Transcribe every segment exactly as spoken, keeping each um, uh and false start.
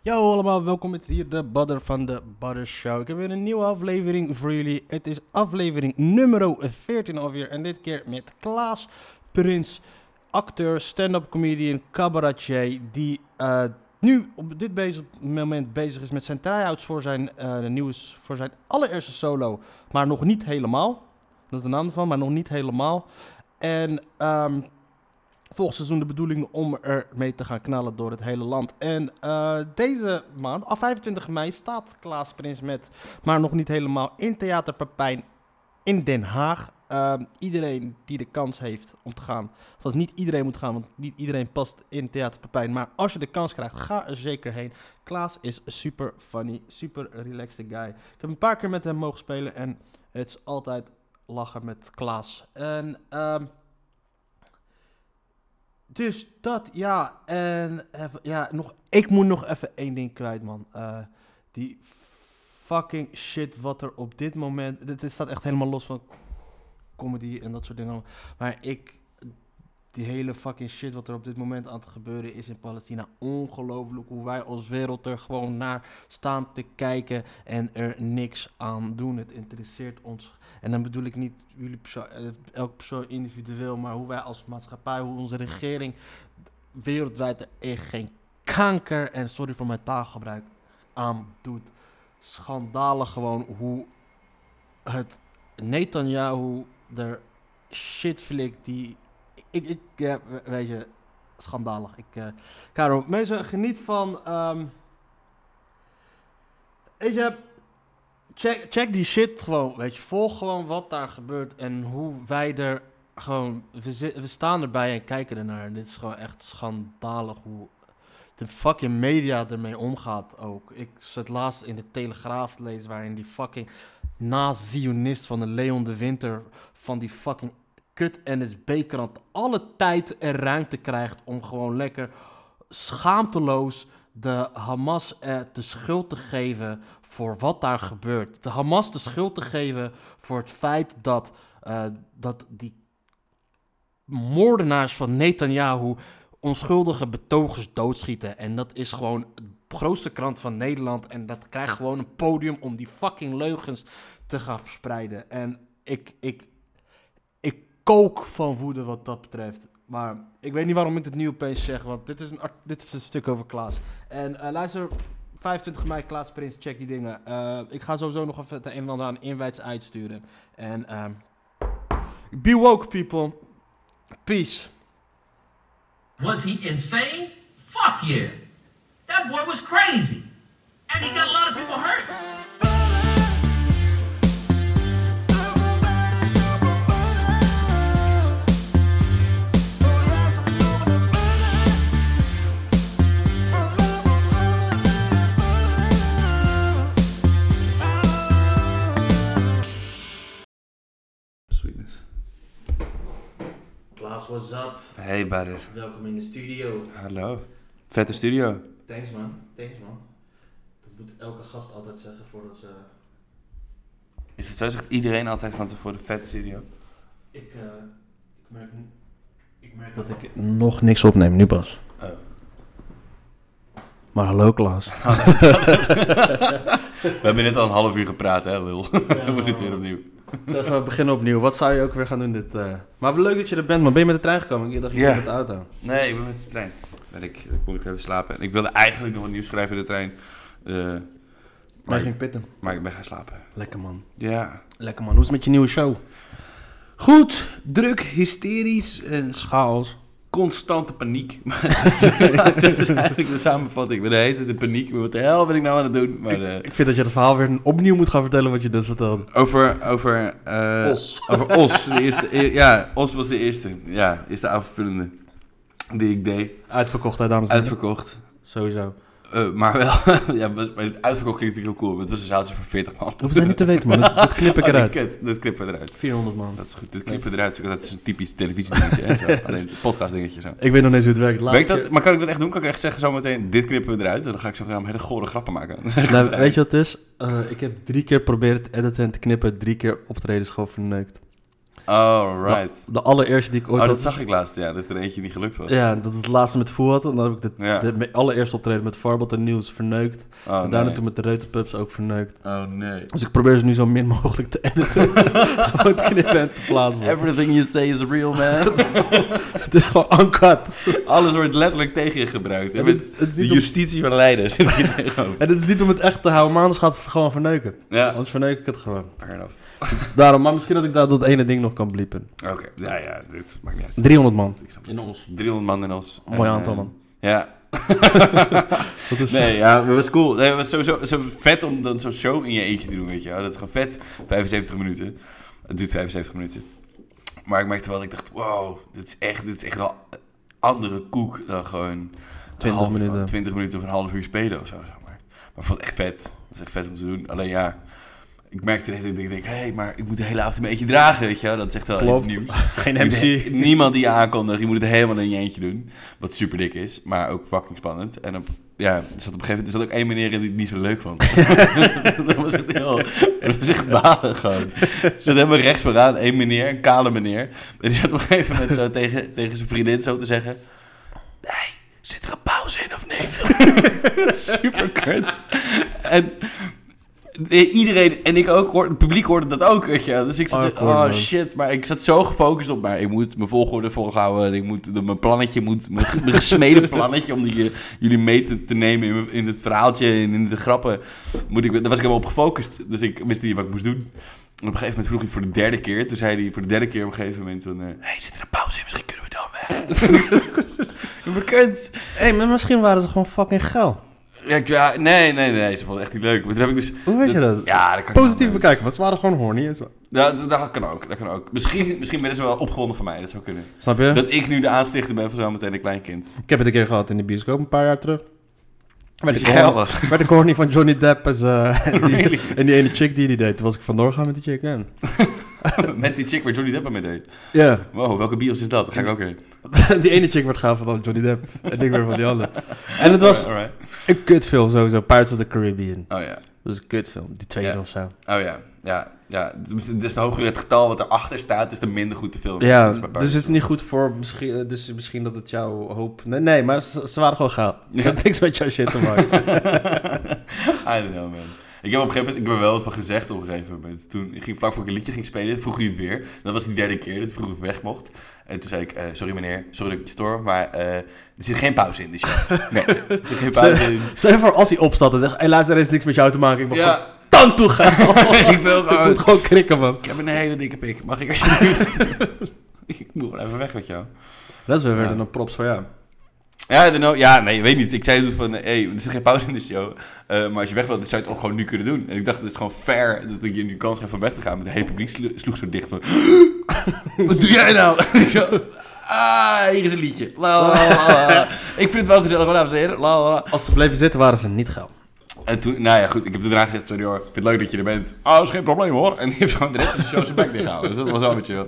Yo allemaal, welkom. Het is hier de Badder van de Badder Show. Ik heb weer een nieuwe aflevering voor jullie. Het is aflevering nummer veertien alweer. En dit keer met Klaas Prins, acteur, stand-up comedian, cabaretier. Die uh, nu op dit bezig, moment bezig is met zijn try-outs voor zijn, uh, nieuws, voor zijn allereerste solo. Maar nog niet helemaal. Dat is de naam ervan, maar nog niet helemaal. En um, volgend seizoen de bedoeling om er mee te gaan knallen door het hele land. En uh, deze maand, al vijfentwintig mei, staat Klaas Prins met, maar nog niet helemaal, in Theater Papijn in Den Haag. Uh, iedereen die de kans heeft om te gaan. Zoals niet iedereen moet gaan, want niet iedereen past in Theater Papijn. Maar als je de kans krijgt, ga er zeker heen. Klaas is super funny, super relaxed guy. Ik heb een paar keer met hem mogen spelen en het is altijd lachen met Klaas. En Uh, Dus dat, ja, en even, ja, nog, ik moet nog even één ding kwijt, man. Uh, die fucking shit wat er op dit moment, dit, dit staat echt helemaal los van comedy en dat soort dingen. Maar ik, die hele fucking shit wat er op dit moment aan het gebeuren is in Palestina, ongelooflijk hoe wij als wereld er gewoon naar staan te kijken en er niks aan doen. Het interesseert ons. En dan bedoel ik niet jullie persoon, elk persoon individueel, maar hoe wij als maatschappij, hoe onze regering wereldwijd er echt geen kanker, en sorry voor mijn taalgebruik, aan doet. Schandalig gewoon hoe het Netanyahu er shit flikt die, ik, ik, ja, weet je, schandalig. Ik, uh, Karel, mensen, geniet van, um, weet je, Check, check die shit gewoon, weet je. Volg gewoon wat daar gebeurt en hoe wij er gewoon... We, zi- we staan erbij en kijken ernaar. En dit is gewoon echt schandalig hoe de fucking media ermee omgaat ook. Ik zat laatst in de Telegraaf te lezen waarin die fucking nazi-zionist van de Leon de Winter van die fucking kut N S B-krant alle tijd en ruimte krijgt om gewoon lekker schaamteloos de Hamas eh, de schuld te geven voor wat daar gebeurt. De Hamas de schuld te geven voor het feit dat, uh, dat die moordenaars van Netanyahu onschuldige betogers doodschieten. En dat is gewoon de grootste krant van Nederland. En dat krijgt gewoon een podium om die fucking leugens te gaan verspreiden. En ik, ik, ik kook van woede wat dat betreft. Maar ik weet niet waarom ik dit nu opeens zeg, want dit is een, art- dit is een stuk over Klaas. En uh, luister, vijfentwintig mei, Klaas Prins, check die dingen. Uh, ik ga sowieso nog even het een en ander aan invites uitsturen. En uh, be woke, people. Peace. Was he insane? Fuck yeah. That boy was crazy. And he got a lot of people hurt. Klaas, what's up? Hey, Badder. Welkom in de studio. Hallo. Vette studio. Thanks man, thanks man. Dat moet elke gast altijd zeggen voordat ze... Is het zo? Zegt iedereen altijd van tevoren de vette studio? Ik, uh, ik, merk, ik merk dat ik nog niks opneem, nu pas. Oh. Maar hallo Klaas. We hebben net al een half uur gepraat, hè, lul. Ja, we moeten het weer opnieuw. Dus even beginnen opnieuw. Wat zou je ook weer gaan doen dit? Uh... Maar leuk dat je er bent, man. Ben je met de trein gekomen? Ik dacht, je Ja. bent met de auto. Nee, ik ben met de trein. Ben ik, ik moet even slapen. Ik wilde eigenlijk nog een nieuws schrijven in de trein. Uh, Maar maar, je ging pitten. maar ik ben gaan slapen. Lekker man. Ja. Lekker man. Hoe is het met je nieuwe show? Goed, druk, hysterisch en Chaos. constante paniek. Dat is eigenlijk de samenvatting. Ik ben de hele tijd in paniek. Wat de hel ben ik nou aan het doen? Maar, uh, Ik vind dat je het verhaal weer opnieuw moet gaan vertellen wat je dus vertelde. Over, over, uh, Os. Over Os. De eerste, e- ja, Os was de eerste. Ja, is de aanvullende die ik deed. Uitverkocht, hè, dames en heren. Uitverkocht. Sowieso. Uh, maar wel, ja, was- maar uitverkocht klinkt natuurlijk heel cool. Maar het was een zaaltje van veertig man. Hoeven zij niet te weten, man. Dat, dat knip ik Oh, eruit. die kut, dat knippen we eruit. vierhonderd man. Dat is goed. Dit knippen we eruit. Dat is een typisch televisiedingetje. Hè? Zo. Alleen een podcast dingetje zo. Ik weet nog niet hoe het werkt. Laatste Weet ik dat, keer- maar kan ik dat echt doen? Kan ik echt zeggen zometeen, dit knippen we eruit? En dan ga ik zo hele gore grappen maken. Nou, weet je wat het is? Uh, ik heb drie keer proberen te editen en te knippen. Drie keer optredens gewoon verneukt. Alright. De, de allereerste die ik ooit Oh, had. dat zag ik laatst, ja. Dat er eentje niet gelukt was. Ja, dat is het laatste met Fuad. En dan heb ik de, Ja. de, de allereerste optreden met Farbot en Nieuws verneukt. Oh, en daarna nee. toen met de Reuterpups ook verneukt. Oh, nee. Dus ik probeer ze nu zo min mogelijk te editen. Gewoon te knippen en te plaatsen. Everything you say is real, man. Het is gewoon uncut. Alles wordt letterlijk tegen je gebruikt. En En het- met het is de niet om- justitie van Leiden zit hier tegenover. En het is niet om het echt te houden, maar anders gaat het gewoon verneuken. Ja, Anders verneuk ik het gewoon. fair enough. Daarom, maar misschien dat ik daar dat ene ding nog kan bliepen. Oké, ja, ja, dit maakt niet uit. driehonderd man. Ik snap In het. ons. driehonderd man in ons. Mooi En, aantal, eh, man. Ja. Dat is Nee, ja, dat was cool. Nee, het was sowieso zo vet om dan zo'n show in je eentje te doen, weet je wel. Dat is gewoon vet. vijfenzeventig minuten. Het duurt vijfenzeventig minuten. Maar ik merkte wel, ik dacht, wow, dit is echt, dit is echt wel andere koek dan gewoon... een twintig half- minuten. twintig minuten of een half uur spelen of zo, zeg maar. Maar ik vond het echt vet. Het was echt vet om te doen. Alleen ja, ik merkte dat ik denk, hé, hey, maar ik moet de hele avond in mijn eentje dragen, weet je wel. Dat is echt wel Klopt. iets nieuws. Geen Je M moet C. he- Niemand die je aankondigt. Je moet het helemaal in je eentje doen. Wat super dik is, maar ook fucking spannend. En op, ja, er zat op een gegeven moment er zat ook één meneer in die het niet zo leuk vond. dat was echt heel... Dat was echt balen gewoon. Er zat helemaal rechts vooraan één meneer, een kale meneer. En die zat op een gegeven moment zo tegen, tegen zijn vriendin zo te zeggen... Nee, zit er een pauze in of niet? Super kut. En... Iedereen, en ik ook, hoor, het publiek hoorde dat ook, weet je. Dus ik zat, Awkward, oh man. shit, maar ik zat zo gefocust op, maar ik moet mijn volgorde volhouden. En ik moet, mijn plannetje moet, mijn, mijn gesmeden plannetje om die, jullie mee te, te nemen in, in het verhaaltje en in de grappen. Moet ik, daar was ik helemaal op gefocust, dus ik wist niet wat ik moest doen. En op een gegeven moment vroeg hij het voor de derde keer. Toen zei hij voor de derde keer op een gegeven moment van... Hé, uh, hey, zit er een pauze in? Misschien kunnen we dan weg. Bekend. Hé, hey, maar misschien waren ze gewoon fucking geil. Ja, ik- ja, nee, nee, nee, ze vond het echt niet leuk. Maar toen heb ik dus... Hoe weet je dat? Ja, dat kan Positief ik bekijken, want ze waren gewoon horny. en zo. Ja, dat, dat kan ook, dat kan ook. Misschien, misschien ben ze wel opgewonden van mij, dat zou kunnen. Snap je? Dat ik nu de aanstichter ben van zo meteen een klein kind. Ik heb het een keer gehad in de bioscoop, een paar jaar terug. Werd Dat ik je geil horny- was. werd ik horny van Johnny Depp en, ze- en, die, Really? en die ene chick die die deed. Toen was ik vandoor gaan met die chick, ja. Met die chick waar Johnny Depp aan mee deed. Ja, Wow, welke bios is dat? Daar ga ik ook heen. die ene chick werd gaver dan Johnny Depp. En ik weer van die andere. En het was Alright. een kutfilm sowieso, Pirates of the Caribbean. Oh ja. Dat is een kutfilm, die tweede Ja. of zo. Oh ja. Ja, ja. Dus, dus de hoger het getal wat erachter staat, is de minder goed de film. Ja, Dat is bij dus Pirates. het is niet goed voor, misschien, dus misschien dat het jouw hoop... Nee, nee maar ze, ze waren gewoon gaaf. Ja. Ik had niks met jouw shit te maken. I don't know, man. Ik heb op een gegeven moment, ik heb er wel wat van gezegd op een gegeven moment. Toen ik ging vlak voor ik een liedje ging spelen, vroeg hij het weer. Dat was de derde keer dat hij vroeg of ik weg mocht. En toen zei ik, uh, sorry meneer, sorry dat ik je stoor, maar uh, er zit geen pauze in de show. Nee, er zit geen pauze in. Stel je voor als hij opstaat en zegt, hé luister, er is niks met jou te maken. Ik mag gewoon Ja, tand toe gaan. ik wil Ik gewoon... moet gewoon krikken, man. Ik heb een hele dikke pik. Mag ik alsjeblieft... ik moet gewoon even weg met jou. Dat is weer weer Ja. een props voor jou. Ja, I don't know. Ja, nee, weet niet. Ik zei toen van, hé, hey, er zit geen pauze in de show. Uh, maar als je weg wilt, dan zou je het ook gewoon nu kunnen doen. En ik dacht, het is gewoon fair dat ik je nu kans geef om weg te gaan. Maar het hele publiek slo- sloeg zo dicht van... Wat doe jij nou? Ik zo, ah, hier is een liedje. La, la, la, la. Ik vind het wel gezellig, dames en heren. La, la, la. Als ze bleven zitten, waren ze niet gauw. En toen, nou ja, goed. Ik heb daarna gezegd, sorry hoor. Ik vind het leuk dat je er bent. Oh, dat is geen probleem hoor. En die heeft gewoon de rest van de show zijn bek dichtgehouden. Dus dat was wel met chill.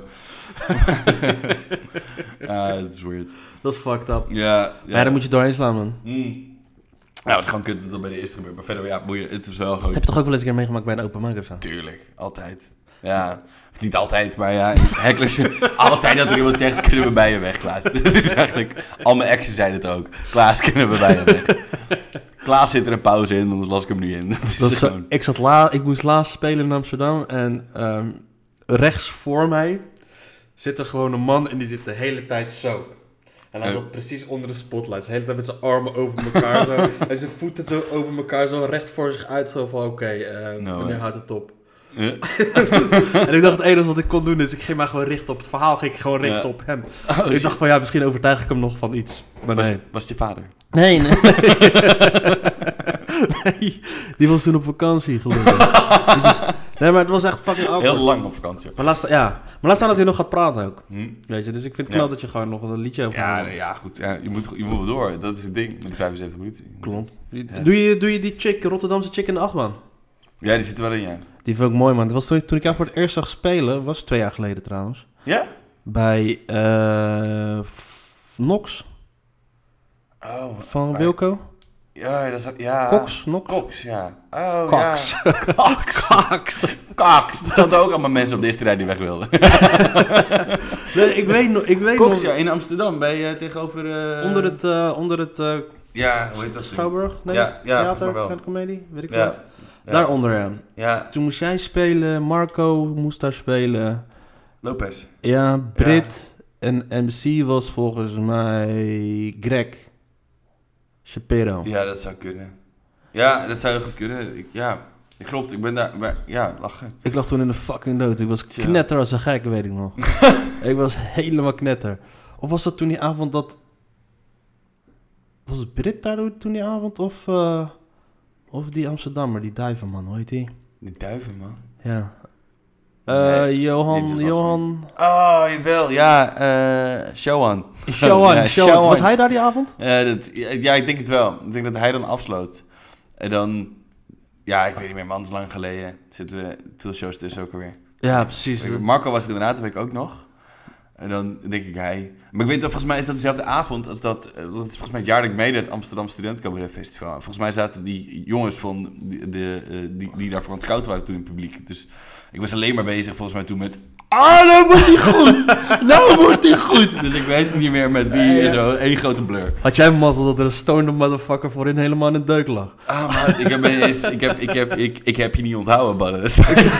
Ah, dat is weird. Dat is fucked up. Ja, Ja, ja. daar moet je doorheen slaan, man. Mm. Ja, het is gewoon kut dat dat bij de eerste gebeurt. Maar verder, ja, boeien. Het is wel gewoon... Heb je toch ook wel eens een keer meegemaakt bij een open mic of zo? Tuurlijk, altijd. Ja, of niet altijd, maar ja, hecklers. Altijd dat er iemand zegt, kunnen we bij je weg, Klaas. Dat is eigenlijk, al mijn exen zeiden het ook. Klaas, kunnen we bij je weg. Klaas zit er een pauze in, anders las ik hem nu in. Dat is Dat is zo- gewoon... ik, zat la, ik moest laatst spelen in Amsterdam en ehm, rechts voor mij zit er gewoon een man en die zit de hele tijd zo. En hij Oh. zat precies onder de spotlight. De hele tijd met zijn armen over elkaar zo. En zijn voeten zo over elkaar zo recht voor zich uit. Zo van, oké, eh, No wanneer way. houdt het op? Ja. En ik dacht, het enige wat ik kon doen is, ik ging maar gewoon richten op het verhaal. Ging ik gewoon richten Ja. op hem. Oh, ik shit. dacht van, ja, misschien overtuig ik hem nog van iets. Maar was, nee. was het je vader? Nee, nee. Nee, die was toen op vakantie, gelukkig. Die was- Nee, maar het was echt fucking awkward. Heel lang op vakantie. ook. Maar laat, sta- ja. maar laat staan dat hij nog gaat praten ook. Hm? Weet je, dus ik vind het Ja. knap dat je gewoon nog een liedje over Ja, nee, ja, goed. Ja, je, moet, je moet wel door. Dat is het ding met die vijfenzeventig minuten. Klopt. Ja. Doe, je, doe je die chick, Rotterdamse chick in de achtbaan? Ja, die zit er wel in, ja. Die vind ik mooi, man. Dat was toen, toen ik jou voor het eerst zag spelen, was twee jaar geleden trouwens. Ja? Bij eh F- Nox Oh, van waar? Wilco. Ja, dat is... Ja. Cox, Nox? Cox, ja. Oh, Cox. ja. Cox. Cox. Cox. Er zaten ook allemaal mensen op de eerste rij die weg wilden. Nee, ik weet nog... Ik weet Cox, nog ja, in Amsterdam, bij uh, tegenover... Uh... onder het... Uh, onder het uh, ja, hoe heet dat? Schouwburg? Nee, ja, ja, theater, wel. de comedie, weet ik ja. wat. Ja, Daaronder, ja. Ja. Toen moest jij spelen, Marco moest daar spelen. Lopez. Ja, Brit. Ja. En M C was volgens mij Greg Shapiro. Ja, dat zou kunnen. Ja, dat zou goed kunnen. Ik, ja, klopt. Ik ben daar... Maar, ja, lachen. Ik lag toen in de fucking dood. Ik was knetter als een gek, weet ik nog. Ik was helemaal knetter. Of was dat toen die avond dat... Was het Brit daar toen die avond? Of, uh, of die Amsterdammer, die duivenman, hoe heet die? Die duiven, man. Ja. Uh, nee, Johan, Johan... Oh, jawel, ja, uh, Showan. Showan, ja, Showan. Was hij daar die avond? Uh, dat, ja, ik denk het wel. Ik denk dat hij dan afsloot. En dan, ja, ik weet niet meer, man, het is lang geleden. Zitten veel shows tussen ook alweer. Ja, precies. Marco was er inderdaad, dat weet ik ook nog. En dan denk ik hij. Maar ik weet dat volgens mij is dat dezelfde avond als dat. Dat is volgens mij het jaar dat ik meedeed, het Amsterdam Student Cabaret Festival. Volgens mij zaten die jongens van de, de, die, die daarvoor aan het scouten waren toen in het publiek. Dus ik was alleen maar bezig volgens mij toen met. Ah, nou moet hij goed! Nou moet hij goed! Dus ik weet niet meer met wie en zo. Eén grote blur. Had jij mazzel dat er een stoned motherfucker voorin helemaal in de deuk lag? Ah, maat, ik heb, eens, ik, heb, ik, heb, ik, ik heb je niet onthouden, Badden. Weet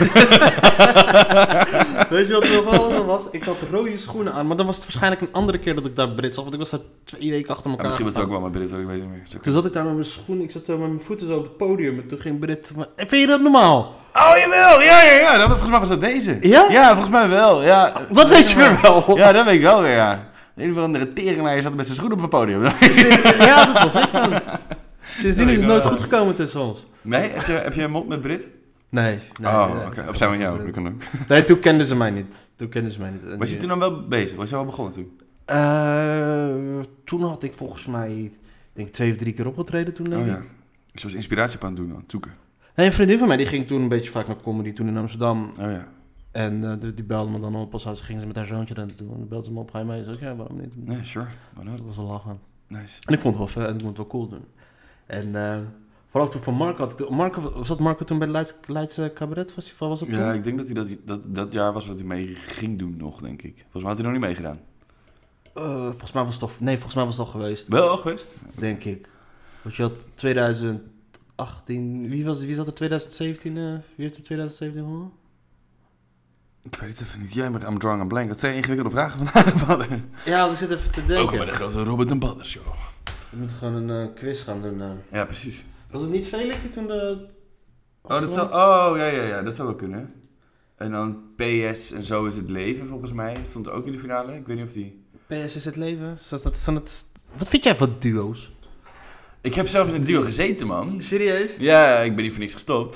je wat er wel was? Ik had rode schoenen aan, maar dan was het waarschijnlijk een andere keer dat ik daar Brits was. Want ik was daar twee weken achter elkaar. Ja, misschien was het ook wel mijn Brit, ik weet niet meer. Toen zat ik daar met mijn schoenen, ik zat zo met mijn voeten zo op het podium. En toen ging Brit, vind je dat normaal? Oh, jawel! Ja, ja, ja. Dat, volgens mij was dat deze. Ja? Ja, volgens mij wel. Ja. Dat weet je weer wel. Ja, dat weet ik wel weer, ja. Een of andere teringlaar zat met zijn schoenen op het podium. Ja, dat was ik dan. Sindsdien is het nooit goed gekomen tussen ons. Nee? Heb je, heb je een mond met Brit? Nee. nee oh, nee, oké. Okay. Of zijn we jou? Dat kan ook. Nee, toen kenden ze mij niet. Toen kenden ze mij niet. Was je toen dan wel bezig? Was je al begonnen toen? Uh, toen had ik volgens mij, denk twee of drie keer opgetreden toen. Denk oh ja. Ik. Dus je was inspiratie op aan het doen, aan het zoeken. Nee, een vriendin van mij, die ging toen een beetje vaak naar comedy, toen in Amsterdam. Oh ja. En uh, die, die belde me dan op, als ging ze met haar zoontje daar naartoe. En dan belde ze me op, ga je mee? Ik zei, ja, waarom niet? Nee, sure. Waarom Dat was wel lachen. Nice. En ik vond het wel vet, ik vond het wel cool doen. En uh, vooral toen van Marco had ik... Marco, was dat Marco toen bij het Leids, Leidse Cabaret Festival? Was dat toen? Ja, ik denk dat hij dat, dat, dat jaar was dat hij mee ging doen nog, denk ik. Volgens mij had hij nog niet meegedaan. Uh, volgens mij was het toch... Nee, volgens mij was het al geweest. Wel al geweest? Denk ik. Want je had twintig achttien... Wie, was, wie zat er twintig zeventien? Uh, wie heeft er twintig zeventien gewonnen? Ik weet het even niet. Jij bent I'm drawing a blank. Dat zijn ingewikkelde vragen vandaag, Badden. Ja, ik zit even te denken. Ook bij de grote Robert en Badden show. We moeten gewoon een uh, quiz gaan doen. Uh. Ja, precies. Was het niet Felix die toen de... Oh, dat zou, oh ja, ja, ja, dat zou wel kunnen. En dan P S en Zo is het leven, volgens mij. Stond ook in de finale. Ik weet niet of die... P S is het leven? Zoals dat, zoals het... Wat vind jij van duo's? Ik heb zelf in een duo gezeten, man. Serieus? Ja, ik ben niet voor niks gestopt.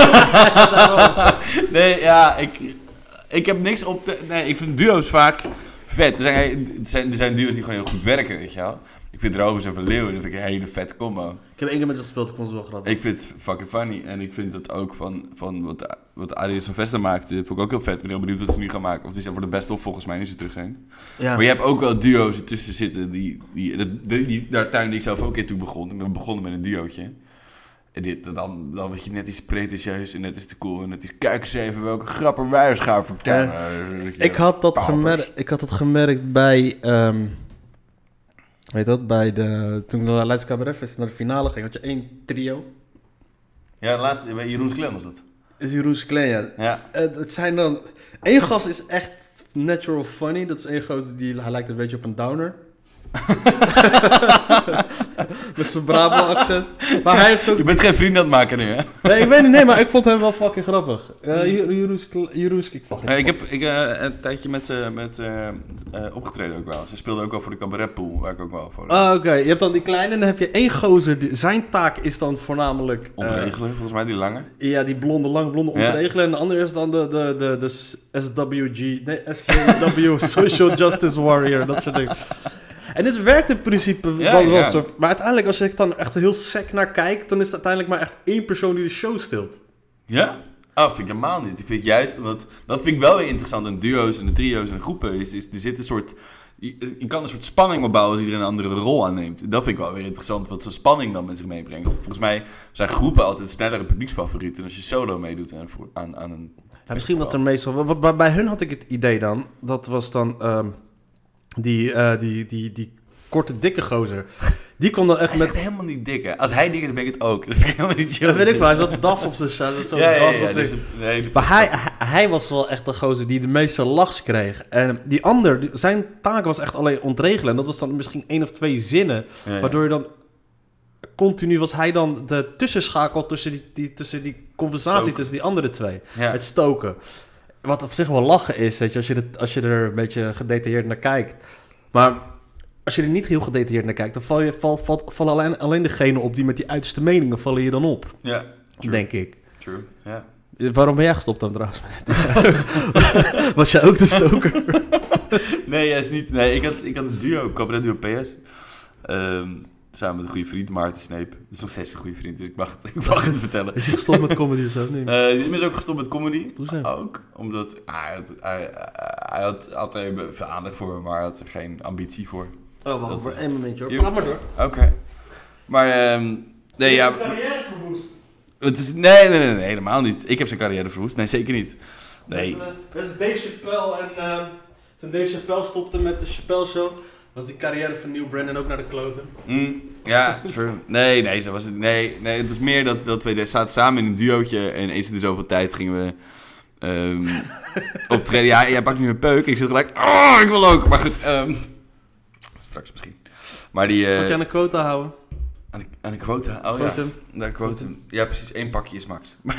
Nee, ja, ik, ik heb niks op te... Nee, ik vind duo's vaak vet. Er zijn, er zijn, er zijn duo's die gewoon heel goed werken, weet je wel. Ik vind Rovers en Van Leeuwen, dat vind ik een hele vette combo. Ik heb één keer met ze gespeeld, ik vond ze wel grappig. Ik vind het fucking funny. En ik vind het ook van, van wat, wat Adriaan Sylvester maakte, vond ik ook heel vet. Ik ben heel benieuwd wat ze nu gaan maken. Of die zijn voor de best op volgens mij, nu ze terug zijn. Ja. Maar je hebt ook wel duo's ertussen zitten, die, die, die, die, die daar tuin die ik zelf ook een keer toe begon. Ik ben begonnen met een duootje. En dit, dan, dan word je net iets pretentieus en net is te cool. En net is, kijk eens even welke grappen wij eens gaan vertellen. Uh, ik, had dat gemerkt, ik had dat gemerkt bij... Um... Weet dat, bij de, toen ik naar de Leidse Cabaret Festival naar de finale ging, had je één trio. Ja, de laatste, bij Jeroen Sklen was dat. Is Jeroen Sklen, ja. ja. Het, het zijn dan, één gast is echt natural funny, dat is één gast die, hij lijkt een beetje op een downer. Met zijn Brabant accent. Maar hij heeft ook... Je bent geen vriend aan het maken nu, hè? Nee, ik weet niet, nee, maar ik vond hem wel fucking grappig. Uh, Jeroen, ik vond hem. Ik heb ik, uh, een tijdje met, uh, met uh, uh, opgetreden ook wel. Ze speelde ook wel voor de cabaretpool, waar ik ook wel voor. Ah, oké. Okay. Je hebt dan die kleine en dan heb je één gozer. Die, zijn taak is dan voornamelijk... Ontregelen, uh, volgens mij, die lange. Ja, die blonde, lange blonde ontregelen. Ja. En de andere is dan de, de, de, de S W G... Nee, S J W, Social Justice Warrior, dat soort dingen. En het werkt in principe ja, wel ja. Zo. Maar uiteindelijk, als ik dan echt heel sec naar kijk, dan is het uiteindelijk maar echt één persoon die de show stilt. Ja? Oh, vind ik helemaal niet. Ik vind het juist, omdat, dat vind ik wel weer interessant in duo's en de trio's en de groepen. Is, is, er zit een soort Je, je kan een soort spanning opbouwen als iedereen een andere rol aanneemt. Dat vind ik wel weer interessant, wat zo'n spanning dan met zich meebrengt. Volgens mij zijn groepen altijd snellere publieksfavorieten als je solo meedoet aan, aan, aan een ja, misschien wat er meestal... Wat, wat, bij hun had ik het idee dan, dat was dan um, die, uh, die, die, die korte, dikke gozer. Die kon dan echt hij met... is echt helemaal niet dik, hè? Als hij dik is, ben ik het ook. Dat vind ik helemaal niet chill. Dat weet ik wel, hij zat daf op zijn shirt. Zo ja, ja, daf, ja, dat dus ding. het, nee, Maar hij, hij, hij was wel echt de gozer die de meeste lachs kreeg. En die ander, die, zijn taak was echt alleen ontregelen. En dat was dan misschien één of twee zinnen. Ja, ja. Waardoor je dan... Continu was hij dan de tussenschakel tussen die, die, tussen die conversatie Stoken. tussen die andere twee. Ja. Het stoken. Wat op zich wel lachen is, weet je, als je, het, als je er een beetje gedetailleerd naar kijkt. Maar als je er niet heel gedetailleerd naar kijkt, dan val je, val, val, vallen alleen, alleen degenen op die met die uiterste meningen vallen je dan op. Ja, true. Denk ik. True, ja. Waarom ben jij gestopt dan trouwens? Was jij ook de stoker? Nee, juist niet. Nee, ik had, ik had een duo, cabaret duo P S. Um, samen met een goede vriend, Maarten Sneep. Dat is nog steeds een goede vriend, dus ik mag het, ik mag het vertellen. Is hij gestopt met comedy of zo? Nee. Uh, die is inmiddels ook gestopt met comedy. Hoezo? Ook, omdat ah, hij, had, hij, hij had altijd veel aandacht voor me, maar hij had er geen ambitie voor. Oh, wacht Dat voor is- één momentje hoor. Jo. Praat maar door. Oké. Okay. Maar, um, nee, ja... carrière verwoest. Het is, nee, nee, nee, nee, helemaal niet. Ik heb zijn carrière verwoest. Nee, zeker niet. Nee. Dat, uh, dat is Dave Chappelle en uh, toen Dave Chappelle stopte met de Chappelle Show, was die carrière van Neil Brennan ook naar de kloten. Mm, ja, true. Nee, nee, zo was het. Nee, nee, het is meer dat, dat we zaten samen in een duootje en eens in de zoveel tijd gingen we um, optreden. Ja, jij pakt nu een peuk. Ik zit gelijk, oh, ik wil ook. Maar goed, um, straks misschien. Maar die... Uh, Zal ik je aan de quota houden? Aan de, aan de quota? Oh Quotum. ja, de quotum. Ja, precies. Één pakje is max. Maar,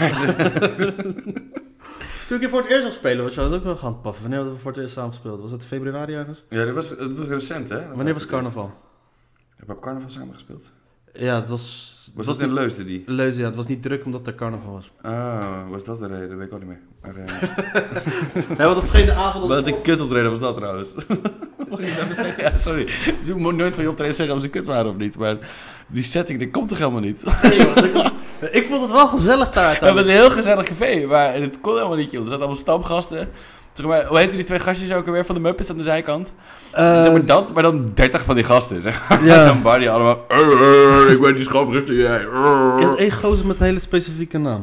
Toen ik je voor het eerst zag spelen, was je dat ook wel gaan paffen. Wanneer hadden we voor het eerst samen gespeeld? Was dat februari ergens? ja, dat was, dat was recent, hè? Dat Wanneer was voor het carnaval? eerst. Hebben we op carnaval samen gespeeld? Ja, het was... Was het dat in niet- Leusden die? Leusden, ja. Het was niet druk omdat er carnaval was. Oh, was dat de reden? Dat weet ik ook niet meer. Maar, uh... Ja, want dat scheen de avond... Wat een kut optreden was dat trouwens. Mag ik dat even zeggen? Ja, sorry. Ik moet nooit van je optreden zeggen of ze kut waren of niet. Maar die setting, die komt toch helemaal niet? Nee, joh, dat was- ik vond het wel gezellig daar Het was uiteindelijk. een heel gezellig café, maar het kon helemaal niet, joh. Er zaten allemaal stamgasten. Zeg maar, hoe heette die twee gastjes ook alweer van de Muppets aan de zijkant? Uh, zeg maar dat, maar dan dertig van die gasten. Zeg maar. Ja. Zo'n bar die allemaal... "Uh, uh, ik ben die schamrust, jij. uh." Je had één gozer met een hele specifieke naam.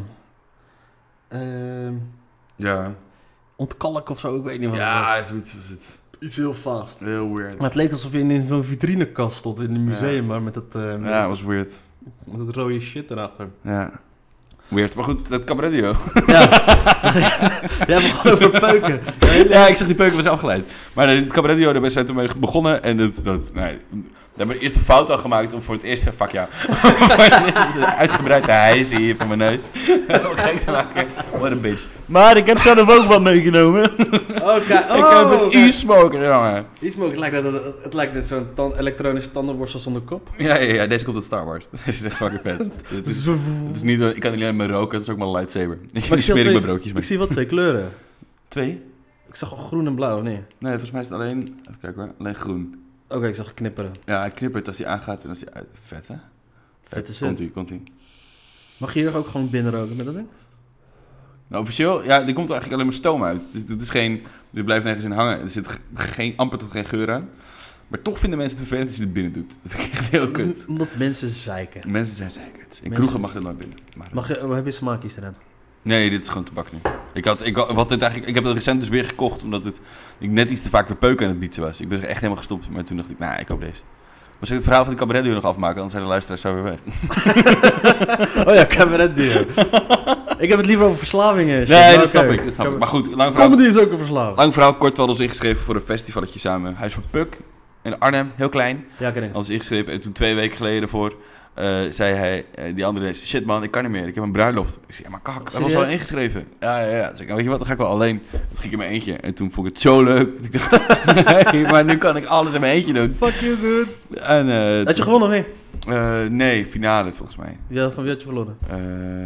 Ehm Ja, ontkalk of zo, ik weet niet wat het ja, zoiets was het. was. Iets heel vast. Heel weird. Maar het leek alsof je in zo'n vitrinekast stond in een museum, maar met het, uh, met, Ja, het was weird. met het rode shit erachter. Ja. Weird. Maar goed, dat cabaretduo. Ja, jij begon over peuken. Ja, ik zag die peuken was afgeleid. Maar het cabaretduo, daar zijn toen mee begonnen. En dat, dat, nee, we hebben eerst de fout al gemaakt om voor het eerst, fuck jou, uitgebreid te hijsen hier van mijn neus. Om gek te maken. What a bitch. Maar ik heb zelf ook wat meegenomen. Oké, ik heb een e-smoker, jongen. Iets mogelijk lijkt net, het, het lijkt net zo'n tan- elektronische tandenborstel zonder kop. Ja, ja, ja, deze komt uit Star Wars. Deze is fucking vet. Het is, het is niet, ik kan niet alleen maar roken, het is ook mijn lightsaber. Ik Maar die ik zie, smeer al ik twee, mijn broodjes mee. ik zie wel twee kleuren. Twee? Ik zag al groen en blauw, nee. Nee, volgens mij is het alleen, even kijken hoor, alleen groen. Oké, ik zag knipperen. Ja, hij knippert als hij aangaat en als hij uit... Vet, hè? Vette shit. Komt-ie, komt-ie. Mag je hier ook gewoon binnenroken met dat ding? Nou, officieel, ja, er komt er eigenlijk alleen maar stoom uit. Dus dit is geen... Er blijft nergens in hangen. Er zit ge- geen, amper tot geen geur aan. Maar toch vinden mensen het vervelend als je het binnen doet. Dat vind ik echt heel kut. Omdat mensen zeiken. Mensen zijn zeikerd. In Mensen- kroegen mag dit nooit binnen. Maar... Mag je, heb je smaakjes erin? Nee, dit is gewoon tabak nu. Ik, had, ik, had dit eigenlijk, ik heb het recent dus weer gekocht, omdat het, ik net iets te vaak weer peuken aan het bietsen was. Ik ben er echt helemaal gestopt, maar toen dacht ik, nou, ik koop deze. Maar zal ik het verhaal van de cabaretduo nog afmaken, anders zijn de luisteraars zo weer weg. Oh ja, cabaretduo. Ik heb het liever over verslavingen. shit, Nee, maar dat oké. snap ik. Dat snap ik. Cab- Maar goed, lang verhaal, Comedy is ook een verslaving. lang verhaal kort, we hadden ons ingeschreven voor een festivalletje samen. Huis van Puk in Arnhem, heel klein. Ja, ken ik. Hadden ze ingeschreven en toen twee weken geleden ervoor uh, zei hij, uh, die andere deze, shit man, ik kan niet meer, ik heb een bruiloft. Ik zei, ja maar kak, we hebben ons al Serieus? ingeschreven. Ja, ja, ja. Toen zei ik, nou, weet je wat, dan ga ik wel alleen. Dat ging ik in mijn eentje en toen vond ik het zo leuk. Ik dacht, nee, maar nu kan ik alles in mijn eentje doen. Fuck you, good. En, uh, Had je gewonnen of niet? Uh, nee, finale volgens mij. Ja, van wie had je verloren? Uh,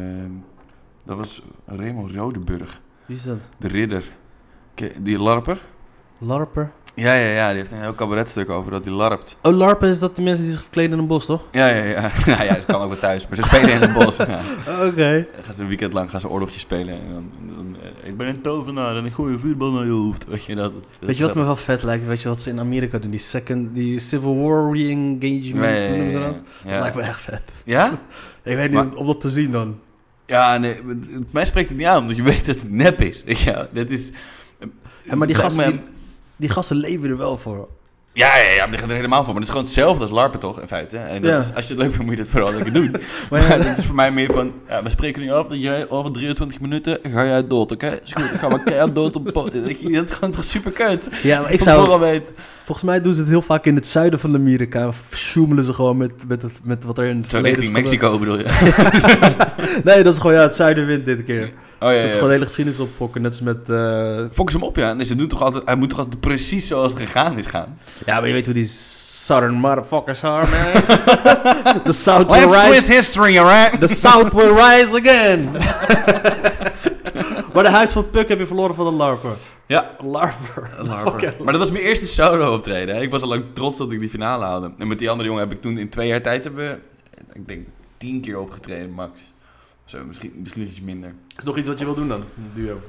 dat was Raymond Rodeburg, Wie is dat? de ridder. Ke- Die larper. Larper. Ja, ja, ja, die heeft een heel cabaretstuk over dat hij larpt. Oh, larpen is dat de mensen die zich verkleden in een bos, toch? Ja, ja, ja. Nou ja, ze kan ook wel thuis, maar ze spelen in het bos. Ja. Oké. Dan gaan ze een weekend lang gaan ze oorlogjes spelen en dan, dan uh, ik ben een tovenaar en ik gooi een vuurbal naar je hoofd. Weet je, dat, dat Weet je wat me wel vet lijkt? Weet je wat ze in Amerika doen? Die second, die Civil War re-engagement. Nee, hoe noemen ze ja, dat? ja. Dat lijkt me echt vet. Ja? Ik weet Maar- niet om dat te zien dan. Ja, nee, mij spreekt het niet aan, omdat je weet dat het nep is. Ja, dat is... Ja, maar die lijkt gasten, me- die, die gasten leven er wel voor. Ja, ja, ja, maar die gaan er helemaal voor. Maar het is gewoon hetzelfde als LARPen, toch? In feite. En dat Ja. is, als je het leuk vindt, moet je dat vooral lekker doen. Maar maar ja, dat is voor mij meer van... Ja, we spreken nu af dat jij over drieëntwintig minuten ga jij dood, oké? Is goed, ik ga maar keihard dood op... po- Dat is gewoon toch super kut? ja, maar ik Van zou... vooral weet. Volgens mij doen ze het heel vaak in het zuiden van Amerika. Sjoemelen ze gewoon met, met, het- met wat er in het Zo verleden richting is gebeurd. Mexico bedoel je? Nee, dat is gewoon, ja, het zuiden wint dit keer. Oh ja, Dat is ja. gewoon de hele geschiedenis opfokken. Net als met... eh, Focus hem op, ja. En ze doen toch altijd, hij moet toch altijd precies zoals het gegaan is gaan. Ja, maar je weet hoe die southern motherfuckers are, man. The South will Let's twist rise... history, alright? The South will rise again. Maar de huis van Puck heb je verloren van de LARPer. Ja. LARPer. Larper. Fuck, Maar dat was mijn eerste solo optreden. Hè. Ik was al lang trots dat ik die finale haalde. En met die andere jongen heb ik toen in twee jaar tijd hebben, we, ik denk tien keer opgetreden, max. Zo, misschien, misschien iets minder. Is nog iets wat je wil doen dan? Een duo.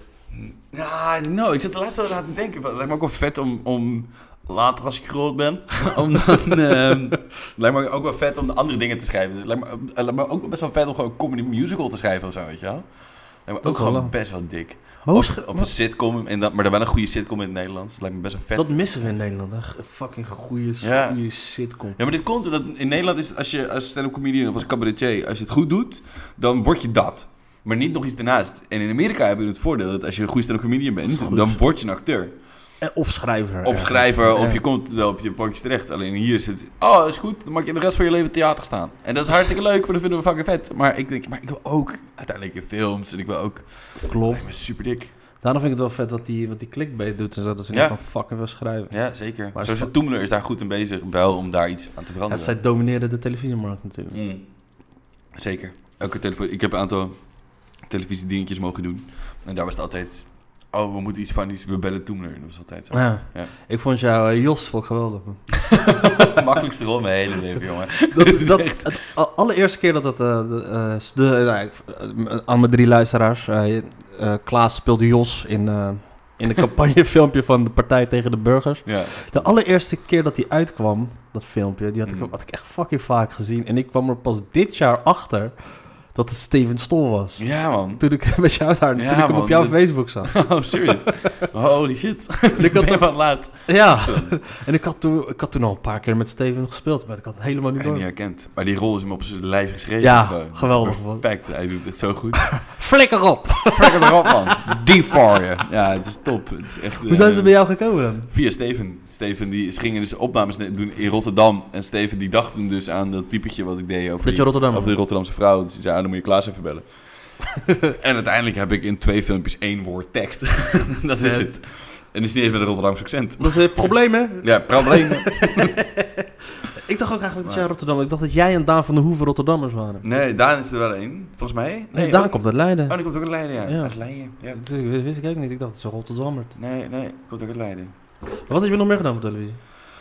Ja, no, ik zat de laatste wel aan te denken. Het lijkt me ook wel vet om, om later als ik groot ben, om dan, ehm, lijkt me ook wel vet om de andere dingen te schrijven. Dus het lijkt me, het lijkt me ook wel best wel vet om gewoon een comedy musical te schrijven of zo, weet je wel. Lijkt me ook is wel gewoon lang. best wel dik. Maar hoe Of, sch- of een sitcom, en dat, maar dan wel een goede sitcom in het Nederlands. Dat lijkt me best wel vet. Dat missen we in Nederland. Een fucking goede, Ja. goede sitcom. Ja, maar dit komt omdat in Nederland is het, als je als stand-up comedian of als cabaretier, als je het goed doet, dan word je dat. Maar niet nog iets daarnaast. En in Amerika heb je het voordeel dat als je een goede stand-up comedian bent, Goed. dan word je een acteur. En of schrijver. Of schrijver, Ja. of je komt wel op je bankjes terecht. Alleen hier is het, oh, is goed, dan mag je de rest van je leven theater staan. En dat is hartstikke leuk, maar dat vinden we fucking vet. Maar ik denk, maar ik wil ook uiteindelijk in films en ik wil ook, Klopt. lijkt me super dik. Daarom vind ik het wel vet wat die, wat die clickbait doet. En zo, dat ze niet Ja. van fucking veel schrijven. Ja, zeker. Maar Zoals het- Toemler is daar goed in bezig, wel om daar iets aan te Ja, veranderen. zij domineren de televisiemarkt natuurlijk. Mm. Zeker. Elke telefoon. Ik heb een aantal televisiedingetjes mogen doen. En daar was het altijd... Oh, we moeten iets van iets... We bellen Toemler. Dat was altijd zo. Ja. Ja. Ik vond jou, eh, Jos, vond ik geweldig. Makkelijkste rol in mijn hele leven, jongen. Dat, is dat, echt- het a- allereerste keer dat het... eh, de, eh, s- de, nou, ik- eh, aan mijn drie luisteraars. eh, eh, Klaas speelde Jos in, eh, in een campagnefilmpje van de Partij tegen de Burgers. Ja. De allereerste keer dat die uitkwam, dat filmpje, die had ik, Mm. had ik echt fucking vaak gezien. En ik kwam er pas dit jaar achter dat het Steven Stol was. Ja, man. Toen ik met jou daar, Ja, toen ik hem man, op jouw dat- Facebook zag. Oh, serieus? Holy shit. Ik Ik had ben er- van laat. Ja, en ik had, toen, ik had toen al een paar keer met Steven gespeeld, maar ik had het helemaal niet Ik door. niet herkend. Maar die rol is hem op zijn lijf geschreven. Ja, gewoon. Dat is geweldig, man. Perfect. Hij doet het echt zo goed. Flikker op! Frekker erop, man. Die voor je. Ja, het is top. Het is echt, Hoe zijn eh, ze bij jou gekomen dan? Via Steven. Steven die ze gingen dus opnames ne- doen in Rotterdam. En Steven die dacht toen dus aan dat typetje wat ik deed over, Dat je die, Rotterdam over de Rotterdamse vrouw. Dus die zei, ah, dan moet je Klaas even bellen. En uiteindelijk heb ik in twee filmpjes één woord tekst. Dat is Ja. het. En is niet eens met een Rotterdamse accent. Dat is het probleem, hè? Ja, probleem. Ik dacht ook eigenlijk dat jij Rotterdam... Ik dacht dat jij en Daan van de Hoeven Rotterdammers waren. Nee, Daan is er wel één. Volgens mij. Nee, Daan ook- komt uit Leiden. Oh, die komt ook uit Leiden, ja. Ja. Uit Leiden, ja. Dat wist ik ook niet. Ik dacht dat ze Rotterdammert. Nee, nee, komt ook uit Leiden. Wat heb je nog meer gedaan op televisie?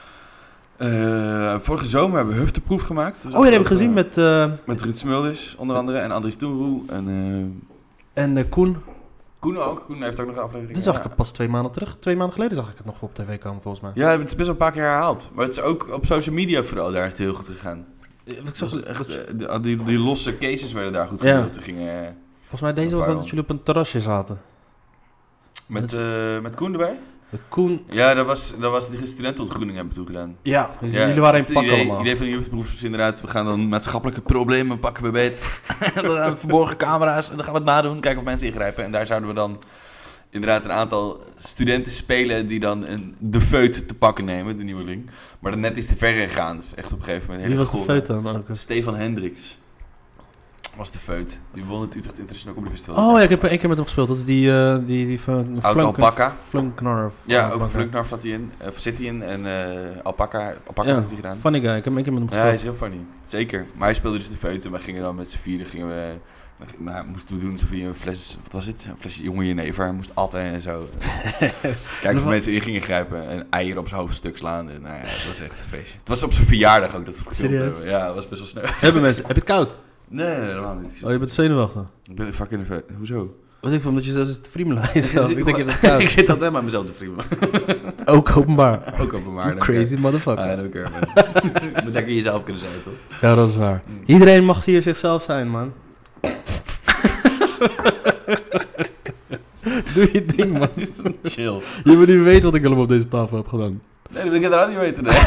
Eh, vorige zomer hebben we Hufteproef gemaakt. Dat was Oh ja, dat ook, heb ik gezien eh, met... eh, Met Ruud Smulders, onder andere. En Andries Toenroe. En eh, en eh, Koen. Koen ook. Koen heeft ook nog een aflevering. Dit zag ja. ik pas twee maanden terug. Twee maanden geleden zag ik het nog op tv komen, volgens mij. Ja, het is best wel een paar keer herhaald. Maar het is ook op social media vooral, daar is het heel goed gegaan. Ik Het zag, was echt, eh, die, die, die losse cases werden daar goed Ja. gedeeld. Die gingen, eh, volgens mij deze was dat Viral. dat jullie op een terrasje zaten. met, eh, met Koen erbij? De Koen... Ja, dat was, dat was die studentenontgroening hebben we toen gedaan. Ja, dus Ja, jullie waren dus in het pak idee, allemaal. idee van die Hufteproef was inderdaad, we gaan dan maatschappelijke problemen pakken we beet. En dan gaan we verborgen camera's en dan gaan we het nadoen, kijken of mensen ingrijpen. En daar zouden we dan inderdaad een aantal studenten spelen die dan een, de feut te pakken nemen, de nieuweling. Maar dan net iets te ver gegaan. Dus echt op een gegeven moment Wie hele was de gore- feut dan ook? Stefan Hendricks was de feut. Die won het Utrecht International Comedy Festival. Oh ja, ik heb er één keer met hem gespeeld. Dat is die... eh die, die van... Oud Flunk- Alpaca. Flunknar. of Ja, Alpaca. ook Flunknar zat hij in. Of zit hij in. En eh Alpaca, Alpaca Ja, heeft hij gedaan. funny guy. Ik heb één keer met hem Ja, hij gespeeld. is heel funny. Zeker. Maar hij speelde dus de feut en wij gingen dan met z'n vieren, gingen we, nou, moesten we doen alsof hij een fles, wat was het? Een flesje jonge jenever. Hij moest altijd en zo. Kijken of mensen in gingen grijpen en eieren op zijn hoofd stuk slaan. En, nou ja, dat was echt een feestje. Het was op zijn verjaardag ook dat we het gefilmd Serieus? hebben. Ja, dat was best wel snel. Hebben mensen... Heb je het koud? Nee, nee, nee, helemaal niet. Oh, je bent zenuwachtig. Ik ben fucking nerveus. Hoezo? Wat ik vond dat je zo zit te friemelen aan jezelf. Ik denk je dat koud. Ik zit altijd met mezelf te friemelen. Ook openbaar. Ook openbaar. Crazy motherfucker. Ah, don't care, man. Je moet lekker jezelf kunnen zijn, toch? Ja, dat is waar. Iedereen mag hier zichzelf zijn, man. Doe je ding, man. Chill. Je moet niet weten wat ik allemaal op deze tafel heb gedaan. Nee, dat wil ik inderdaad niet weten, nee.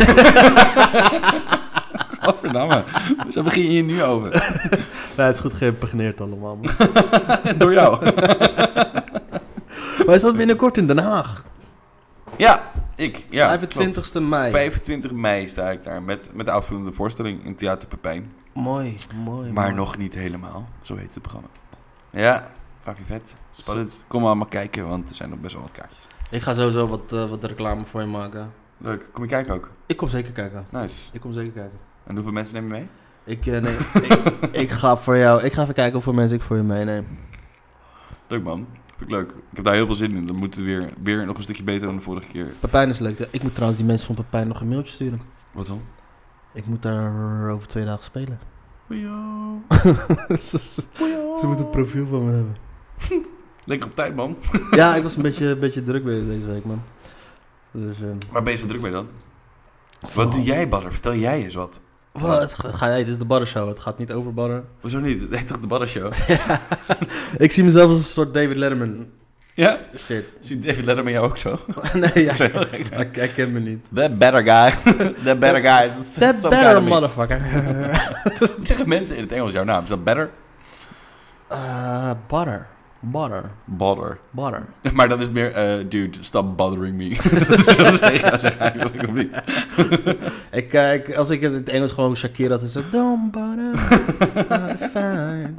Godverdamme. Zo begin je hier nu over. Nee, het is goed geïmpregneerd allemaal, man. Door jou. Maar is dat binnenkort in Den Haag? Ja, ik. Ja, vijfentwintigste mei. vijfentwintig mei sta ik daar met, met de afvullende voorstelling in Theater Pepijn. Mooi, mooi. Maar mooi. nog niet helemaal. Zo heet het programma. Ja, fucking vet. Spannend. Kom allemaal kijken, want er zijn nog best wel wat kaartjes. Ik ga sowieso wat, uh, wat reclame voor je maken. Leuk. Kom je kijken ook? Ik kom zeker kijken. Nice. Ik kom zeker kijken. En hoeveel mensen nemen mee? Ik, uh, nee, ik, ik ga voor jou. Ik ga even kijken hoeveel mensen ik voor je meeneem. Leuk man. Vind ik leuk. Ik heb daar heel veel zin in. Dan moet het weer, weer nog een stukje beter dan de vorige keer. Pepijn is leuk. Ik moet trouwens die mensen van Pepijn nog een mailtje sturen. Wat dan? Ik moet daar over twee dagen spelen. Ojo. ze, ze, ze moeten een profiel van me hebben. Lekker op tijd, man. Ja, ik was een beetje, een beetje druk bezig deze week, man. Dus, uh, Waar ben je zo druk mee dan? Wat doe jij, Badder? Vertel jij eens wat. Wat? Ga jij? Dit is de Badder Show. Het gaat niet over Badder. Hoezo niet? Het heet toch de Badder Show? Ik zie mezelf als een soort David Letterman. Ja? Shit. Ziet David Letterman jou ook zo? Nee, ja. Dat zou heel gek zijn. Hij, hij kent me niet. That better guy. That better guy. That better motherfucker. Hoe zeggen mensen in het Engels jouw naam? Is dat better? Uh, butter. Butter. Bother. Butter. Maar dan is het meer, uh, dude, stop bothering me. Dat is tegen jou zeggen eigenlijk, of niet? ik, uh, ik, als ik in het Engels gewoon Shakira had, is zo... Don't bother me, I'm fine.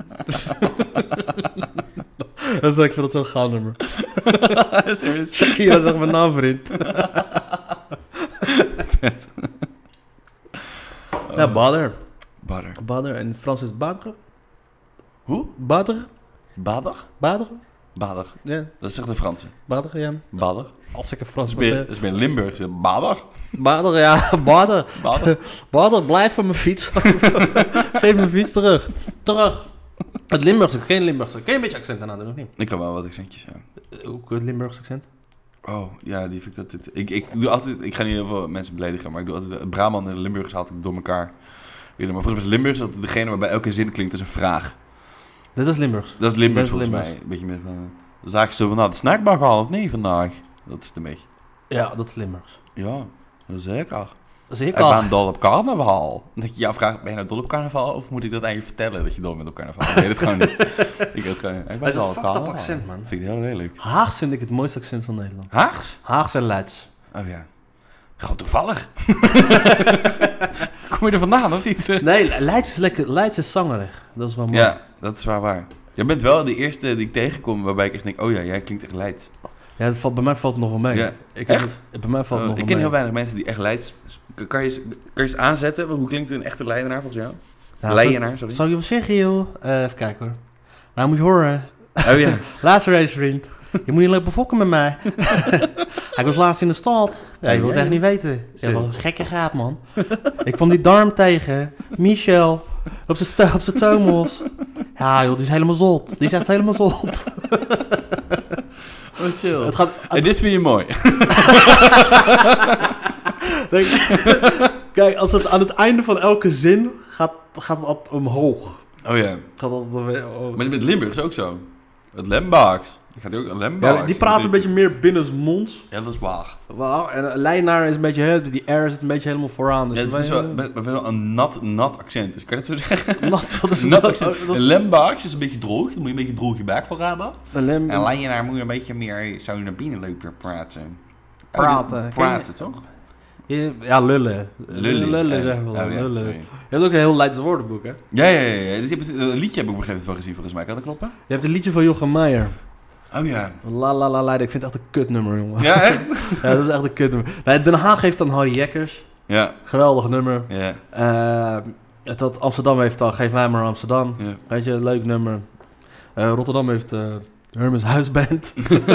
Dat is, ik vind dat zo'n gaaf nummer. Shakira zegt mijn naam, vriend. Vet. Ja, butter. Butter. Butter. En in Frans is het butter. Hoe? Butter. Bader? Butter. Bader. Ja, Dat is echt de Franse. butter, ja. Bader. Als ik een Dat Frans is meer, ben. dat is meer Limburgse. Bader. Butter, ja. Butter. Bader. Butter, blijf van mijn fiets. Geef mijn fiets terug. Terug. Het Limburgse, geen Limburgse. Kun je een beetje accent aan doen, of niet? Ik kan wel wat accentjes, ja. Ook het Limburgse accent? Oh, ja, die vind ik altijd... Ik, ik doe altijd... Ik ga niet heel veel mensen beledigen, maar ik doe altijd... Brabant en Limburgs haal ik door elkaar. Maar volgens mij is Limburgs dat degene waarbij elke zin klinkt als een vraag. Dit is Limburgs. Dat is Limburgs Dat is volgens Limburgs. mij. Een beetje meer van... Dan zag je zo van, nou, de snackbar gehaald of niet vandaag? Dat is het een beetje. Ja, dat is Limburgs. Ja, dat is zeker. Dat is ik Ik al. ben dol op carnaval. Dan denk je, ja, vraag, ben je nou dol op carnaval? Of moet ik dat aan je vertellen dat je dol bent op carnaval? Ik weet het gewoon niet. Ik weet het gewoon niet. Ik ben Dat is dol een op fucked up carnaval. accent, man. Vind ik heel lelijk. Haags vind ik het mooiste accent van Nederland. Haags? Haags en Leids. Oh ja. Gewoon toevallig. Kom je er vandaan, of niet? Nee, Leids is lekker. Leids is zangerig. Dat is wel mooi. Ja, dat is waar waar. Jij bent wel de eerste die ik tegenkom waarbij ik echt denk, oh ja, jij klinkt echt Leids. Ja, dat valt, bij mij valt het nog wel mee. Ja. Ik Echt? Het, bij mij valt het Uh, nog ik wel ken heel mee. weinig mensen die echt Leids... Kan je, eens- kan je eens aanzetten? Hoe klinkt een echte Leidenaar volgens jou? Ja, Leidenaar, zal- sorry. Zal ik je wel zeggen, joh? Uh, even kijken hoor. Nou, moet je horen. Oh ja. Laatste race, vriend. Je moet niet lopen fokken met mij. Hij was laatst in de stad. Ja, je wilt het echt niet weten. Ja, wat een gekke gaat, man. Ik kwam die darm tegen. Michel. Op zijn sto- op zijn tomos. Ja, joh, die is helemaal zot. Die is echt helemaal zot. Wat chill. Het gaat... En dit vind je mooi. Kijk, als het aan het einde van elke zin gaat, gaat het altijd omhoog. Oh ja. Gaat altijd weer omhoog. Maar het is met Limburgs ook zo. Het Lembaaks. Die gaat ook Lembaaks. Ja, die praten een beetje meer binnensmonds. Ja, dat is waar. Wow, en een Leienaar is een beetje, hè, die R zit een beetje helemaal vooraan. Dus Ja, het is best wel, best, best wel een nat, nat accent. Dus kan je dat zo zeggen? Nat, wat is Nat dat? accent. Dat Een is- Lembaaks is een beetje droog. Dan moet je een beetje droog je buik voor hebben. Een lem... En Leienaar moet je een beetje meer zo naar binnen lopen praten. Praten. Oh, die- Ken je- praten, toch? Ja, lullen. Lully. Lullen, Eh, zeg maar. oh ja, Lullen. sorry. Je hebt ook een heel Leids woordenboek, hè? Ja, ja, ja. ja. Dus je hebt het- een liedje heb ik op een gegeven moment van gezien, volgens mij. Kan dat kloppen? Je hebt een liedje van Jochem Meijer. Oh ja. La la la Leiden. Ik vind het echt een kutnummer, jongen. Ja, echt? Ja, dat is echt een kutnummer. Nee, Den Haag heeft dan Harry Jekkers. Ja, Geweldig nummer. ja, Eh, het dat Amsterdam heeft dan Geef mij maar Amsterdam. ja. Weet je, leuk nummer. Eh, Rotterdam heeft uh, Hermes Huisband.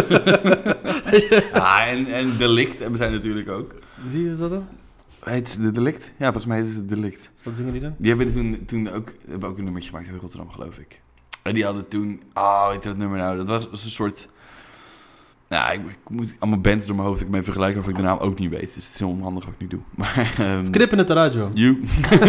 Ah, en, en Delict hebben zij natuurlijk ook. Wie is dat dan? Heet ze de Delict? Ja, volgens mij is het Delict. Wat zingen die dan? Die hebben toen, toen ook, hebben ook een nummertje gemaakt in Rotterdam, geloof ik. En die hadden toen... Ah, weet je dat nummer nou? Dat was, was een soort... Nou, ik, ik moet allemaal bands door mijn hoofd. Ik ben even vergelijken of ik de naam ook niet weet. Dus het is heel onhandig wat ik nu doe. Maar... Um, Knippen het eruit, joh. You.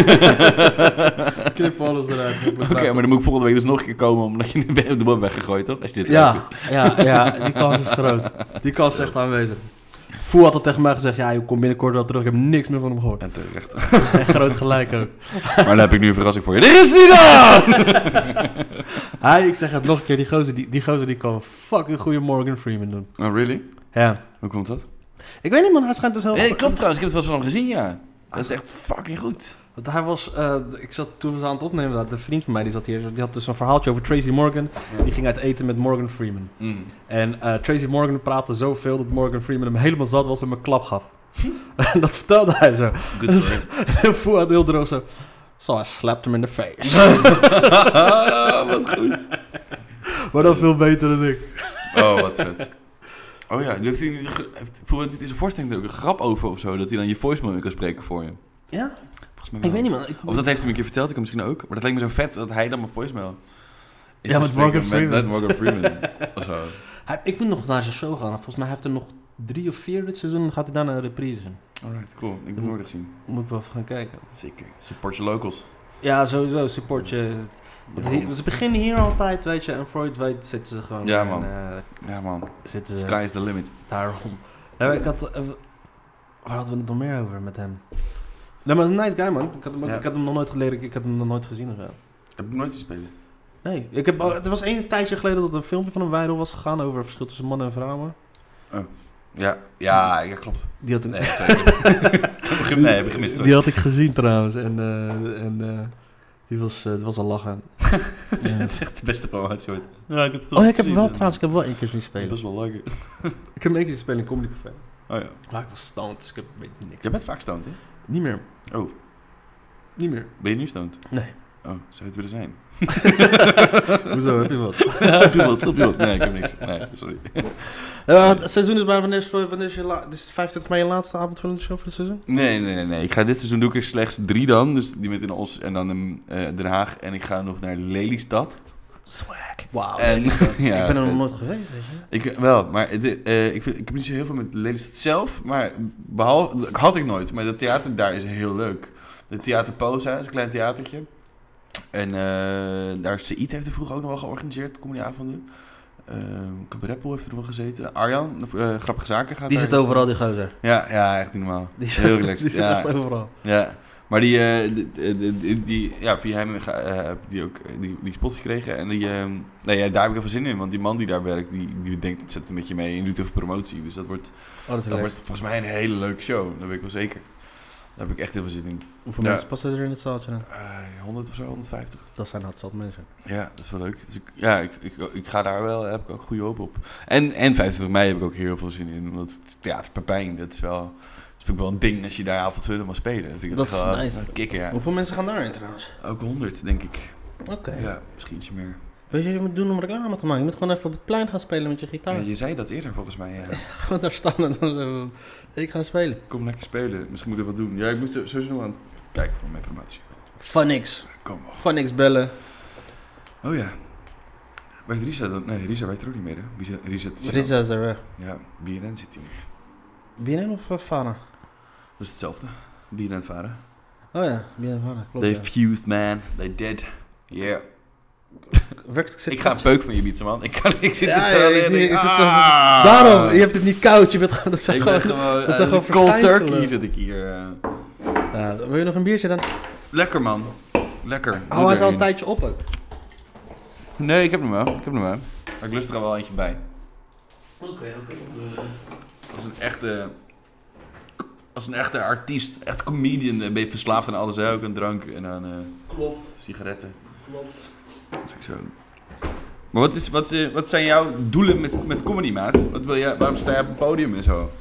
Knippen alles eruit. Oké, okay, maar dan moet ik volgende week dus nog een keer komen... omdat je de bom weggegooid, toch? Als je dit ja, ja, ja, die kans is groot. Die kans is echt aanwezig. Foe had al tegen mij gezegd... Ja, je komt binnenkort wel terug. Ik heb niks meer van hem gehoord. En terecht. Echt groot gelijk ook. Maar dan heb ik nu een verrassing voor je. Er is die dan! Hij, ik zeg het nog een keer. Die gozer die, die, gozer die kan fucking goede Morgan Freeman doen. Oh, really? Ja. Hoe komt dat? Ik weet niet, man. Hij schijnt dus heel... Nee, klopt trouwens. Ik heb het wel eens van hem gezien, ja. Dat is echt fucking goed. Want hij was... Uh, ik zat toen we ze aan het opnemen... Dat de vriend van mij die zat hier... Die had dus een verhaaltje over Tracy Morgan. Ja. Die ging uit eten met Morgan Freeman. Mm. En uh, Tracy Morgan praatte zoveel... dat Morgan Freeman hem helemaal zat was en hem een klap gaf. En dat vertelde hij zo. Dus, en Foe had heel droog zo... So I slapped him in the face. Wat goed. Maar dan veel beter dan ik. Oh, wat vet. Oh ja, heeft hij niet in zijn voorstelling ook een grap over of zo? Dat hij dan je voicemail kan spreken voor je? Ja? Volgens mij wel. Ik weet niet, man. Ik... Of dat heeft hij me een keer verteld, ik kan misschien ook. Maar dat lijkt me zo vet dat hij dan mijn voicemail... Ja, met Morgan Freeman. Met, met Morgan Freeman. of zo. Hij, ik moet nog naar zijn show gaan. Volgens mij heeft hij er nog drie of vier dit seizoen. Dan gaat hij daar naar een reprise. Alright, cool. Ik heb het nooit gezien. Moet ik wel even gaan kijken. Zeker. Support je locals. Ja, sowieso. Support je... Ja, ze beginnen hier altijd, weet je. En Freud weet, zitten ze gewoon... Ja, man. En, uh, ja, man. Zitten ze, Sky is the limit. Daarom. Ja, ik had... Uh, waar hadden we het nog meer over met hem? Nee, maar een nice guy, man. Ik had hem, ja. ik had hem nog nooit geleden. Ik had hem nog nooit gezien of zo. Heb je nooit zien spelen? Nee. Ik heb, er was één tijdje geleden dat een filmpje van hem viral was gegaan over het verschil tussen mannen en vrouwen. Oh. Ja, ja, ja, klopt. Die had een... Nee, sorry. nee, heb ik gemist. Hoor. Die had ik gezien trouwens. En, uh, en uh, die was, uh, die was al lachen. Ja. Het is echt de beste promotie ooit. Ja, ik heb het oh, ja, ik heb wel trouwens, ik heb wel één keer zien spelen. Dat is best wel leuk. Ik heb één keer gespeeld in Comedy Café. Oh ja. Maar ik was stoned, dus ik heb weet niks. Jij bent vaak stoned, hè? Niet meer. Oh. Niet meer. Ben je nu stoned? Nee. Oh, zou je het willen zijn? Hoezo, heb je wat? heb je wat, heb je wat? Nee, ik heb niks. Nee, sorry. Uh, het seizoen is bijna, wanneer, wanneer is je la- dit is vijfentwintig mei je laatste avond van de show voor het seizoen? Nee, nee, nee, nee. Ik ga dit seizoen doe ik er slechts drie dan. Dus die met in Os en dan in uh, Den Haag. En ik ga nog naar Lelystad. Swag. Wauw. En, ja, ik ben er nog nooit geweest, weet je. Ik, wel, maar de, uh, ik, vind, ik heb niet zo heel veel met Lelystad zelf. Maar behalve, had ik nooit. Maar dat theater daar is heel leuk. De Theater Posa is een klein theatertje. En uh, daar Saïd heeft er vroeger ook nog wel georganiseerd, comedyavonden. Uh, Cabaretpool heeft er nog wel gezeten. Arjan, uh, Grappige Zaken gaat Die daar zit overal, die gozer. Ja, ja, echt niet normaal. Die heel relaxed. Die zit ja. echt overal. Ja, maar die, uh, die, die, die, die, ja, via hem uh, heb die ook die, die spot gekregen. En die, uh, nee, ja, daar heb ik even zin in, want die man die daar werkt, die, die denkt, het zet een beetje mee en doet even promotie. Dus dat wordt, oh, dat, dat wordt volgens mij een hele leuke show, dat weet ik wel zeker. Daar heb ik echt heel veel zin in. Hoeveel ja. mensen passen er in het zaaltje dan? Uh, honderd of zo, honderdvijftig. Dat zijn hartzat mensen. Ja, dat is wel leuk. Dus ik, ja, ik, ik, ik ga daar wel, heb ik ook goede hoop op. En, en vijfentwintig mei heb ik ook heel veel zin in. Omdat het theater Pepijn, dat is wel, dat vind ik wel een ding als je daar avondvullend mag spelen. Dat, vind ik dat is wel nice. Kicken, ja. Hoeveel mensen gaan daarin trouwens? Ook honderd, denk ik. Oké. Okay. Ja, misschien ietsje meer. Weet je wat je moet doen om reclame te maken? Je moet gewoon even op het plein gaan spelen met je gitaar. Ja, je zei dat eerder volgens mij, ja. Gewoon daar staan en dan ik ga spelen. Kom lekker spelen. Misschien moet ik wat doen. Ja, ik moet sowieso nog aan het kijken voor mijn promotie. Funix. Kom op. Funix bellen. Oh ja. Waar is Risa dan? Nee, Risa weet er ook niet meer, hè? Risa, Risa, Risa is er weg. Ja, B N N zit hier. B N N of uh, Vara? Dat is hetzelfde. B N N Vara. Oh ja, B N N Vara, klopt. They ja. fused, man. They did. Yeah. Werkt, ik, zit ik ga een peuk van je bieden, man. Ik, kan, ik zit ja, het zo ja, alleen. Ik, ik, ah. Daarom, je hebt het niet koud. Je bent gewoon, dat zijn ik gewoon, ben gewoon, dat zijn uh, gewoon cold turkey zit ik hier. Uh. Ja, wil je nog een biertje dan? Lekker, man. Lekker. Oh, hij is al een tijdje op ook. Nee, ik heb hem wel. Ik heb hem wel. Maar ik lust er al wel eentje bij. Oké, okay, oké. Okay. Als een echte... Als een echte artiest, echt comedian, ben je verslaafd aan alles, hè? Ook aan drank en aan uh, Klopt. sigaretten. Klopt. Dat is ook zo. Maar wat, is, wat, uh, wat zijn jouw doelen met, met comedy, maat? Wat wil je, waarom sta je op een podium en zo?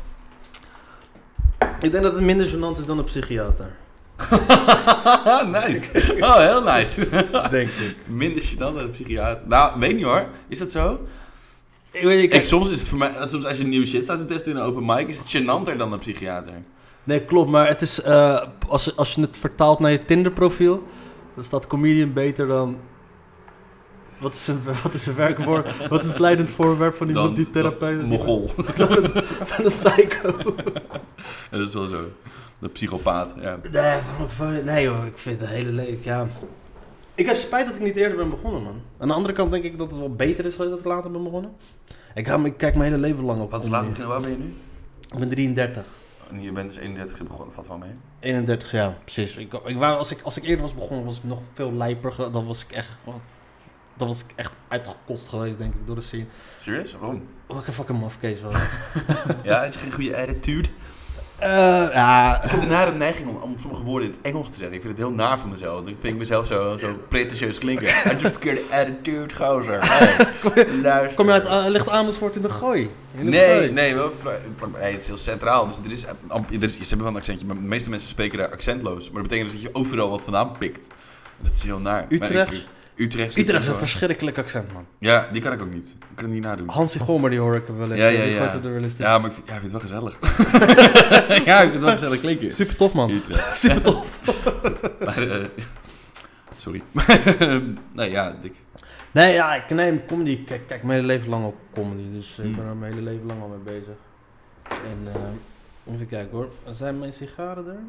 Ik denk dat het minder gênant is dan een psychiater. Nice. Oh, heel nice. Denk ik. Minder gênant dan een psychiater. Nou, weet niet hoor. Is dat zo? Ik weet, ik, ik, soms is het voor mij, soms als je nieuw shit staat te testen in een open mic, is het gênanter dan een psychiater. Nee, klopt, maar het is, uh, als, als je het vertaalt naar je Tinder profiel, dan staat comedian beter dan Wat is een, wat is een werkwoord? Wat is het leidend voorwerp van iemand die therapeut... Mogol. Van een psycho. Ja, dat is wel zo. De psychopaat, ja. Nee, van, nee joh, ik vind het hele leuk, ja. Ik heb spijt dat ik niet eerder ben begonnen, man. Aan de andere kant denk ik dat het wel beter is geweest dat ik later ben begonnen. Ik, ga, ik kijk mijn hele leven lang op. Wat is later beginnen? Waar ben je nu? Ik ben drieëndertig. En je bent dus eenendertig begonnen, valt wel mee? eenendertig, ja, precies. Ik, ik wou, als, ik, als ik eerder was begonnen, was ik nog veel lijper. ge- Dan was ik echt, dan was ik echt uitgekost geweest, denk ik, door de scene. Serieus? Waarom? Wat een fucking mafkees was. Ja, is je geen goede attitude? Uh, ja, Ik heb de nare neiging om, om sommige woorden in het Engels te zeggen. Ik vind het heel naar van mezelf. Ik vind mezelf zo, zo pretentieus klinken. I just verkeerde attitude, gozer. Hey, luister. kom je uit, uh, ligt Amersfoort in de gooi? In de Nee, gooi. nee, wel vla- vla- hey, het is heel centraal. Dus er is, amp- er is, ze hebben wel een accentje, maar de meeste mensen spreken daar accentloos. Maar dat betekent dus dat je overal wat vandaan pikt. Dat is heel naar. Utrecht? Maar ik- Utrecht, Utrecht is een verschrikkelijk accent, man. Ja, die kan ik ook niet. Ik kan het niet nadoen. Hansie Gomer, die hoor ik wel eens. Ja, ja, Die ja. gooit het er wel eens Ja, maar ik vind, ja, ik vind het wel gezellig. Ja, ik vind het wel gezellig klinken. Super tof, man. Utrecht. Super tof. Maar, eh, sorry. Nee, ja, dik. Nee, ja, ik neem comedy. Ik kijk, kijk mijn hele leven lang op comedy. Dus eh, ik Hmm. ben er mijn hele leven lang al mee bezig. En eh, even kijken hoor. Zijn mijn sigaren er?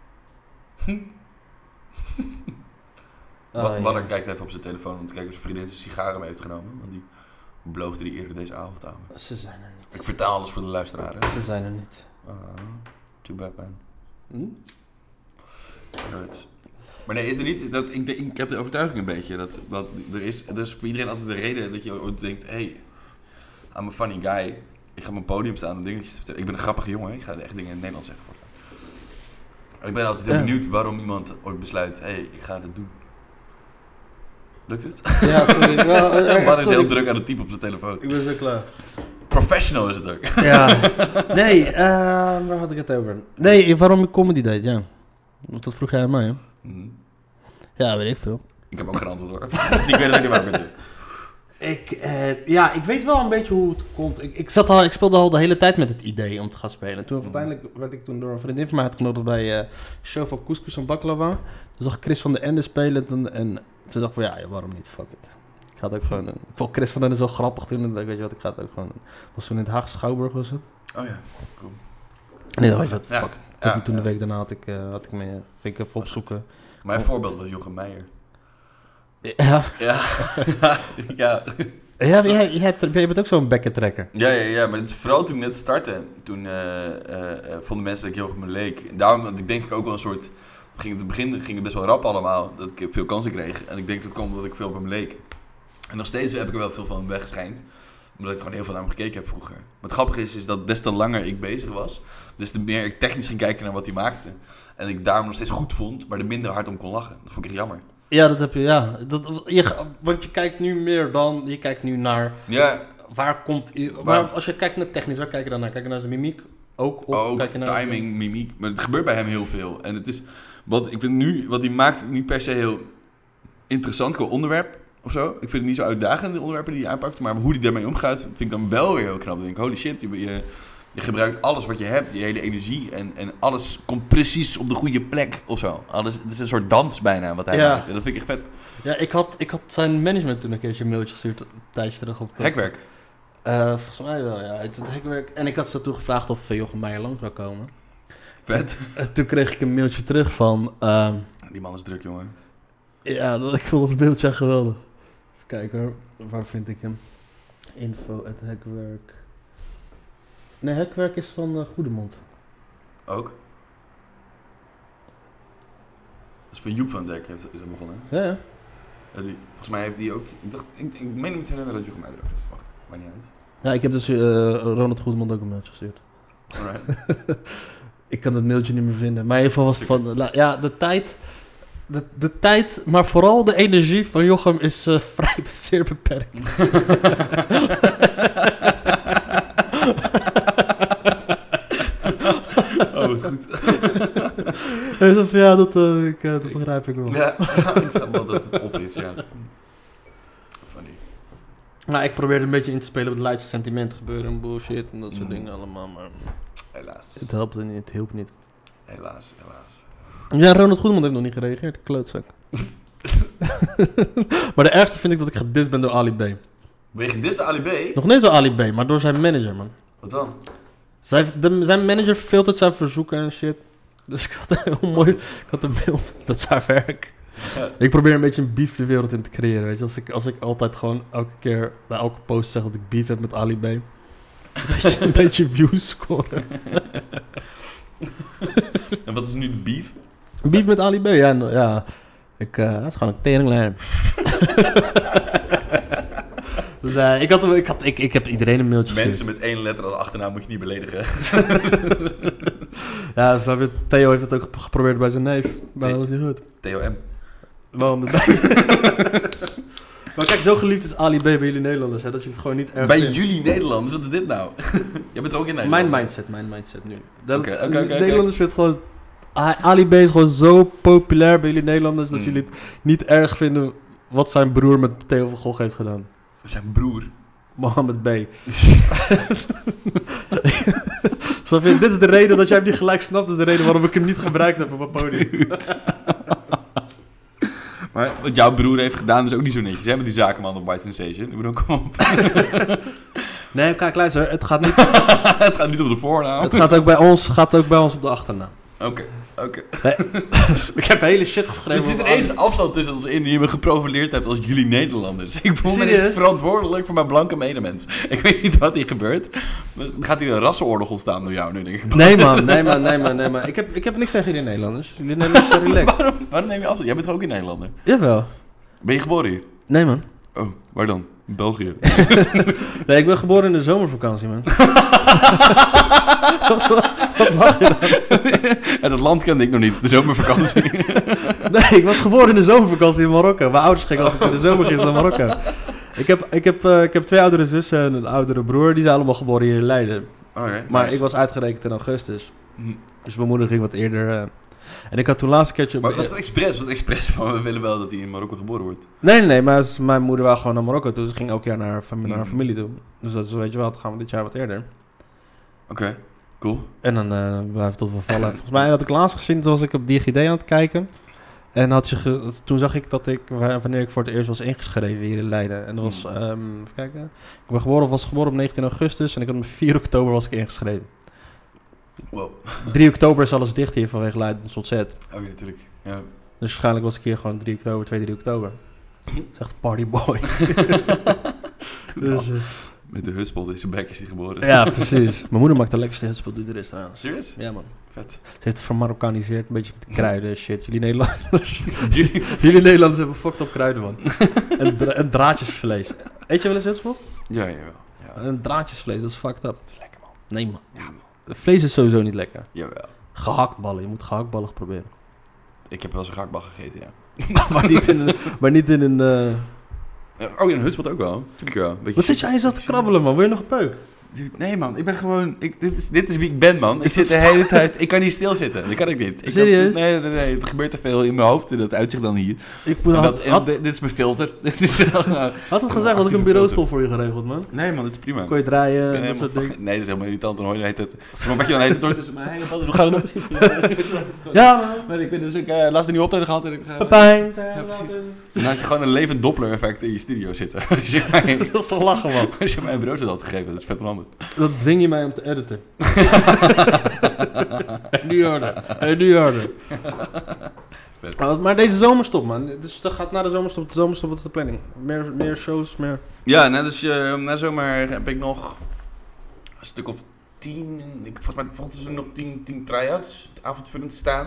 Wa- Oh, Wadder ja. kijkt even op zijn telefoon om te kijken of zijn vriendin zijn sigaren mee heeft genomen. Want die beloofde die eerder deze avond aan me. Ze zijn er niet. Ik vertaal alles voor de luisteraar. Hè? Ze zijn er niet. Ah, too bad, man. Hm? Alright. Maar nee, is er niet... Dat, ik, denk- ik heb de overtuiging een beetje dat, dat er is... Er is voor iedereen altijd de reden dat je ooit denkt... Hey, I'm a funny guy. Ik ga op een podium staan om dingetjes te vertellen. Ik ben een grappige jongen. Ik ga echt dingen in het Nederlands zeggen. Ik ben altijd heel Ja. benieuwd waarom iemand ooit besluit... Hey, ik ga dit doen. Lukt het? Ja, sorry. Wel, eh, eh, Bart is sorry. heel druk aan het typen op zijn telefoon. Ik ben zo klaar. Professional is het ook. Ja. Nee, eh, waar had ik het over? Nee, waarom ik comedy deed, ja. Want dat vroeg jij aan mij, hè? Mhm. Ja, weet ik veel. Ik heb ook geen antwoord hoor. Ik weet het ook niet waar ik ben. Ik, eh, ja, ik weet wel een beetje hoe het komt. Ik, ik, zat al, ik speelde al de hele tijd met het idee om te gaan spelen. Toen uiteindelijk werd ik toen door een vriendin van mij uitgenodigd bij uh, show van Couscous en Baklava. Toen zag ik Chris van den Ende spelen en, en toen dacht ik van ja, ja, waarom niet, fuck it. Ik ga het ook gewoon doen. Ik vond Chris van den Ende zo grappig toen en dacht ik, weet je wat, ik ga het ook gewoon doen. Was toen in het Haagse Schouwburg was het? Oh ja, cool. Nee, dat weet je wat, Ja, fuck it. Toen, ja, toen de ja. week daarna had ik, uh, had ik me, ging ik even opzoeken. Mijn voorbeeld was Jochem Meijer. Ja, Ja, ja. ja jij, jij, hebt- jij bent ook zo'n bekkentrekker. Ja, ja, ja, maar het is vooral toen ik net startte, toen eh, eh, eh, vonden mensen dat ik heel erg me leek. En daarom had ik denk ik ook wel een soort, ging het in het begin ging het best wel rap allemaal, dat ik veel kansen kreeg. En ik denk dat het kwam omdat ik veel op hem leek. En nog steeds heb ik er wel veel van hem weggeschijnd, omdat ik gewoon heel veel naar hem gekeken heb vroeger. Maar het grappige is, is dat des te langer ik bezig was, des te meer ik technisch ging kijken naar wat hij maakte. En ik daarom nog steeds goed vond, maar er minder hard om kon lachen. Dat vond ik echt jammer. Ja, dat heb je, ja. Dat, je, want je kijkt nu meer dan, je kijkt nu naar... Ja, Waar komt... Waar, Waar- als je kijkt naar technisch, waar kijk je dan naar? Kijk je naar zijn mimiek ook? Of ook kijk je naar timing, mimiek. Maar het gebeurt bij hem heel veel. En het is, wat ik vind nu, wat hij maakt, niet per se heel interessant qua onderwerp of zo. Ik vind het niet zo uitdagend, de onderwerpen die hij aanpakt. Maar hoe hij daarmee omgaat, vind ik dan wel weer heel knap. Dan denk ik, holy shit, je, je, je gebruikt alles wat je hebt, je hele energie. En, en alles komt precies op de goede plek of zo. Alles, het is een soort dans bijna wat hij Ja. maakt. En dat vind ik echt vet. Ja, ik had, ik had zijn management toen een keertje een mailtje gestuurd, een tijdje terug op de... Hekwerk. Eh, volgens mij wel, ja. Het, het hekwerk. En ik had ze toen gevraagd of uh, Jochem Meijer lang zou komen. Vet. En toen kreeg ik een mailtje terug van... ehm, Die man is druk, jongen. ja, dat, ik vond het mailtje echt geweldig. Even kijken hoor, waar vind ik hem? Info at hekwerk. Nee, hekwerk is van uh, Goedemond. Ook. Dat is van Joep van Dijk, heeft, is dat begonnen. Ja, ja. Uh, die, volgens mij heeft die ook... Ik dacht, ik, ik meen me te herinneren dat Jochem Meijer er ook is. Wacht, maakt niet uit. Ja, ik heb dus uh, Ronald Goedemond ook een mailtje gestuurd. Alright. Ik kan het mailtje niet meer vinden. Maar in ieder geval was het van... la- Ja, de tijd... De, de tijd, maar vooral de energie van Jochem is uh, vrij zeer beperkt. Oh, wat goed. Hij zei van, ja, dat, uh, ik, uh, dat begrijp ik wel. Ja, ik snap wel dat het op is, ja. Funny. Nou, ik probeerde een beetje in te spelen op het Leidse sentiment gebeuren en bullshit en dat soort Mm. dingen allemaal, maar Helaas. het helpt niet, het hielp niet. Helaas, helaas. Ja, Ronald Goedemond heeft nog niet gereageerd, klootzak. Maar de ergste vind ik dat ik gedist ben door Ali B. Ben je gedist door Ali B? Nog niet door Ali B, maar door zijn manager, man. Wat dan? Zij, de, zijn manager filtert zijn verzoeken en shit. Dus ik had heel mooi... Ik had een mail... Dat is haar werk. Ja. Ik probeer een beetje een beef de wereld in te creëren, weet je. Als ik, als ik altijd gewoon elke keer bij elke post zeg dat ik beef heb met Ali B. Een beetje, een beetje views scoren. En wat is nu de beef? Beef met Ali B, ja. Nou, ja. Ik, uh, dat is gewoon een teringlijn. Dus uh, ik, had, hem- ik, had, ik, ik heb iedereen een mailtje Mensen met één letter als achternaam moet je niet beledigen. Ja, snap je, Theo heeft het ook geprobeerd bij zijn neef. Maar dat was niet goed. T O M. Waarom met Maar kijk, zo geliefd is Ali B bij jullie Nederlanders, hè, dat je het gewoon niet erg Bij vindt. jullie Nederlanders, wat is dit nou? Jij bent er ook in Nederland. Mijn mindset, mijn mindset nu. Dat, Oké, oké, de oké, Nederlanders vinden het gewoon... A- Ali B is gewoon zo populair bij jullie Nederlanders, dat Hmm. jullie het niet erg vinden wat zijn broer met Theo van Gogh heeft gedaan. Zijn broer. Mohammed B. Snap je? Dit is de reden dat jij hem niet gelijk snapt. Dat is de reden waarom ik hem niet gebruikt heb op het podium. Maar wat jouw broer heeft gedaan is ook niet zo netjes, hè? Met die zakenman op White Sensation. Ik bedoel, kom op. Nee, kijk, luister. Het gaat niet, Het gaat niet op de voornaam. het gaat ook bij ons, gaat ook bij ons op de achternaam. Oké, oké. Nee, ik heb hele shit Er geschreven. zit over ineens Ali. een afstand tussen ons in die je me geprofileerd hebt als jullie Nederlanders. Ik voel me Serieus? ineens verantwoordelijk voor mijn blanke medemens. Ik weet niet wat hier gebeurt. Dan gaat hier een rassenoorlog ontstaan door jou nu, denk ik. Nee man, nee man, nee man, nee man. Ik heb, ik heb niks tegen jullie Nederlanders. Jullie Nederlanders zijn relaxed. Waarom, waarom neem je afstand? Jij bent toch ook een Nederlander? Jawel. Ben je geboren hier? Nee man. Oh, waar dan? België. Nee, ik ben geboren in de zomervakantie man. Wat mag je dan? En dat land kende ik nog niet, de zomervakantie. Nee, ik was geboren in de zomervakantie in Marokko. Mijn ouders gingen altijd in de zomer naar Marokko. Ik heb, ik, heb, uh, ik heb twee oudere zussen en een oudere broer. Die zijn allemaal geboren hier in Leiden. Oké, Maar nice. ik was uitgerekend in augustus. Hm. Dus mijn moeder ging wat eerder. Uh... En ik had toen laatste keertje... Maar was dat expres? Was dat expres van we willen wel dat hij in Marokko geboren wordt? Nee, nee, nee. Maar s- mijn moeder wou gewoon naar Marokko toe. Ze ging elk jaar naar haar, fam- naar haar Mm. familie toe. Dus dat is, weet je wel, dan gaan we dit jaar wat eerder. Oké, cool. En dan uh, blijft het tot wel vallen. Volgens mij had ik laatst gezien, toen was ik op DigiD aan het kijken. En had je ge- toen zag ik dat ik, wa- wanneer ik voor het eerst was ingeschreven hier in Leiden. En dat was, Mm. um, even kijken. Ik ben geboren, was geboren op negentien augustus en ik had op vier oktober was ik ingeschreven. Wow. drie oktober is alles dicht hier vanwege Leiden tot zet. Oké, natuurlijk. Ja. Dus waarschijnlijk was ik hier gewoon drie oktober, twee, drie oktober. Dat is echt partyboy. dus, uh, Met de hutspot in zijn bek is hij geboren. ja, precies. Mijn moeder maakt de lekkerste hutspot die er is trouwens. Serieus? Ja man. Vet. Ze heeft het vermarokaniseerd, een beetje met kruiden en shit. Jullie Nederlanders... Jullie... Jullie Nederlanders hebben fucked op kruiden, man. en, dra- en draadjesvlees. Eet je wel eens hutspot? Ja, jawel. Ja. En draadjesvlees, dat is fucked up. Dat is lekker, man. Nee, man. Ja, man. Vlees is sowieso niet lekker. Jawel. Gehaktballen, je moet gehaktballen proberen. Ik heb wel eens een gehaktbal gegeten, ja. maar, niet in een, maar niet in een... uh... Ja, oh, in een hutspot ook wel. Tuurlijk wel. Beetje Wat zit je aan jezelf te krabbelen, man? Wil je nog een peuk? Dude, nee man, ik ben gewoon... Ik, dit, is, dit is wie ik ben, man. Ik Is zit dat de hele tijd... Ik kan niet stilzitten. Dat kan ik niet. Ik Serieus? Kan, nee, nee, nee. Er gebeurt te veel in mijn hoofd. En dat uitzicht dan hier. Ik moet, En had, dat, en had, dit, dit is mijn filter. Dit is wel, nou, had het gezegd dat ik een bureaustoel voor je geregeld, man. nee man, dat is prima. Kon je draaien, Ik ben dat helemaal soort dingen. fucking- Nee, dat is helemaal irritant. Dan hoor je de hele tijd... Maar wat je dan heet het hoort tussen mij en wat hoe gaat het nou precies? Ja, man. Maar ik ben dus ook uh, laatst een nieuwe optreden gehad en ik ga... Pepijn. Ja, precies. Dan had je gewoon een levend Doppler-effect in je studio zitten. Als je mij, Dat is toch lachen, man. als je mij een bureau had gegeven, dat is vet handig. Dat dwing je mij om te editen. En nu harder. En nu harder. Vet. Maar, maar deze zomerstop, man. Dus dat gaat na de zomerstop. De zomerstop, wat is de planning? Meer, meer shows, meer... Ja, nou, dus uh, na zomer heb ik nog een stuk of tien... Ik, volgens mij volgens mij nog tien, tien try-outs avondvullend staan.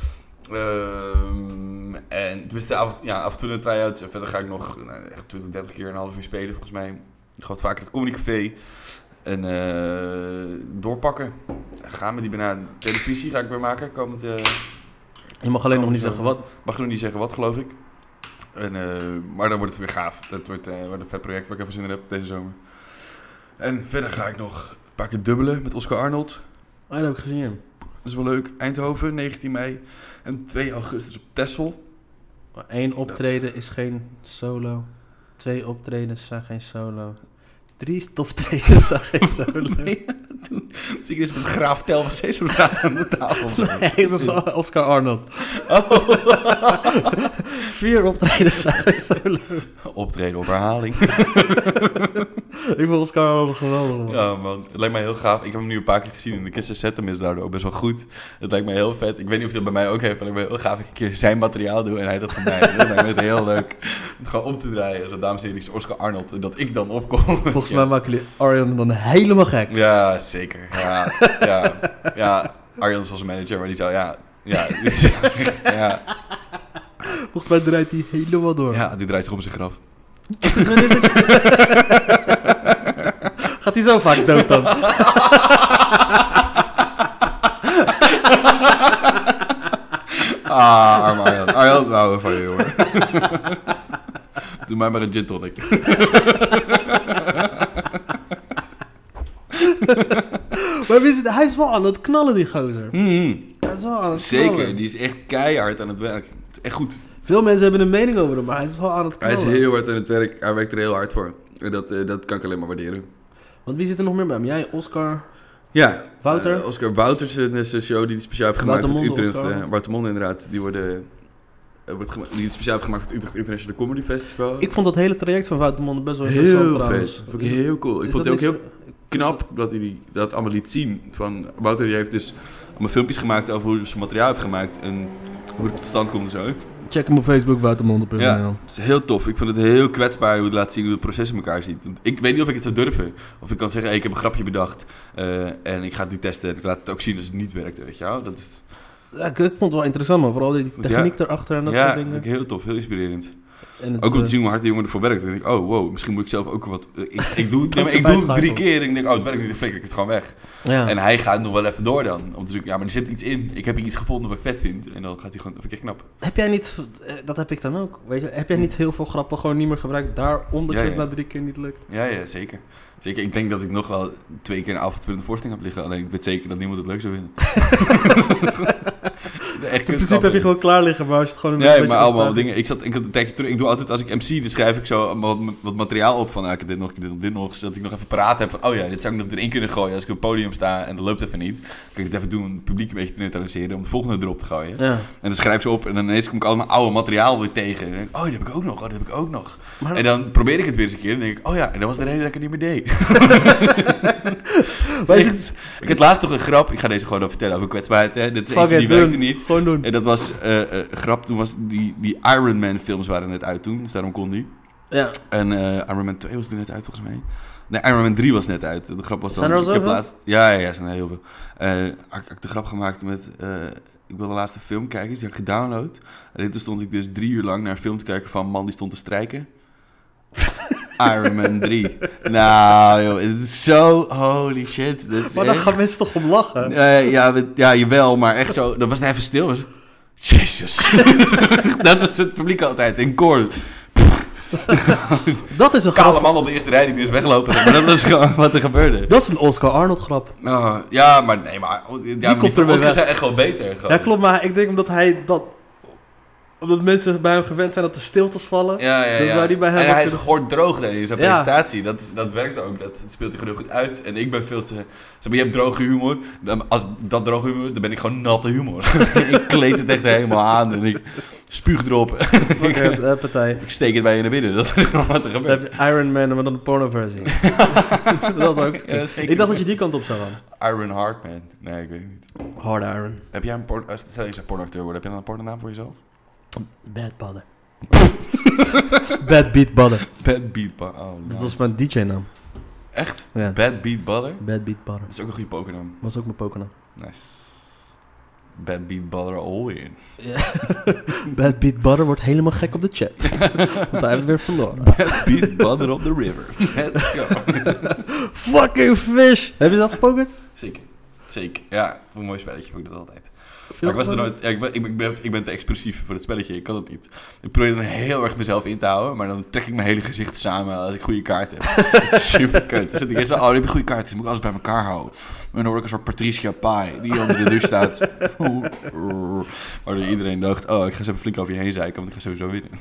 Um, en dus de avond, ja, avondvullende try-outs. En verder ga ik nog nou, echt twintig, dertig keer een half uur spelen, volgens mij. Ik ga wat vaker het Comedy Café. En uh, doorpakken. Gaan we die bijna televisie ga ik weer maken. Komend, uh, Je mag alleen nog komend niet zo. zeggen wat. Mag nog niet zeggen wat, geloof ik. En, uh, maar dan wordt het weer gaaf. Dat wordt, uh, wordt een vet project waar ik even zin in heb deze zomer. En verder ga ik nog een paar keer dubbelen met Oscar Arnold. Oh, dat heb ik gezien. Dat is wel leuk. Eindhoven, negentien mei. En twee augustus op Texel. Eén optreden is geen solo. Twee optredens zijn geen solo. Drie stoptreden zag ik zo leuk. Toen zie ik dus met Graaf Tel van Sesamstraat aan de tafel. Nee, dat was Oscar Arnold. Oh. Vier optredens zag ik zo leuk. Optreden op herhaling. Ik vond Oscar Arnold geweldig, man. Ja, man. Het lijkt mij heel gaaf. Ik heb hem nu een paar keer gezien en de Kiss Set is daardoor ook best wel goed. Het lijkt mij heel vet. Ik weet niet of hij dat bij mij ook heeft, maar het lijkt mij heel gaaf dat ik een keer zijn materiaal doe en hij dat van mij. Dat lijkt me heel leuk. Het gewoon om te draaien. Zo, dames en heren, is Oscar Arnold. En dat ik dan opkom. Volgens ja. mij maken jullie Arjan dan helemaal gek. Ja, zeker. Ja, ja, ja. Arjan is zijn manager, maar die zou, ja... Ja, die zou, ja. Volgens mij draait hij helemaal door. Ja, die draait zich om zijn graf. Gaat hij zo vaak dood dan? Ah, arme Arjan. Arjan, we houden van je, jongen. Doe mij maar een gin tonic. Maar wie is het? Hij is wel aan het knallen, die gozer. Mm-hmm. Hij is wel aan het knallen. Zeker, die is echt keihard aan het werk. Het is echt goed. Veel mensen hebben een mening over hem, maar hij is wel aan het Hij knallen. is heel hard aan het werk. Hij werkt er heel hard voor. En dat, uh, dat kan ik alleen maar waarderen. Want wie zit er nog meer bij hem? Jij, Oscar, Ja. Wouter? Uh, Oscar Wouters, een show die hij speciaal heeft gemaakt voor het Wouter Utrecht. Monde, Uh, Wouter Monde, inderdaad. Die worden... Uh, wordt gema- die is speciaal heeft gemaakt voor het Utrecht International Comedy Festival. Ik vond dat hele traject van Wouter Monde best wel heel interessant trouwens. vet. Vond ik heel cool. Ik Is vond het dat ook niks- heel knap dat hij die, dat allemaal liet zien. Van, Wouter die heeft dus allemaal filmpjes gemaakt over hoe hij zijn materiaal heeft gemaakt. En hoe het tot stand komt en zo. Check hem op Facebook, woutermonde punt n l. Ja, het is heel tof. Ik vind het heel kwetsbaar hoe het laat zien hoe het proces in elkaar ziet. Want ik weet niet of ik het zou durven. Of ik kan zeggen, hey, ik heb een grapje bedacht. Uh, en ik ga het nu testen. En ik laat het ook zien als het niet werkt. Weet je wel? Dat is... Ja, ik, ik vond het wel interessant, man. Vooral die techniek ja, erachter en dat ja, soort dingen. vind ik heel tof. Heel inspirerend. En het, Ook om te uh, zien hoe hard die jongen ervoor werkt. Dan denk ik, oh wow, misschien moet ik zelf ook wat... Uh, ik, ik doe het Druk nee, ik erbij doe het drie schakelen. keer en ik denk, oh het werkt niet, dan flikker ik het gewoon weg. ja. En hij gaat nog wel even door dan. Om te zoeken, ja, maar er zit iets in. Ik heb hier iets gevonden wat ik vet vind. En dan gaat hij gewoon, dat vind ik echt knap. Heb jij niet, eh, dat heb ik dan ook, weet je, heb jij niet heel veel grappen gewoon niet meer gebruikt daar, omdat Ja, je het ja. na drie keer niet lukt? Ja, ja, zeker. Zeker, ik denk dat ik nog wel twee keer een avondvullende voorstelling heb liggen. Alleen ik weet zeker dat niemand het leuk zou vinden. Echt In principe heb je gewoon klaar liggen, maar als je het gewoon een Nee, beetje maar allemaal opbuigt- dingen. Ik zat ik had een tijdje terug. Ik doe altijd als ik M C, dan schrijf ik zo wat, wat materiaal op van, ah, ik heb dit nog, ik heb dit nog, dit nog, zodat ik nog even paraat heb van, oh ja, dit zou ik nog erin kunnen gooien als ik op het podium sta en dat loopt even niet. Dan kan ik het even doen om het publiek een beetje te neutraliseren, om de volgende erop te gooien. Ja. En dan schrijf ik ze op en dan ineens kom ik allemaal oude materiaal weer tegen. En dan denk ik, oh, die heb ik ook nog, oh, dat heb ik ook nog. Maar, En dan probeer ik het weer eens een keer en dan denk ik, oh ja, en dat was de reden dat ik het niet meer deed. Maar is Echt, het- ik had laatst toch een grap, ik ga deze gewoon even vertellen over kwetsbaarheid, hè. Dit is fuck eentje die it, werkte doen. niet. Gewoon doen. En dat was uh, uh, grap, toen was die, die Iron Man films waren net uit toen, dus daarom kon die. Ja. En uh, Iron Man twee was er net uit volgens mij. Nee, Iron Man drie was net uit. De grap was dan... Zijn er al ik heb zoveel? laatst, ja, ja, ja, er zijn er heel veel. Uh, ik heb de grap gemaakt met... Uh, ik wilde de laatste film kijken, dus die heb ik gedownload. En toen stond ik dus drie uur lang naar een film te kijken van een man die stond te strijken. Iron Man drie. Nou, joh, het is zo... Holy shit. Dat is Maar dan echt- gaan mensen toch om lachen? Uh, ja, we- ja, jawel, maar echt zo... Dat was even stil. Was het, Jezus. Dat was het publiek altijd. In koor. Dat is een Kale grap. man op de eerste rij die dus weglopen. Maar dat was gewoon wat er gebeurde. Dat is een Oscar Arnold grap. Oh, ja, maar nee, maar... Ja, maar komt die er weer Oscars weg. zijn echt wel beter. Gewoon. Ja, klopt, maar ik denk omdat hij dat... Omdat mensen bij hem gewend zijn dat er stiltes vallen. Ja, ja, Dan ja. zou die bij hem en wel hij is kunnen- gort droog in zijn Ja. presentatie. Dat, dat werkt ook. Dat speelt hij gewoon heel goed uit. En ik ben veel te... Zeg maar, je hebt droge humor. Dan, als dat droge humor is, dan ben ik gewoon natte humor. Ik kleed het echt helemaal aan. En ik spuug erop. Fuck it, eh, partij. Ik steek het bij je naar binnen. Dat is gewoon wat er Dan gebeurt. heb je Iron Man, maar dan de pornoversie. Dat ook. Ja, zeker. Ik dacht dat je die kant op zou gaan. Iron Heart, man. Nee, ik weet het niet. Hard Iron. Heb jij een porno... Als stel je zegt pornoacteur worden, heb je dan een pornonaam voor jezelf? Bad Badder. Bad Beat Badder. Bad Beat Butter. Oh, Dat nice. was mijn D J-naam. Echt? Ja. Bad Beat Butter? Bad Beat Badder. Dat is ook een goede pokernaam. Was ook mijn pokernaam. Nice. Bad Beat Butter all in. Bad Beat Badder wordt helemaal gek op de chat. Want hij heeft weer verloren. Bad Beat Butter op the river. Let's go. Fucking fish! Heb je dat gepokerd? Zeker. Zeker. Ja, voor een mooi spelletje vond ik dat altijd. Maar ik was er nooit... Ja, ik, ben, ik, ben, ik ben te expressief voor het spelletje. Ik kan het niet. Ik probeer dan heel erg mezelf in te houden. Maar dan trek ik mijn hele gezicht samen als ik goede kaart heb. Het is super kut. Dan zit ik echt zo... Oh, dan heb je goede kaart. Dus moet ik alles bij elkaar houden. En dan word ik een soort Patricia Pai. Die onder de douche staat. Waardoor iedereen dacht... Oh, ik ga zo even flink over je heen zeiken. Want ik ga sowieso winnen.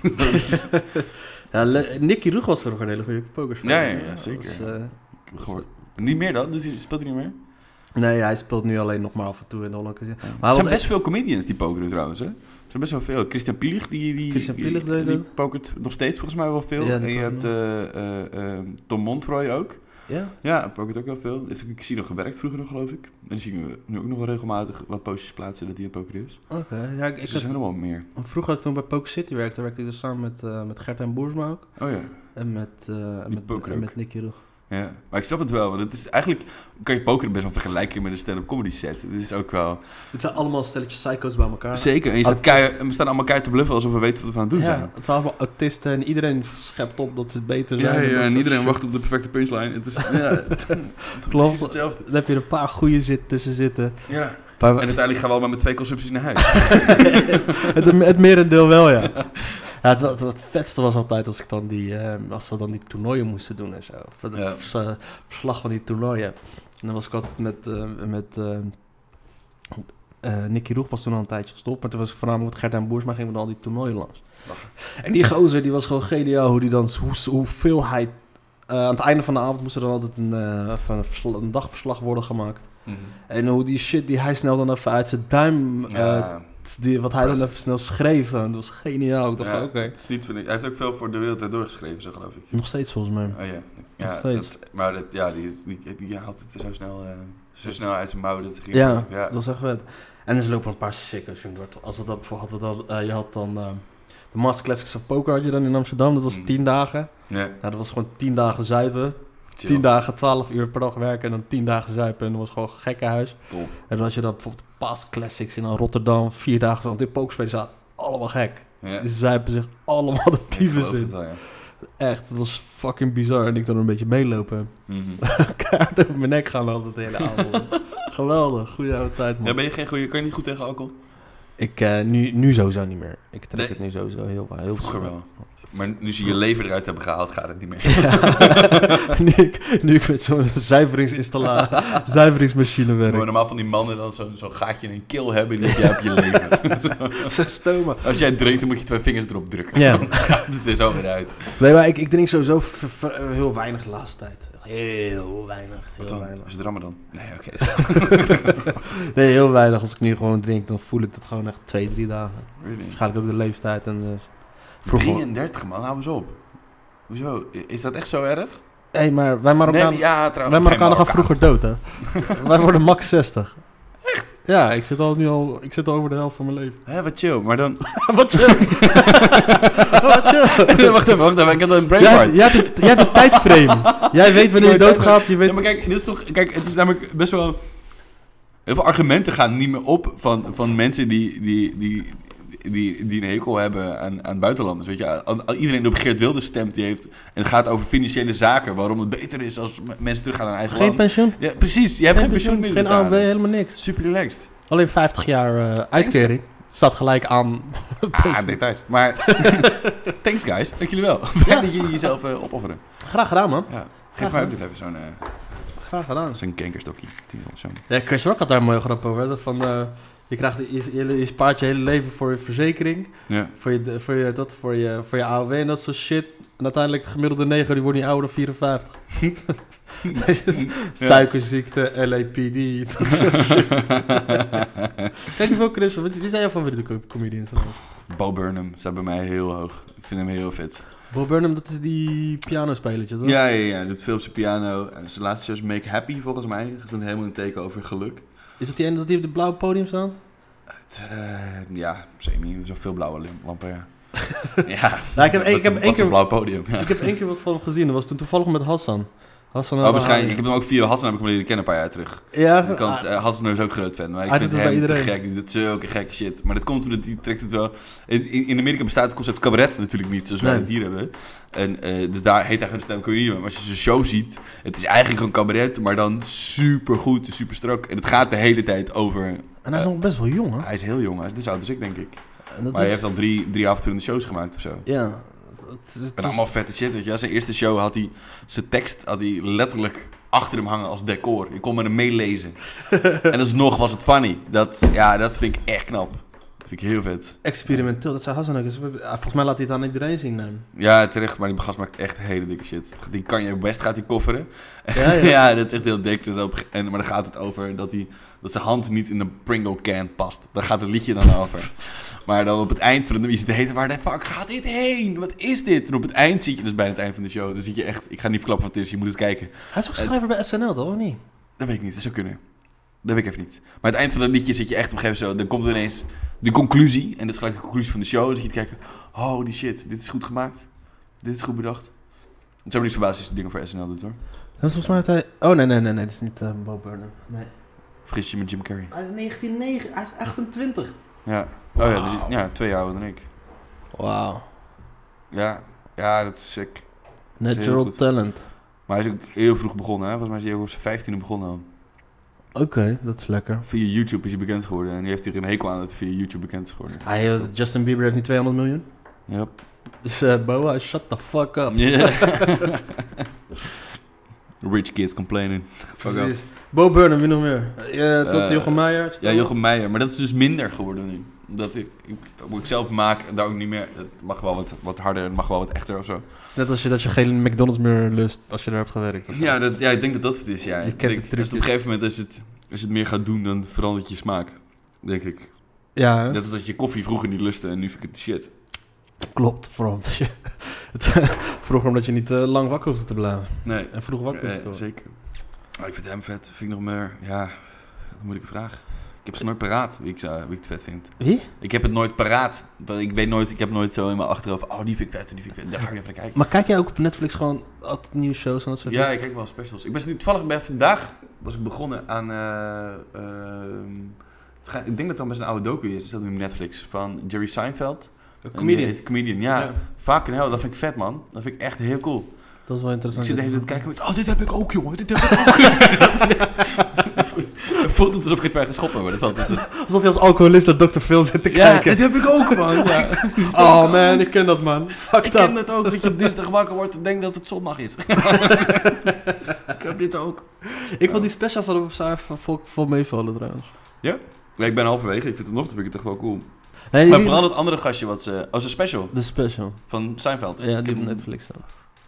Ja, Le- Nicky Roeg was vroeger een hele goede pokerspeler. Ja, ja, ja, zeker. Dus, uh, Gehoord. Niet meer dan? Dus hij speelt hij niet meer? nee, hij speelt nu alleen nog maar af en toe in de Holland. Maar Er hij zijn was best echt... veel comedians die pokeren trouwens, hè? Er zijn best wel veel. Christian Pielig, die, die, Christian die, Pielig die, deed die ook. pokert nog steeds volgens mij wel veel. Ja, en die je pokert hebt uh, uh, uh, Tom Montroy ook. Ja? Ja, pokert ook wel veel. Heeft ook in casino gewerkt vroeger nog, geloof ik. En die zien we nu ook nog wel regelmatig wat postjes plaatsen dat hij een poker is. Oké. Okay. Ja, ik, Dus ik er had, zijn er wel meer. vroeger ook toen bij Poker City werkte, werkte ik dus samen met, uh, met Gert-Hein Boersma ook. Oh ja. En met, uh, met, poker en ook. met Nicky Roeg. Ja, maar ik snap het wel, want het is eigenlijk... Kan je pokeren best wel vergelijken met een stand-up comedy set. Het is ook wel... Het zijn allemaal stelletjes psycho's bij elkaar. Zeker, en je staat keihard- en we staan allemaal keihard te bluffen alsof we weten wat we aan het doen Ja, zijn. het zijn allemaal autisten en iedereen schept op dat ze het beter Ja, zijn. ja, dat en soort iedereen shit. wacht op de perfecte punchline. Het is, ja, het, het is Klopt. precies hetzelfde. Dan heb je er een paar goede zit tussen zitten. Ja. Maar En uiteindelijk gaan we allemaal met twee consumpties naar huis. het, het merendeel wel, ja. Ja, het, het, het vetste was altijd als, ik dan die, uh, als we dan die toernooien moesten doen en zo. Of het Ja. vers, uh, verslag van die toernooien. En dan was ik altijd met... Uh, met uh, uh, Nicky Roeg was toen al een tijdje gestopt. Maar toen was ik voornamelijk met Gert-Hein Boersma, gingen we dan al die toernooien langs. Lachen. En die gozer, die was gewoon geniaal. Hoe die dan, hoe, hoeveel hij... Uh, aan het einde van de avond moest er dan altijd een, uh, even een, versla, een dagverslag worden gemaakt. Mm-hmm. En hoe die shit die hij snel dan even uit zijn duim... Uh, Ja. Die, wat hij dan even snel schreef, dat was geniaal. Ik dacht, Ja, oké. Okay. het is niet, hij heeft ook veel voor de wereld doorgeschreven, zo geloof ik. Nog steeds volgens mij. Oh ja, Nog ja steeds. dat, maar dat, ja, die, is- die, die haalt het zo snel, uh, zo snel uit zijn mouw. Dat ging Ja, ja. dat was echt vet. En er lopen een paar sickos, vind ik. Wat. Als we dat bijvoorbeeld hadden, we dan, uh, je had dan uh, de Master Classics of Poker had je dan in Amsterdam. Dat was Mm. tien dagen. Ja, Nou, dat was gewoon tien dagen zuipen. chill. Tien dagen, twaalf uur per dag werken en dan tien dagen zuipen. En dat was gewoon gekkenhuis. Top. En dan had je dan bijvoorbeeld de Past Classics in Rotterdam. Vier dagen, want die pokerspelers zaten allemaal gek. Ja. Die zuipen zich allemaal de Ik tyfus geloof in. het wel, ja. Echt, het was fucking bizar. En ik dan een beetje meelopen. Mhm. Kaart over mijn nek gaan altijd de hele avond. Geweldig, goede oude tijd, man. Ja, ben je geen goeie, kan je niet goed tegen alcohol? Ik, uh, nu, nu sowieso niet meer. Ik trek Nee. het nu sowieso heel, heel Vroeger wel. Maar nu ze je lever eruit hebben gehaald, gaat het niet meer. Ja. nu, ik, nu ik met zo'n zuiveringsinstallatie, zuiveringsmachine Maar werk. normaal van die mannen dan zo'n zo'n gaatje in een keel hebben en die heb jij op je lever. Ze stomen. Als jij drinkt, dan moet je twee vingers erop drukken. Ja. Dan gaat het er zo weer uit. Nee, maar ik, ik drink sowieso v- v- heel weinig de laatste tijd. Heel weinig. Wat Heel dan? weinig. Is het Ramadan? Nee, oké. Nee, heel weinig. Als ik nu gewoon drink, dan voel ik dat gewoon echt twee, drie dagen. Really? Waarschijnlijk ook de leeftijd. En, uh, vroeger... drieëndertig man, hou eens op. Hoezo? Is dat echt zo erg? Hé, hey, maar wij Marokkanen... Nee, ja, trouwens. Wij Marokkanen gaan geen vroeger dood, hè? Wij worden max zestig. Echt? Ja, ik zit al nu al... Ik zit al over de helft van mijn leven. Hé, wat chill. Maar dan... Wat chill. Wat chill. wacht even, wacht even. Ik heb een brain Jij, fart. jij, hebt een, jij hebt een tijdframe. Jij weet wanneer je Maar kijk, doodgaat. Je weet... Ja, maar kijk, dit is toch... Kijk, het is namelijk best wel... Heel veel argumenten gaan niet meer op van, van mensen die, die, die, die, die een hekel hebben aan, aan buitenlanders. Weet je, Al- al- iedereen die op Geert Wilders stemt, die heeft... En het gaat over financiële zaken, waarom het beter is als m- mensen teruggaan naar hun eigen Geen land. pensioen? Ja, precies. Je hebt geen, pensioen meer Geen A O W, helemaal niks. Super relaxed. Alleen vijftig jaar uh, uitkering. Staat gelijk aan... Ah, details. Maar thanks guys. Dank jullie wel. Ja. Dat jullie jezelf uh, opofferen. Graag gedaan, man. Ja. Geef mij ook nog even zo'n uh, Graag gedaan. zo'n kankerstokje. Zo. Ja, Chris Rock had daar een mooie grap over. Hè? Van, uh, je, krijgt, je, je, je spaart je hele leven voor je verzekering. Ja. Voor je, voor je, dat, voor je, voor je A O W en dat soort shit. En uiteindelijk de gemiddelde neger, die wordt niet ouder dan vierenvijftig. Suikerziekte, L A P D, dat soort shit. Kijk hoeveel Chris, wie zijn jouw favoriete comedians? Bo Burnham staat bij mij heel hoog. Ik vind hem heel vet. Bo Burnham, dat is die pianospelertje, toch? Ja, ja, ja. Hij doet veel op zijn piano. En zijn laatste show is Make Happy, volgens mij. Dat is dan helemaal een teken over geluk. Is dat die ene dat die op het blauwe podium staat? Het, uh, ja, semi. Zoveel blauwe lim- lampen, ja. ja. Nou, ik heb één- Wat ik heb een- één wat keer- een blauw podium. Ja. Ik heb één keer wat van hem gezien. Dat was toen toevallig met Hassan. Hassan Oh, waarschijnlijk. Ik heb hem ook via Hassan heb ik hem leren kennen een paar jaar terug. Ja, De kans, uh, Hassan is ook groot fan, maar ik Hij vind doet het hem bij te iedereen. gek. Die doet zulke gekke shit. Maar dat komt omdat hij trekt het wel... In, in in Amerika bestaat het concept cabaret natuurlijk niet, zoals wij Nee. het hier hebben. En, uh, dus daar heet hij gewoon stand-up comedy. Maar als je zijn show ziet, het is eigenlijk gewoon cabaret, maar dan super goed en super strak. En het gaat de hele tijd over En hij is uh, nog best wel jong, hè? Hij is heel jong. Hij is net zo oud als ik, denk ik. En dat maar is... hij heeft al drie, drie avonturende shows gemaakt of zo. Ja. Het, het, en allemaal vette shit, weet je. Zijn eerste show had hij... Zijn tekst had hij letterlijk achter hem hangen als decor. Je kon met hem meelezen. En alsnog was het funny. Dat, ja, dat vind ik echt knap. Dat vind ik heel vet. Experimenteel, dat zou Hassan ook eens... Volgens mij laat hij het aan iedereen zien. Nee. Ja, terecht. Maar die gast maakt echt hele dikke shit. Die kan je best gaat hij kofferen. Ja, ja. Ja, dat is echt heel dik. En, maar dan gaat het over dat, hij, dat zijn hand niet in de Pringle can past. Daar gaat het liedje dan over. Maar dan op het eind van de nummer, je zit heen, waar de fuck gaat dit heen? Wat is dit? En op het eind zie je, dus bijna het eind van de show, dan zie je echt, ik ga niet verklappen wat het is, je moet het kijken. Hij is ook schrijver bij S N L, toch? Of niet? Dat weet ik niet, dat zou kunnen. Dat weet ik even niet. Maar aan het eind van dat liedje zit je echt op een gegeven moment zo, dan komt er ineens de conclusie, en dat is gelijk de conclusie van de show, dan zit je te kijken, holy shit, dit is goed gemaakt. Dit is goed bedacht. Het zou me niet verbazen als je dingen voor S N L doet, hoor. Dat is volgens mij dat hij... Oh, nee, nee, nee, nee, dat is niet uh, Bo Burnham. Nee. Vergis je met Jim Carrey. Hij is negentien negen, hij is achtentwintig. Ja. Wow. Oh ja, dus, ja, twee jaar ouder dan ik. Wauw. Ja, ja, dat is sick. Natural is talent. Maar hij is ook heel vroeg begonnen, hè? Volgens mij is hij ook op zijn vijftiende begonnen al. Oké, okay, dat is lekker. Via YouTube is hij bekend geworden. En nu heeft hij er een hekel aan dat hij via YouTube bekend is geworden. Hij, uh, Justin Bieber heeft niet tweehonderd miljoen. Yep. Dus uh, Boa, shut the fuck up. Yeah. Rich kids complaining. Fuck up. Bo Burnham, wie nog meer? Uh, tot uh, Jochem Meijer. Ja, Jochem Meijer. Maar dat is dus minder geworden nu. Dat ik, ik, wat ik zelf maak, daar ook niet meer. Het mag wel wat, wat harder, het mag wel wat echter of zo. Het is net als je dat je geen McDonald's meer lust als je daar hebt gewerkt. Ja, dat, ja, ik denk dat dat het is. Ja. Je kent denk, het op een gegeven moment, als je, het, als je het meer gaat doen, dan verandert je smaak. Denk ik. Ja, hè? Net als dat je koffie vroeger niet lustte en nu vind ik het shit. Klopt, vooral omdat je... Het, vroeger omdat je niet uh, lang wakker hoefde te blijven. Nee. En vroeg wakker hoefde te worden. Zeker. Oh, ik vind hem vet. Vind ik nog meer... Ja, een moeilijke vraag. Ik heb ze nooit paraat, wie ik, uh, wie ik het vet vind. Wie? Ik heb het nooit paraat. Ik weet nooit, ik heb nooit zo in mijn achterhoofd... Oh, die vind ik vet en die vind ik vet. Daar ga ik even naar kijken. Maar kijk jij ook op Netflix gewoon altijd nieuwe shows en dat soort Ja, dingen? ik kijk wel specials. Ik ben nu toevallig bij vandaag... Was ik begonnen aan... Uh, uh, het ga, ik denk dat het dan best een oude docu is. Is dat nu op Netflix? Van Jerry Seinfeld. Een comedian. Heet comedian, ja. ja. Fucking hell, dat vind ik vet, man. Dat vind ik echt heel cool. Dat is wel interessant. Ik zit de hele tijd te kijken met... Oh, dit heb ik ook, jongen. Dit heb ik ook. Het voelt het alsof ik het waar geschoppen word. Dat het... Alsof je als alcoholist naar dokter Phil zit te ja, kijken. dit heb ik ook, man. Ja. Oh, man, ik ken dat, man. Fuck ik up. ken het ook, dat je op dinsdag wakker wordt en denkt dat het zondag is. Ik heb dit ook. Ik vond die special van hem vol, vol meevallen, trouwens. Ja? Ja, ik ben halverwege. Ik vind het nog, vind ik het echt wel cool. Nee, maar die, vooral het andere gastje wat ze... Oh, zijn special. De special. Van Seinfeld. Ja, die op Netflix staat.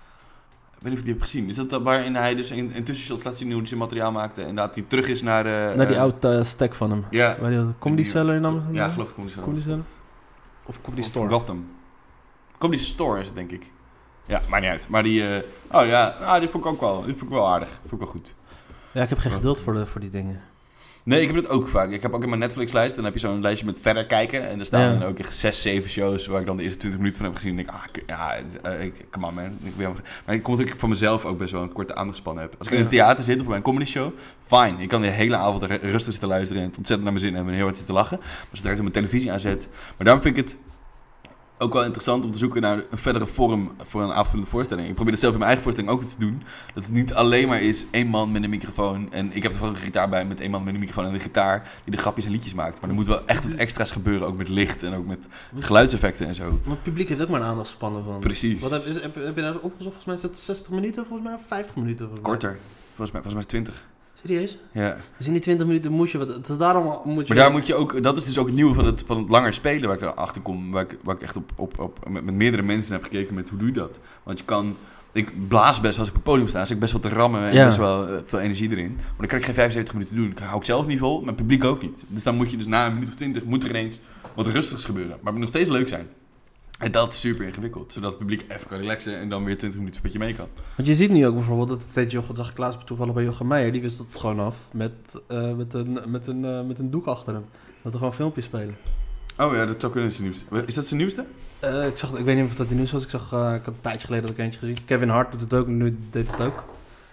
Ik weet niet of ik die heb gezien. Is dat, dat waarin hij dus in, in tussenshots laat zien hoe hij zijn materiaal maakte en dat hij terug is naar... Uh, naar die uh, oude uh, stack van hem. Ja. Waar die Comedy Cellar in nam? Ja, geloof ik Comedy Cellar. Comedy Cellar? Of Comedy of Store? Gotham. Comedy Store is het, denk ik. Ja, maakt niet uit. Maar die... Uh, oh ja, ah, die vond ik ook wel, die vond ik wel aardig. Die vond ik wel goed. Ja, ik heb geen geduld voor, de, voor die dingen. Nee, ik heb het ook vaak. Ik heb ook in mijn Netflix-lijst, dan heb je zo'n lijstje met verder kijken. En er staan ja. dan ook echt zes, zeven shows waar ik dan de eerste twintig minuten van heb gezien. En denk ik, ah, ja, uh, come on man. Ik ben, maar ik kom dat ik van mezelf ook best wel een korte aandachtspannen heb. Als ik ja. in een theater zit of bij een comedy show, fine. Ik kan de hele avond rustig zitten luisteren en het ontzettend naar mijn zin hebben en heel hard zitten lachen. Maar zodra ik mijn televisie aanzet. Maar daarom vind ik het ook wel interessant om te zoeken naar een verdere vorm voor een avondvullende voorstelling. Ik probeer dat zelf in mijn eigen voorstelling ook te doen. Dat het niet alleen maar is één man met een microfoon. En ik heb er gewoon een gitaar bij met één man met een microfoon en een gitaar die de grapjes en liedjes maakt. Maar er moet wel echt wat extra's gebeuren, ook met licht en ook met geluidseffecten en zo. Maar het publiek heeft ook maar een aandachtspannen van. Precies. Wat heb, is, heb, heb je daar opgezocht? Volgens mij is het zestig minuten, volgens mij, of vijftig minuten. Volgens mij. Korter. Volgens mij, volgens mij is het twintig. Serieus? Ja. Dus in die twintig minuten moet je wat. Dus daarom moet je. Maar daar moet je ook. Dat is dus ook het nieuwe van het, van het langer spelen waar ik erachter kom. Waar ik, waar ik echt op, op, op met, met meerdere mensen heb gekeken met hoe doe je dat. Want je kan. Ik blaas best als ik op het podium sta. Dus ik best wel te rammen en ja. best wel uh, veel energie erin. Maar dan kan ik geen vijfenzeventig minuten doen. Dat hou ik zelf niet vol, maar het publiek ook niet. Dus dan moet je dus na een minuut of twintig moet er ineens wat rustigs gebeuren. Maar het moet nog steeds leuk zijn. En dat is super ingewikkeld, zodat het publiek even kan relaxen en dan weer twintig minuten met je mee kan. Want je ziet nu ook bijvoorbeeld, dat deed Jochem, zag ik laatst toevallig bij Jochem Meijer, die wist het gewoon af met, uh, met, een, met, een, uh, met een doek achter hem. Dat er gewoon filmpjes spelen. Oh ja, dat zou kunnen zijn nieuwste. Is dat zijn nieuwste? Uh, ik, zag, ik weet niet of dat die nieuws was, ik zag, uh, ik had een tijdje geleden dat ik eentje gezien. Kevin Hart doet het ook, nu deed het ook.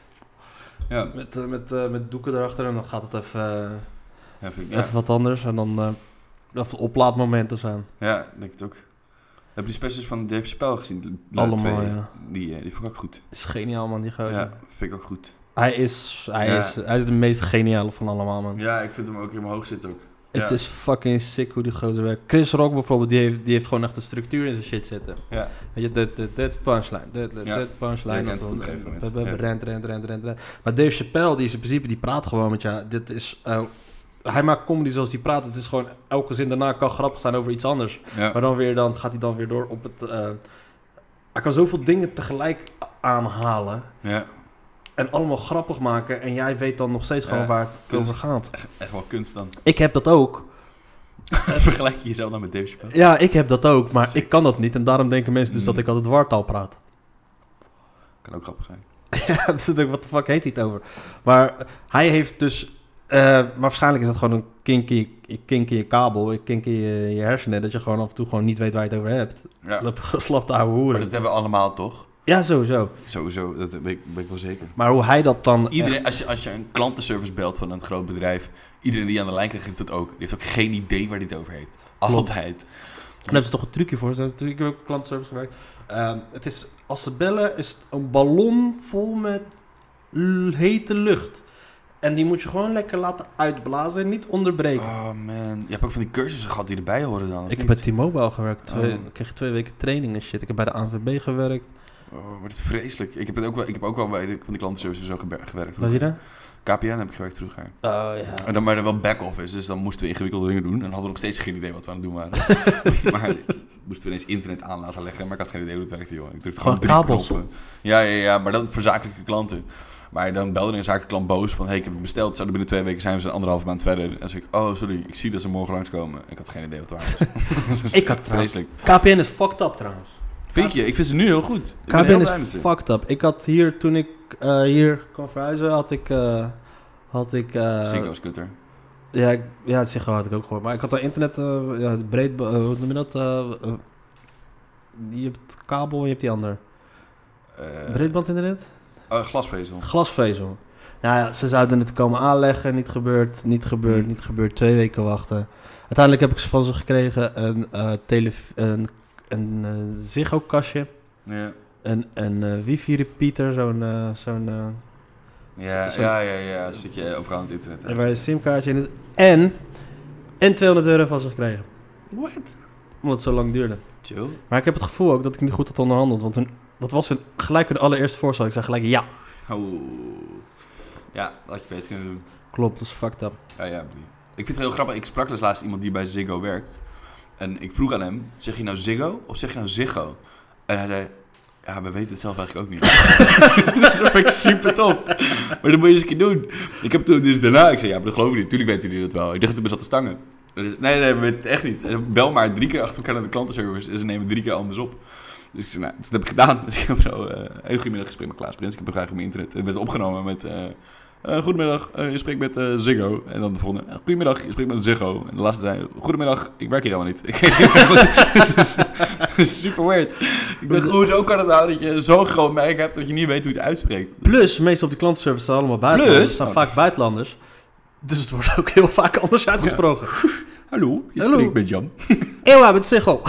Ja. Met, uh, met, uh, met doeken erachter en dan gaat het even, uh, ja, vind ik, even ja. wat anders en dan uh, even oplaadmoment of zo. Ja, ik denk het ook. Heb je die specials van Dave Chappelle gezien? De Allemaal, twee, ja. Die, die vond ik ook goed. Is geniaal, man, die gozer. Ja, vind ik ook goed. Hij is, hij, ja. is, hij is de meest geniale van allemaal, man. Ja, ik vind hem ook in mijn hoog zitten ook. Het Ja. is fucking sick hoe die gozer werkt. Chris Rock bijvoorbeeld, die heeft, die heeft gewoon echt een structuur in zijn shit zitten. Ja. Weet je, dit, dit, dit, punchline, dit, dit, Ja. dit, punchline. Ja, of- rent op een gegeven moment. we- we- we- Ja. Rent, rent, rent, rent, rent. Maar Dave Chappelle, die is in principe, die praat gewoon met je. Dit is, uh, hij maakt comedy zoals hij praat. Het is gewoon, elke zin daarna kan grappig zijn over iets anders. Ja. Maar dan weer, dan gaat hij dan weer door op het... Uh, hij kan zoveel dingen tegelijk aanhalen. Ja. En allemaal grappig maken. En jij weet dan nog steeds Ja, gewoon waar het kunst. over gaat. Echt, echt wel kunst dan. Ik heb dat ook. Vergelijk je jezelf dan met Dave Chappelle? Ja, ik heb dat ook. Maar Sick. ik kan dat niet. En daarom denken mensen dus Mm. dat ik altijd wartaal praat. Kan ook grappig zijn. Ja, dus dan denk ik, wat de fuck heeft hij het over? Maar hij heeft dus... Uh, maar waarschijnlijk is dat gewoon een kink in je, kink in je kabel, een kink in je, je hersenen, dat je gewoon af en toe gewoon niet weet waar je het over hebt. Ja. Dat geslapte ouwe Maar hoeren. dat hebben we allemaal toch? Ja, sowieso. Sowieso, dat weet ik, weet ik wel zeker. Maar hoe hij dat dan... Iedereen, echt- als je, als je een klantenservice belt van een groot bedrijf, iedereen die aan de lijn krijgt, heeft dat ook. Die heeft ook geen idee waar hij het over heeft. Altijd. Daar hebben ze toch een trucje voor. Ze hebben natuurlijk ook klantenservice gewerkt. Um, het is, als ze bellen, is het een ballon vol met l- hete lucht. En die moet je gewoon lekker laten uitblazen en niet onderbreken. Oh man, je hebt ook van die cursussen gehad die erbij horen dan. of ik heb niet? bij T-Mobile gewerkt. Twee, Oh. Ik kreeg twee weken training en shit. Ik heb bij de A N V B gewerkt. Oh, maar dat is vreselijk. Ik heb, het ook wel, ik heb ook wel bij de, van die klantenservice zo gebe- gewerkt. Wat je daar? K P N heb ik gewerkt vroeger. Oh ja. En dan maar dan wel back-office, dus dan moesten we ingewikkelde dingen doen. En dan hadden we nog steeds geen idee wat we aan het doen waren. maar moesten we ineens internet aan laten leggen, maar ik had geen idee hoe het werkte, joh. Ik drukte gewoon, Gewoon drie kabels. knoppen. Ja, ja, ja, maar dat voor zakelijke klanten. Maar dan belde een zakelijke klant boos van, hey, ik heb het besteld. Zouden binnen twee weken zijn, we zijn anderhalve maand verder. En dan zei ik, oh, sorry, ik zie dat ze morgen langskomen. Ik had geen idee wat het was. Dus Ik had trouwens... vreselijk. K P N is fucked up trouwens. Vind je? Ik vind ze nu heel goed. Ik ben K P heel N is blij met ze. fucked up. Ik had hier, toen ik uh, hier kwam verhuizen, had ik... Uh, had ik uh, Ziggo's kutter. Ja, ik, ja, het Ziggo had ik ook gehoord. Maar ik had daar internet, uh, ja, breed, uh, hoe noem je dat? Uh, uh, je hebt kabel en je hebt die ander. Uh, Breedbandinternet? Oh, glasvezel. Glasvezel. Nou ja, ze zouden het komen aanleggen. Niet gebeurd, niet gebeurd, Hmm. niet gebeurd. Twee weken wachten. Uiteindelijk heb ik van ze gekregen een, uh, tele een, een uh, Ziggo-kastje. Ja. Een, een uh, wifi-repeater, zo'n... Uh, zo'n uh, Ja, Zo- ja, ja, ja. Een stukje overal aan het internet. waar je een simkaartje in is. En, en tweehonderd euro van ze gekregen. What? Omdat het zo lang duurde. Chill. Maar ik heb het gevoel ook dat ik niet goed had onderhandeld. Want hun, dat was hun, gelijk hun allereerste voorstel. Ik zei gelijk ja. Oh. Ja, dat had je beter kunnen doen. Klopt, dat is fucked up. Ja, ja. Ik vind het heel grappig. Ik sprak dus laatst iemand die bij Ziggo werkt. En ik vroeg aan hem, zeg je nou Ziggo of zeg je nou Ziggo? En hij zei, ja, we weten het zelf eigenlijk ook niet. Dat vind ik super tof. Maar dat moet je eens een keer doen. Ik heb toen dus daarna, ik zei, ja, maar dat geloof ik niet. Tuurlijk weten jullie dat wel. Ik dacht dat ik me zat te stangen. Dus, nee, nee, we weten het echt niet. En bel maar drie keer achter elkaar naar de klantenservice en ze nemen drie keer anders op. Dus ik zei, nou, dat heb ik gedaan. Dus ik heb zo, uh, een hele goedemiddag gesprek met Klaas Prins. Ik heb graag op mijn internet. Het werd opgenomen met, uh, uh, goedemiddag, uh, je spreekt met uh, Ziggo. En dan de volgende, uh, goedemiddag, je spreekt met Ziggo. En de laatste zei, goedemiddag, ik werk hier helemaal niet. Ik weet niet wat- Het is- het is super weird. Ik dacht, hoezo kan het nou dat je zo'n groot merk hebt dat je niet weet hoe je het uitspreekt? Plus, meestal op die klantenservice zijn allemaal buitenlanders. Plus? Het zijn Oh. vaak buitenlanders. Dus het wordt ook heel vaak anders uitgesproken. Hallo, je Hallo. spreekt met Jan. Ewa, met Ziggo.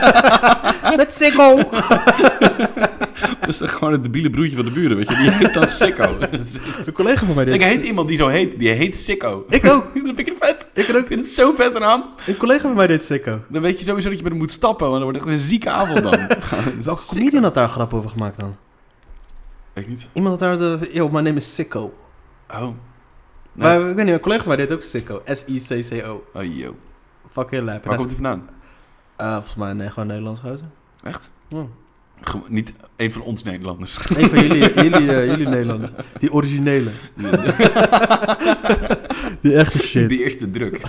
Met Ziggo. Dat is toch gewoon het debiele broertje van de buren, weet je? Die heet dan Sikko. Een collega van mij deed Ik heet iemand die zo heet. Die heet Sikko. Ik ook. Dat vind ik vet. Ik ook. Ik vind het zo vet een naam. Een collega van mij deed Ziggo. Dan weet je sowieso dat je met hem moet stappen, want dan wordt het echt een zieke avond dan. Welke comedian had daar een grap over gemaakt dan? Weet ik niet. Iemand had daar de... Yo, mijn name is Sicko. Oh. Nee. Maar ik weet niet, een collega van mij deed ook Sicko. S I C C O. Oh, yo. Fucking lap. Waar komt hij vandaan? Uh, volgens mij nee, gewoon Nederlands gozer. Echt? Ja. Ge- niet een van ons Nederlanders. Een van jullie, jullie, uh, jullie Nederlanders. Die originele. Die echte shit. Die eerste druk.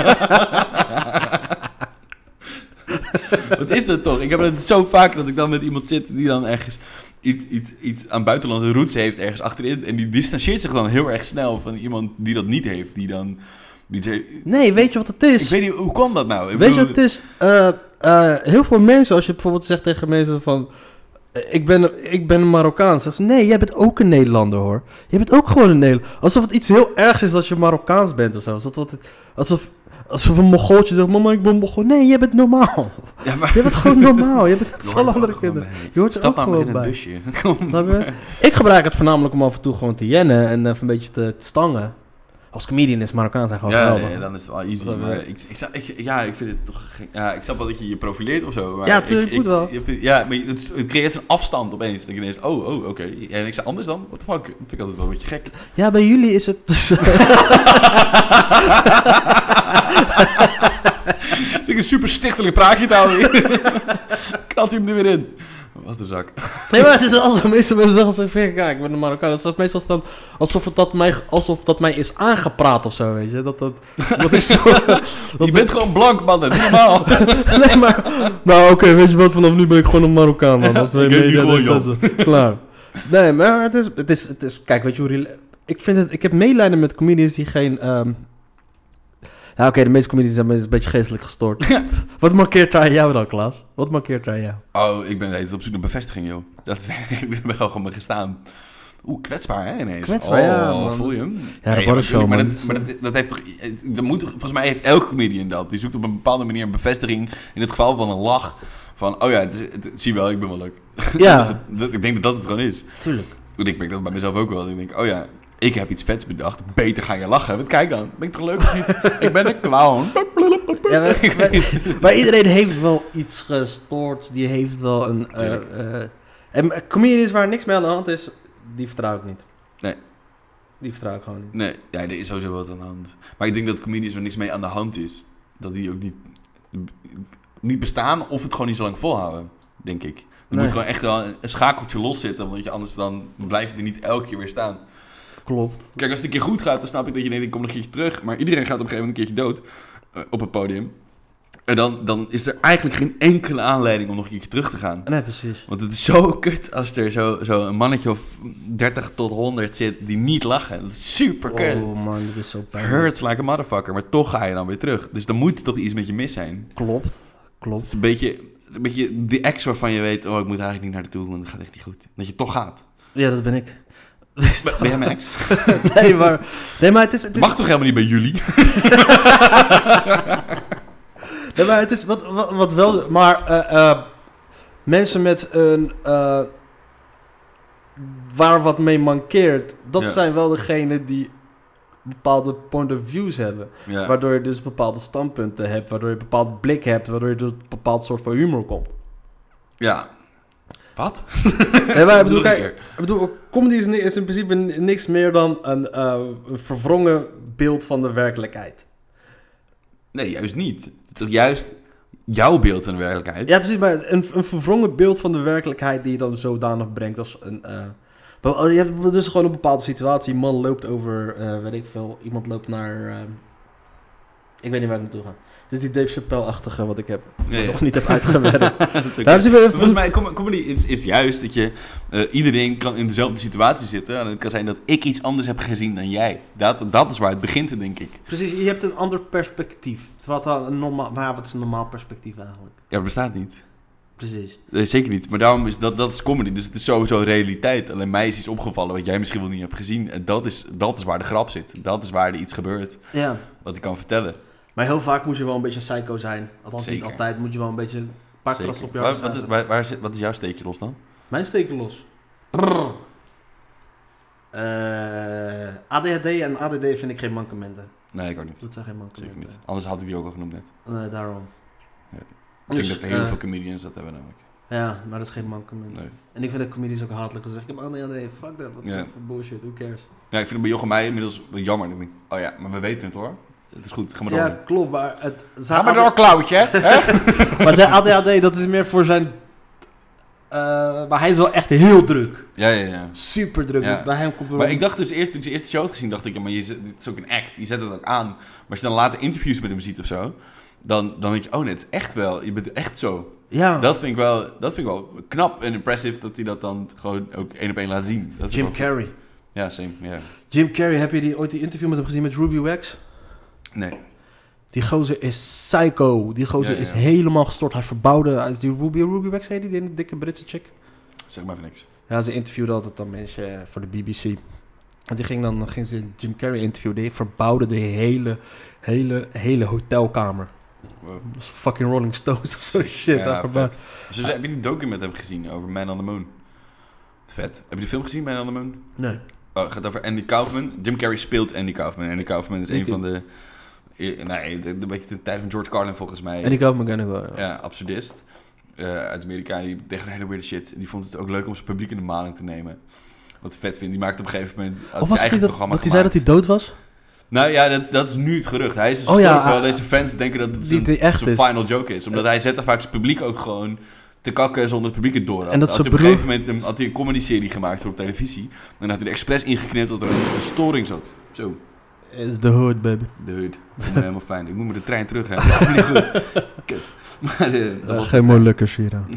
Wat is dat toch? Ik heb het zo vaak dat ik dan met iemand zit die dan ergens iets, iets, iets aan buitenlandse roots heeft ergens achterin. En die distancieert zich dan heel erg snel van iemand die dat niet heeft. Die dan... Die zegt, Nee, weet je wat het is? ik weet niet, hoe kwam dat nou? Ik Weet je bedoel- wat het is? Uh, uh, heel veel mensen, als je bijvoorbeeld zegt tegen mensen van... uh, Ik ben, ik ben een Marokkaan. Zeggen ze, nee, jij bent ook een Nederlander, hoor. Je bent ook gewoon een Nederlander. Alsof het iets heel ergs is dat je Marokkaans bent of zo. Alsof, het, alsof, alsof een Mongooltje zegt, mama, ik ben Mongool. Nee, jij bent normaal. Ja, maar... Je bent gewoon normaal. Je bent net Je zoals hoort er andere ook gewoon kinderen. bij. Je hoort er Stap ook maar gewoon in een bij. busje. Kom Snap je? maar. Ik gebruik het voornamelijk om af en toe gewoon te jennen en even een beetje te, te stangen. Als comedian is Marokkaan zijn gewoon Ja, geweldig. nee, dan is het wel easy. Dat, Maar eh, ik, ik, sta- ik, ja, ik vind het toch... gek. Ja, ik snap wel dat je je profileert of zo. Maar Ja, ik- tuurlijk, ik, moet wel. ik vind- ja, maar het, het creëert zo'n afstand opeens. Dat je ineens, oh, oh, oké. Okay. En ik zei anders dan? What the fuck? Dat vind ik altijd wel een beetje gek. Ja, bij jullie is het dus... Het is een super stichtelijk praatje te houden. Knalt hij hem er weer in. Wat een zak. Nee, maar het is alsof meeste mensen zeggen, zeg, kijk, ik ben een Marokkaan. Het is meestal dan alsof het dat mij, alsof dat mij is aangepraat of zo, weet je. Dat, dat, dat is zo... dat Je bent gewoon blank, man. Dat is normaal. nee, maar... Nou, oké, okay, weet je wat, vanaf nu ben ik gewoon een Marokkaan, man. Als Ja, ik heb nu gewoon Jan. Klaar. Nee, maar het is, het is, het is... Kijk, weet je hoe... rela- Ik vind het... Ik heb medelijden met comedians die geen... Um, ja, oké, okay, de meeste comedians zijn een beetje geestelijk gestoord. Ja. Wat markeert daar aan jou dan, Klaas? Wat markeert daar aan jou? Oh, ik ben steeds op zoek naar bevestiging, joh. Dat is, ik ben wel gewoon gestaan. Oeh, kwetsbaar, hè, ineens. Kwetsbaar, oh, ja, man. voel je hem? Ja, de Nee, Boris Show, maar, man. dat, maar dat, dat heeft toch... Dat moet, toch- volgens mij heeft elke comedian dat. Die zoekt op een bepaalde manier een bevestiging. In het geval van een lach. Van, oh ja, het is, het, zie wel, ik ben wel leuk. Ja. Dus het, dat, ik denk dat dat het gewoon is. Tuurlijk. Want ik merk dat bij mezelf ook wel. Ik denk, oh ja, ik heb iets vets bedacht. Beter ga je lachen. Want kijk dan, ben ik toch leuk of niet? Ik ben een clown. Ja, maar, maar, maar iedereen heeft wel iets gestoord. Die heeft wel een... Uh, Tuurlijk. uh, en comedians waar niks mee aan de hand is, die vertrouw ik niet. Nee. Die vertrouw ik gewoon niet. Nee, ja, er is sowieso wat aan de hand. Maar ik denk dat comedians waar niks mee aan de hand is, dat die ook niet, niet bestaan of het gewoon niet zo lang volhouden, denk ik. Er Nee. moet gewoon echt wel een, een schakeltje loszitten, want je anders dan blijven die niet elke keer weer staan. Klopt. Kijk, als het een keer goed gaat, dan snap ik dat je denkt, ik kom nog een keertje terug. Maar iedereen gaat op een gegeven moment een keertje dood uh, op het podium. En dan, dan is er eigenlijk geen enkele aanleiding om nog een keertje terug te gaan. Nee, precies. Want het is zo kut als er zo, zo een mannetje of dertig tot honderd zit die niet lachen. Dat is super kut. Oh man, dat is zo pijnlijk. Hurts like a motherfucker, maar toch ga je dan weer terug. Dus dan moet er toch iets met je mis zijn. Klopt. Het Klopt. is een beetje, een beetje die ex waarvan je weet, oh, ik moet eigenlijk niet naar de toe, want het gaat echt niet goed. Dat je toch gaat. Ja, dat ben ik. Ben, ben jij mijn ex? nee, maar... Nee, maar het is... Het is Mag toch helemaal niet bij jullie? nee, maar het is wat, wat, wat wel... Maar uh, uh, mensen met een... Uh, waar wat mee mankeert, dat Ja. zijn wel degenen die bepaalde point of views hebben. Ja. Waardoor je dus bepaalde standpunten hebt, waardoor je een bepaald blik hebt, waardoor je tot een bepaald soort van humor komt. ja. Wat? Nee, maar ik bedoel, Nog een kijk, keer. ik bedoel, comedy is, ni- is in principe ni- niks meer dan een, uh, een verwrongen beeld van de werkelijkheid. Nee, juist niet. Het is toch juist jouw beeld van de werkelijkheid? Ja, precies, maar een, een verwrongen beeld van de werkelijkheid die je dan zodanig brengt als een... Uh, be- je hebt dus gewoon een bepaalde situatie, een man loopt over, uh, weet ik veel, iemand loopt naar... Uh, ik weet niet waar ik naartoe ga. Dit is die Dave Chappelle-achtige wat ik heb, Ja, ja. nog niet heb uitgewerkt. Dat is oké. Daar hebben ze- Volgens mij, com- comedy is, is juist dat je... Uh, iedereen kan in dezelfde situatie zitten. En het kan zijn dat ik iets anders heb gezien dan jij. Dat, dat is waar het begint, denk ik. Precies, je hebt een ander perspectief. Wat dan een normaal, maar ja, wat is een normaal perspectief eigenlijk? Ja, dat bestaat niet. Precies. Nee, zeker niet. Maar daarom is dat, dat is comedy. Dus het is sowieso realiteit. Alleen mij is iets opgevallen wat jij misschien wel niet hebt gezien. En dat is, dat is waar de grap zit. Dat is waar er iets gebeurt. Ja. Wat ik kan vertellen. Maar heel vaak moet je wel een beetje psycho zijn. Althans niet Zeker. altijd. Moet je wel een beetje een paar Zeker. krassen op jou Waar, wat, is, waar, waar zit, wat is jouw steekje los dan? Mijn steken los. Uh, A D H D en A D D vind ik geen mankementen. Nee, ik ook niet. Dat zijn geen Zeker mankementen. niet. Anders had ik die ook al genoemd net. Nee, daarom. Ja. Ik Dus, denk dat heel eh, veel comedians dat hebben namelijk. Ja, maar dat is geen mankement. Nee. En ik vind de comedies ook hatelijk. Dan zeg ik, ik heb A D H D, fuck dat. Wat is Ja. dat voor bullshit, who cares? Ja, ik vind het bij Jochem mij inmiddels wel jammer. Ik denk, oh ja, maar we weten het hoor. Het is goed, ga maar door. Ja, klopt, maar het... Ga maar door, Klauwtje. Hè? Maar zijn A D H D, dat is meer voor zijn... Uh, maar hij is wel echt heel druk. Ja, ja, ja. Super druk. Ja. Bij hem komt er Maar wel- ik dacht dus eerst, toen ik zijn eerste show had gezien, dacht ik, ja, maar je zet, dit is ook een act. Je zet het ook aan. Maar als je dan later interviews met hem ziet of zo, dan, dan denk je, oh nee, het is echt wel, je bent echt zo. Ja, Dat vind ik wel, dat vind ik wel knap en impressive dat hij dat dan gewoon ook één op één laat zien. Dat is Jim wel goed. Carrey. Ja, same, ja. Jim Carrey, heb je die, ooit die interview met hem gezien met Ruby Wax? Nee. Die gozer is psycho. Die gozer Ja, ja, is ja. helemaal gestort. Hij verbouwde... Hij is die Ruby, Ruby Wax heet die, die dikke Britse chick. Zeg maar even niks. Ja, ze interviewde altijd dan mensen voor de B B C. En die ging dan ging ze Jim Carrey interviewen. Die verbouwde de hele, hele, hele hotelkamer. Wow. Dat is fucking Rolling Stones of zo shit. Ja, hij verbouwt. vet. Dus heb je die docu met hem gezien over Man on the Moon? Vet. Heb je die film gezien, Man on the Moon? Nee. Oh, het gaat over Andy Kaufman. Jim Carrey speelt Andy Kaufman. Andy Kaufman is Ik- een van de... Nee, de, de, beetje de tijd van George Carlin volgens mij. En die Kaufman ken ik wel. Ja. Ja, absurdist. Uh, uit Amerika. Die tegen een hele weirde shit. Die vond het ook leuk om zijn publiek in de maling te nemen. Wat vet vindt. Die maakte op een gegeven moment... had Of zijn was het eigen niet dat, programma dat hij zei dat hij dood was? Nou ja, dat, dat is nu het gerucht. Hij is dus Oh gestorven. ja, Wel, uh, deze fans denken dat het die- die zijn, echt zijn is. final joke is. Omdat hij zette vaak zijn publiek ook gewoon te kakken zonder het publiek het door had. En dat had zijn hij op een broer- gegeven moment een, had hij een comedy-serie gemaakt voor op televisie. En dan had hij er expres ingeknipt dat er een, een storing zat. Zo, It's the hood, baby. de hut. Dat vond ik helemaal fijn. Ik moet met de trein terug hebben. Dat is niet goed. Kut. Maar, uh, dat Uh, was geen mooi lukkers hier aan.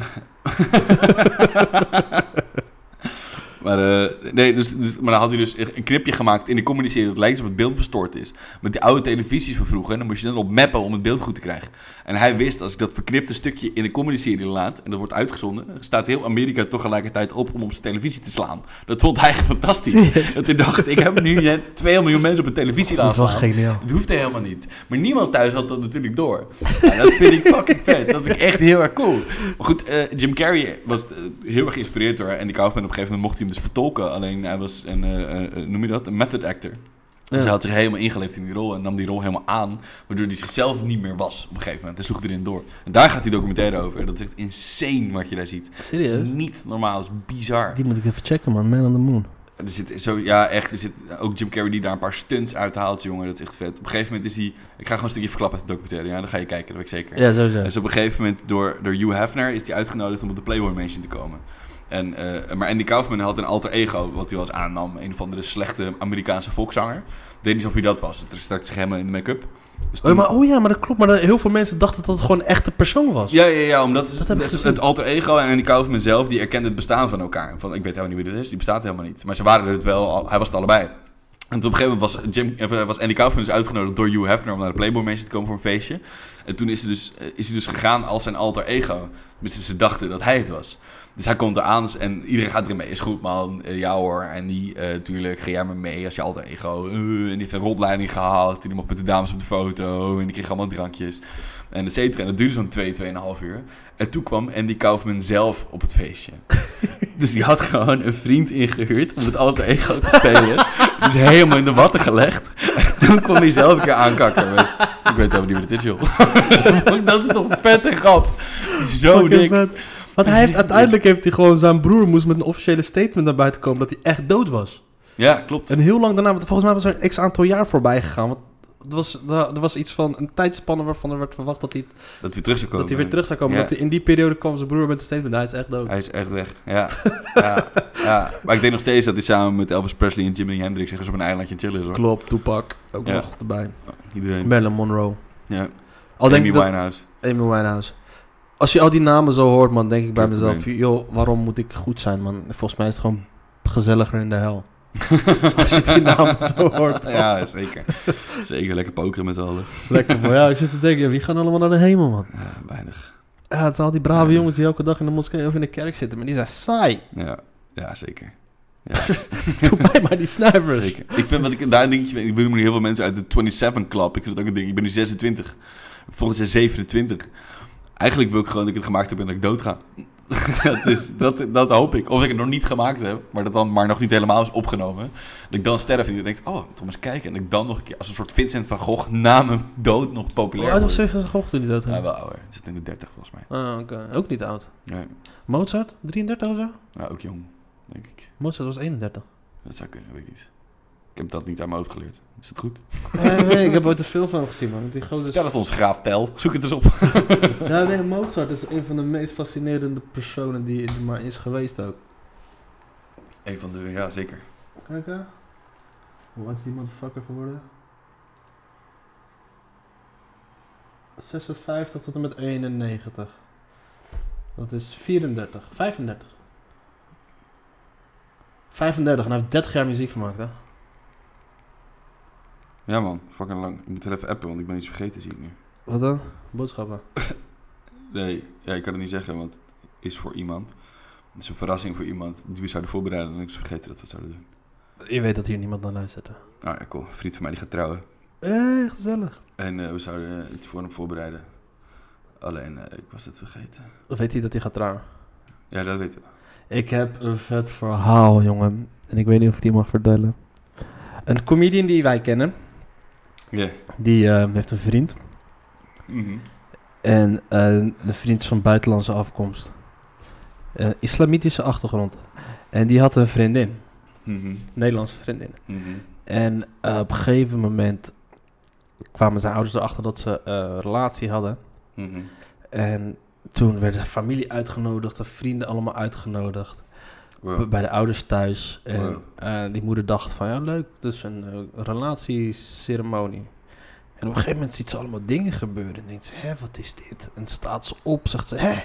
Maar, uh, nee, dus, dus, maar dan had hij dus een knipje gemaakt in de comedy-serie dat lijkt alsof het beeld verstoord is. Met die oude televisies van vroeger. En dan moest je dan op mappen om het beeld goed te krijgen. En hij wist, als ik dat verknipte stukje in de comedy-serie laat en dat wordt uitgezonden, staat heel Amerika tegelijkertijd op om op zijn televisie te slaan. Dat vond hij fantastisch. Yes. Dat hij dacht, ik heb nu net twee miljoen mensen op een televisie Dat laten is wel slaan. geniaal. Het hoefde helemaal niet. Maar niemand thuis had dat natuurlijk door. Ja, dat vind ik fucking vet. Dat vind ik echt heel erg cool. Maar goed, uh, Jim Carrey was uh, heel erg geïnspireerd door Andy Kaufman. Op een gegeven moment mocht hij hem dus vertolken. Alleen hij was een, uh, uh, noem je dat, een method actor. Ja. Dus hij had zich helemaal ingeleefd in die rol en nam die rol helemaal aan. Waardoor hij zichzelf niet meer was op een gegeven moment. Hij sloeg erin door. En daar gaat die documentaire over. Dat is echt insane wat je daar ziet. Serieus? Het is niet normaal, het is bizar. Die moet ik even checken, man. Man on the Moon. Er zit zo, ja, echt. Er zit ook Jim Carrey die daar een paar stunts uithaalt, jongen. Dat is echt vet. Op een gegeven moment is hij... Ik ga gewoon een stukje verklappen uit de documentaire. Ja, dan ga je kijken, dat weet ik zeker. Ja, sowieso. Dus op een gegeven moment door, door Hugh Hefner is hij uitgenodigd om op de Playboy Mansion te komen. En, uh, maar Andy Kaufman had een alter ego, wat hij wel eens aannam. Een van de slechte Amerikaanse volkszanger. Deed niet of hij dat was. Het stak zich helemaal in de make-up. Dus toen... oh, maar, oh ja, maar dat klopt. Maar heel veel mensen dachten dat het gewoon een echte persoon was. Ja, ja, ja, omdat Dat het, heb ik het, gezien. het alter ego en Andy Kaufman zelf, die erkenden het bestaan van elkaar. Van, ik weet helemaal niet wie dit is, die bestaat helemaal niet. Maar ze waren er het wel, al- hij was het allebei. En toen op een gegeven moment was, Jim, eh, was Andy Kaufman dus uitgenodigd door Hugh Hefner om naar de Playboy Mansion te komen voor een feestje. En toen is hij dus, eh, is hij dus gegaan als zijn alter ego. Dus ze dachten dat hij het was. Dus hij komt eraan en iedereen gaat erin mee. Is goed, man. Uh, ja hoor. En die, uh, tuurlijk, ga jij maar mee als je alter ego. Uh, en die heeft een rondleiding gehaald. En die mocht met de dames op de foto. En die kreeg allemaal drankjes. En et cetera. En dat duurde zo'n twee, tweeënhalf uur. En toen kwam Andy Kaufman zelf op het feestje. Dus die had gewoon een vriend ingehuurd om het alter ego te spelen. Dus helemaal in de watten gelegd. En toen kwam hij zelf een keer aankakken. Maar ik weet helemaal niet wat het is, joh. Dat is toch een vette grap. Zo Fucking dik. vet. Want hij heeft, uiteindelijk heeft hij gewoon... Zijn broer moest met een officiële statement naar buiten komen... dat hij echt dood was. Ja, klopt. En heel lang daarna... Want volgens mij was er een x-aantal jaar voorbij gegaan. Want er was, er was iets van een tijdspanne waarvan er werd verwacht... dat hij, Dat hij terug zou komen. dat hij weer terug zou komen. Ja. Dat hij, in die periode kwam zijn broer met een statement... hij is echt dood. Hij is echt weg. Ja. ja, ja. Maar ik denk nog steeds dat hij samen met Elvis Presley en Jimi Hendrix ergens op een eilandje chillen is, hoor. Klopt, Tupac. Ook Ja. nog erbij. Iedereen. Marilyn Monroe. Ja. Al denk Amy ik dat, Winehouse. Amy Winehouse. Als je al die namen zo hoort, man, denk ik bij Kurt mezelf... Cobain. joh, waarom moet ik goed zijn, man? Volgens mij is het gewoon gezelliger in de hel. Als je die namen zo hoort. Ja, zeker. Zeker. Lekker pokeren met z'n allen. Lekker, maar ja, ik zit te denken, wie gaan allemaal naar de hemel, man? Ja, weinig. Ja, het zijn al die brave Ja. jongens die elke dag in de moskee of in de kerk zitten, maar die zijn saai. Ja, ja zeker. Ja, Doe mij maar die snuivers. zeker. Ik vind wat ik daar een dingetje vind. Ik bedoel nu heel veel mensen uit de eenentwintig Club. Ik vind het ook een ding. Ik ben nu zesentwintig. Volgens mij zevenentwintig. Eigenlijk wil ik gewoon dat ik het gemaakt heb en dat ik dood ga. dat, is, dat, dat hoop ik. Of dat ik het nog niet gemaakt heb, maar dat dan maar nog niet helemaal is opgenomen. Dat ik dan sterf en je denkt, oh, toch eens kijken. En dat ik dan nog een keer als een soort Vincent van Gogh na mijn dood nog Hoe populair oud was word. Steven Gogh toen hij dood Ja, ging? wel ouder. Zit in de dertig volgens mij. Ah, oké. Ook niet oud. Nee, Mozart? drieëndertig of zo? ja, ook jong, denk ik. Mozart was eenendertig. Dat zou kunnen, weet ik niet. Ik heb dat niet uit mijn hoofd geleerd. Is het goed? Nee, nee, ik heb ooit een film van hem gezien, man. Die gozer is... Stel het ons graaf tel. Zoek het eens op. Ja, nee, Mozart is een van de meest fascinerende personen die er maar is geweest ook. Een van de, ja zeker. Kijk, hè. Hoe oud is die motherfucker geworden? zesenvijftig tot en met eenennegentig. Dat is vierendertig, vijfendertig. vijfendertig en hij heeft dertig jaar muziek gemaakt, hè? Ja man, fucking lang. Ik moet er even appen, want ik ben iets vergeten, zie ik nu. Wat dan? Boodschappen. Nee, ja, ik kan het niet zeggen, want het is voor iemand. Het is een verrassing voor iemand die we zouden voorbereiden en ik was vergeten dat we het zouden doen. Je weet dat hier niemand naar luistert, hè? Nou ja, cool. Een vriend van mij die gaat trouwen. Eh, gezellig. En uh, we zouden iets voor hem voorbereiden. Alleen, uh, ik was het vergeten. Of weet hij dat hij gaat trouwen? Ja, dat weten we. Ik heb een vet verhaal, jongen. En ik weet niet of ik die mag vertellen. Een comedian die wij kennen, Ja. Yeah. die uh, heeft een vriend. Mm-hmm. En uh, de vriend is van buitenlandse afkomst. Uh, islamitische achtergrond. En die had een vriendin. Mm-hmm. Nederlandse vriendin. Mm-hmm. En uh, op een gegeven moment kwamen zijn ouders erachter dat ze uh, een relatie hadden. Mm-hmm. En toen werden de familie uitgenodigd, de vrienden allemaal uitgenodigd. Wow. B- bij de ouders thuis. En Wow. uh, die moeder dacht van, ja leuk, het is een uh, relatieceremonie. En op een gegeven moment ziet ze allemaal dingen gebeuren. En denkt ze, hé, wat is dit? En staat ze op, zegt ze, hé,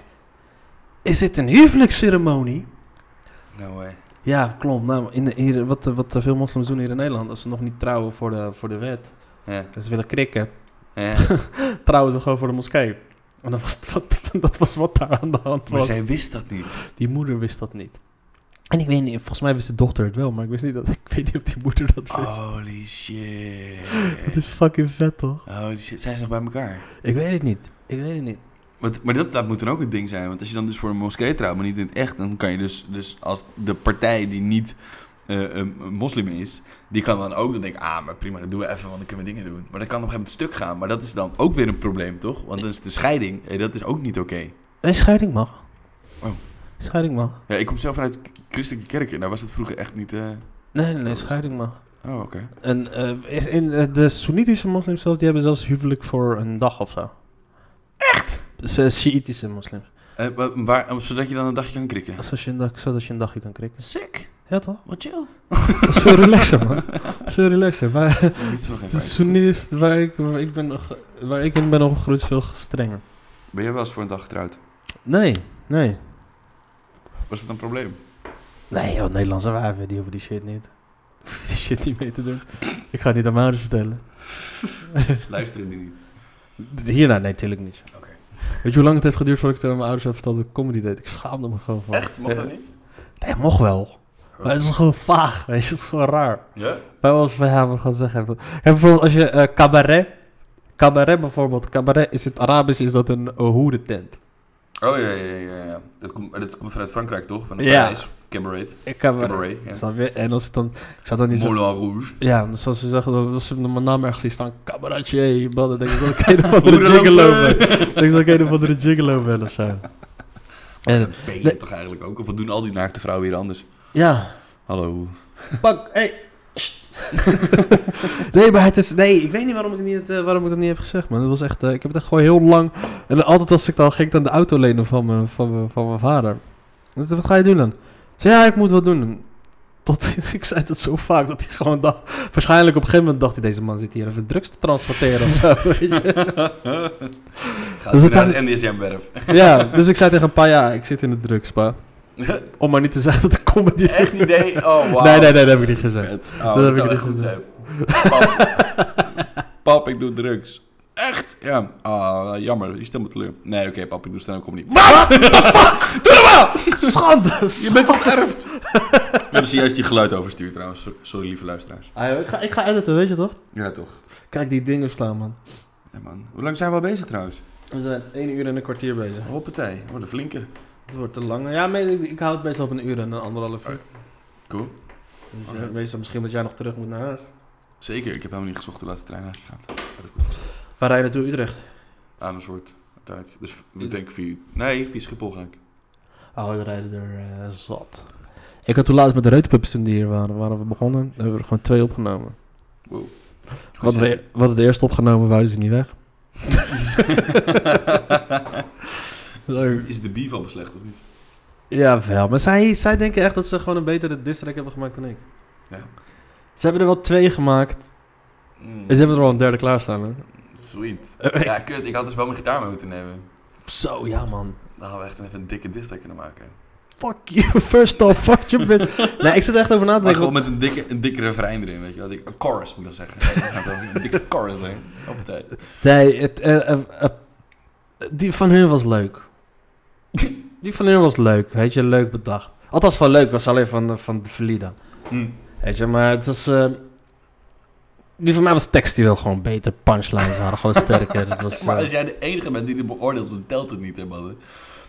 is dit een huwelijksceremonie? No way. Ja, klopt. Nou, in de, hier, wat, wat veel moslims doen hier in Nederland, als ze nog niet trouwen voor de, voor de wet, Ja. en ze willen krikken, Ja. trouwen ze gewoon voor de moskee. En dat was wat, dat was wat daar aan de hand Maar was. zij wist dat niet. Die moeder wist dat niet. En ik weet niet, volgens mij wist de dochter het wel, maar ik wist niet dat, ik weet niet of die moeder dat wist. Holy shit. Het is fucking vet, toch? Holy shit. Zijn ze nog bij elkaar? Ik weet het niet. Ik weet het niet. Want, maar dat, dat moet dan ook het ding zijn. Want als je dan dus voor een moskee trouwt, maar niet in het echt, dan kan je dus, dus als de partij die niet uh, een, een moslim is, die kan dan ook dan denken, ah, maar prima, dat doen we even, want dan kunnen we dingen doen. Maar dan kan op een gegeven moment stuk gaan. Maar dat is dan ook weer een probleem, toch? Want dan is de scheiding, hey, dat is ook niet oké. Okay. Nee, scheiding mag. Oh. Scheiding mag. Ja, ik kom zelf vanuit christelijke kerken. Daar was dat vroeger echt niet... Uh... Nee, nee, nee, scheiding mag. Oh, oké. Okay. En uh, in, uh, de Soenitische moslims zelfs, die hebben zelfs huwelijk voor een dag of zo. Echt? De Shiïtische moslims. Uh, waar, waar, zodat je dan een dagje kan krikken? Zodat je een, dag, zodat je een dagje kan krikken. Sick. Ja, toch? Wat chill. Dat is veel relaxer, man. Veel relaxer. Maar de Soenitis, waar ik, waar, ik ben, waar ik in ben opgegroeid, is veel strenger. Ben jij wel eens voor een dag getrouwd? Nee, nee. Was dat een probleem? Nee, joh, Nederlandse wijven, die hoeven die shit niet. Die shit niet mee te doen. Ik ga het niet aan mijn ouders vertellen. Luisteren die niet? Hierna, nee, natuurlijk niet. Oké. Okay. Weet je hoe lang het heeft geduurd voordat ik tegen mijn ouders heb verteld dat ik comedy deed? Ik schaamde me gewoon van. Echt? Mocht ja. dat niet? Nee, mocht wel. Maar het is gewoon vaag, weet je, het is gewoon raar. Ja? Wij was van, ja, we gaan zeggen. Ja, bijvoorbeeld als je uh, cabaret, cabaret bijvoorbeeld, cabaret is in het Arabisch is dat een uh, hoerentent. Oh ja, ja, ja, ja. Dat komt, dat komt vanuit Frankrijk toch? Van de ja. Parijs, cabaret. Cabaret, cabaret ja. Snap je? En als het dan, ik zou dan niet Moulin zeggen. Rouge. Ja, dus als ze zeggen, als ze mijn naam ergens zien staan, cabaretier, dan denk ik dat ik een of andere gigolo ben. Dan denk ik dat ik een of andere gigolo ben of zo. En dat ben je nee. toch eigenlijk ook? Of wat doen al die naakte vrouwen hier anders? Ja. Hallo. Pak, hey. Nee, maar het is... Nee, ik weet niet waarom ik, niet, uh, waarom ik dat niet heb gezegd, man. Het was echt... Uh, ik heb het echt gewoon heel lang... En altijd als ik dan... Ging ik dan de auto lenen van mijn, van mijn, van mijn vader. Dus, wat ga je doen dan? Ik zei, ja, ik moet wat doen. Tot, ik zei het zo vaak dat hij gewoon dacht... Waarschijnlijk op een gegeven moment dacht hij... Deze man zit hier even drugs te transporteren of zo, weet je. Gaat dus naar de N D S M-werf. Ja, dus ik zei tegen een paar... Ja, ik zit in de drugs, pa. Om maar niet te zeggen dat ik comedy... Echt idee? Oh, wow. Nee, nee, nee, dat heb ik niet gezegd. Oh, dat, dat heb ik niet goed zijn. Pap. Pap, ik doe drugs. Echt? Ja. Ah, uh, jammer. Je stelt me teleur. Nee, oké, okay, pap, ik doe stand-up comedy. Wat? What the fuck? Doe normaal! Schande! Je bent onterfd. We hebben ze juist die geluid overstuurd trouwens. Sorry, lieve luisteraars. Ah, joh, ik, ga, ik ga editen, weet je toch? Ja, toch. Kijk die dingen slaan, man. Ja, man. Hoe lang zijn we al bezig trouwens? We zijn één uur en een kwartier bezig. Hoppatee. Wat een flinke. Het wordt te lang. Ja, maar ik, ik hou het meestal op een uur en een anderhalf uur. Cool. Dus uh, meestal misschien dat jij nog terug moet naar huis. Zeker. Ik heb helemaal niet gezocht hoe laat de trein eigenlijk gaat. Waar rij je naartoe? Utrecht? Amersfoort. Uiteindelijk. Dus ik denk via... Nee, via Schiphol ga ik. Oh, we rijden er uh, zat. Ik had toen laatst met de Reuterpups toen die hier waren. Waren we begonnen. Dan hebben we er gewoon twee opgenomen. Wow. Wat we, wat het eerst opgenomen, wouden ze niet weg. Is, is de beef al beslecht of niet? Ja, wel. Maar zij, zij denken echt dat ze gewoon een betere diss track hebben gemaakt dan ik. Ja. Ze hebben er wel twee gemaakt. Mm. En ze hebben er wel een derde klaarstaan, hè? Sweet. Ja, kut. Ik had dus wel mijn gitaar mee moeten nemen. Zo, ja, man. Dan gaan we echt even een dikke diss track kunnen maken. Fuck you, first off, fuck you, bitch. Nee, ik zit er echt over na te denken. Gewoon met een dikke, een dikke refrein erin, weet je wel. Een chorus, moet ik dan zeggen. Een dikke chorus erin. Op de tijd. Nee, het, uh, uh, uh, die van hun was leuk. Die van hun was leuk, weet je, leuk bedacht. Althans van leuk, was alleen van, uh, van de Verlida. Hmm. Weet je, maar het is... Uh, die van mij was textueel gewoon beter, punchlines waren gewoon sterker. Het was, uh, maar als jij de enige bent die dit beoordeelt, dan telt het niet, hè, man.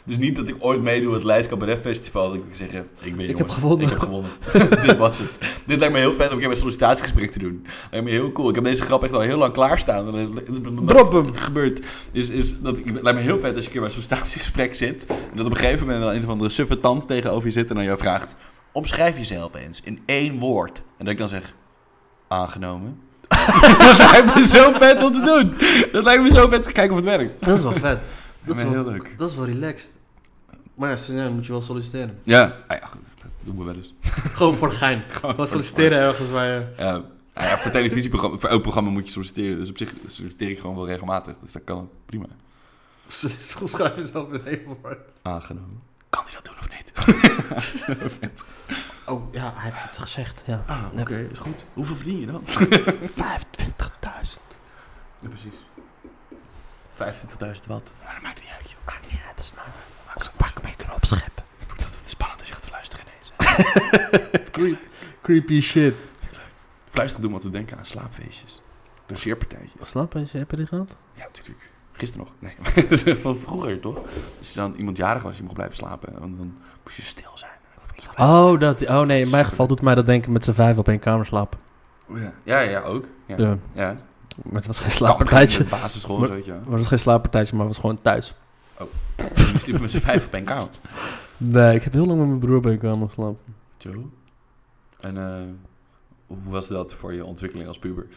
Dus niet dat ik ooit meedoe aan het Leids Cabaret Festival. Dat ik kan zeggen, ik weet Ik jongens, heb gewonnen. Ik heb gewonnen. Dit was het. Dit lijkt me heel vet om een keer een sollicitatiegesprek te doen. Lijkt me heel cool. Ik heb deze grap echt al heel lang klaarstaan. En het, Drop hem! gebeurt. Is, is dat, het lijkt me heel vet als je een keer bij een sollicitatiegesprek zit. En dat op een gegeven moment dan een of andere suffe tand tegenover je zit. En dan jou vraagt, omschrijf jezelf eens in één woord. En dat ik dan zeg, aangenomen. Dat lijkt me zo vet om te doen. Dat lijkt me zo vet te kijken of het werkt. Dat is wel vet. Dat is wel heel leuk. Dat is wel relaxed. Maar ja, so- ja, moet je wel solliciteren. Ja, ah, ja goed, dat doen we wel eens. Gewoon voor de gein. Gewoon solliciteren ergens waar je... Ja, nou ja, voor televisieprogramma, voor elk programma moet je solliciteren. Dus op zich solliciteer ik gewoon wel regelmatig. Dus dat kan prima. Schrijf jezelf in één woord. Aangenomen. Kan hij dat doen of niet? Vet. Oh ja, hij heeft het gezegd. Ja. Ah, oké, okay, is goed. Hoeveel verdien je dan? vijfentwintigduizend. Ja, precies. vijfentwintigduizend wat? Nou, dat maakt niet uit, joh. Ah, nee, dat is maar... Als ik pak mee kunnen opscheppen. Ik vond dat het spannend als je gaat te luisteren ineens. Creep, creepy shit. Fluisteren doen wat te denken aan slaapfeestjes. Logeerpartijtjes. Slaap, heb je die gehad? Ja, natuurlijk. Gisteren nog. Nee, van vroeger toch? Als je dan iemand jarig was, je mocht blijven slapen. En dan moest je stil zijn. Oh, dat, oh nee, in mijn geval doet mij dat denken met z'n vijf op één kamer slapen. Ja, ja, ja ook. Ja. Ja. Ja. Maar het was geen slaappartijtje. De basisschool, Maar- weet je. Maar het was geen slaappartijtje, maar het was gewoon thuis. Je sliep met z'n vijf op één kamer. Nee, ik heb heel lang met mijn broer op één kamer geslapen. Joe. En uh, hoe was dat voor je ontwikkeling als puber?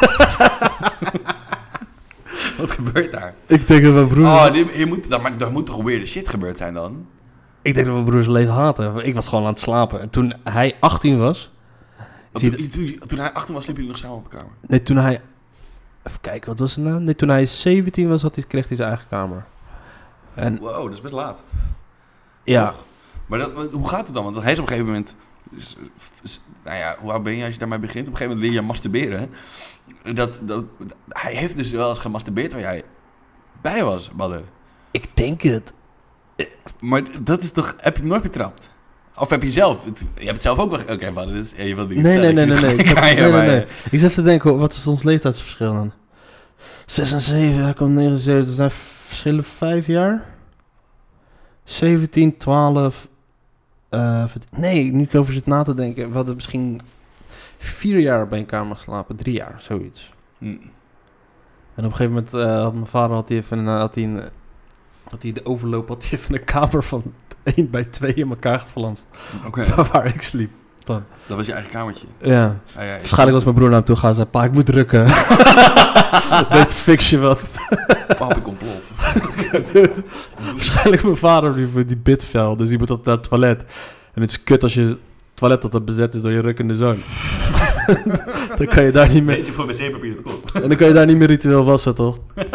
Wat gebeurt daar? Ik denk dat mijn broer... Oh, die, je moet, daar, maar, daar moet toch weirde shit gebeurd zijn dan? Ik denk dat mijn broer zijn leven haatte. Ik was gewoon aan het slapen. En toen hij achttien was... Want zie toen, je- toen, toen hij achttien was, sliep je nog samen op de kamer. Nee, toen hij... Even kijken, wat was het nou? Nee, toen hij zeventien was, had hij, kreeg hij zijn eigen kamer. En Wow, dat is best laat. ja, Maar dat, hoe gaat het dan? Want hij is op een gegeven moment... s- s- Nou ja, hoe oud ben je als je daarmee begint? Op een gegeven moment leer je masturberen. Dat, dat, hij heeft dus wel eens gemasturbeerd waar jij bij was, Badder. ik denk het. Maar dat is toch... Heb je hem nooit betrapt? Of heb je zelf... het- Je hebt het zelf ook wel... Oké, okay, Badder, dit is... ja, je wilt niet Nee, nee, nee, nee. vertellen, nee. ik Ik, zie heb- het gelijk aan nee, je, nee, maar, nee. Ik zit even te denken, wat is ons leeftijdsverschil dan? zes en zeven, hij komt negenenzeventig. Dat zijn verschillen vijf jaar. zeventien, twaalf. eh, nee, nu ik over zit na te denken. We hadden misschien vier jaar bij een kamer geslapen. Drie jaar, zoiets. Hm. En op een gegeven moment uh, had mijn vader had hij even een, had hij een, had hij de overloop had hij even een kamer van één bij twee in elkaar geflanst. Oké, Waar ik sliep. Dan. dat was je eigen kamertje. Ja. Ah, ja, Waarschijnlijk was mijn broer naar hem toe gaan en zei, pa, ik moet drukken. Weet fix je wat. Pap, ik ontplof. Waarschijnlijk mijn vader die, die bid fel, dus die moet altijd naar het toilet. En het is kut als je het toilet altijd bezet is door je rukkende zoon. Dan kan je daar niet meer... Weet je voor wc-papier dat kost? En dan kan je daar niet meer ritueel wassen, toch?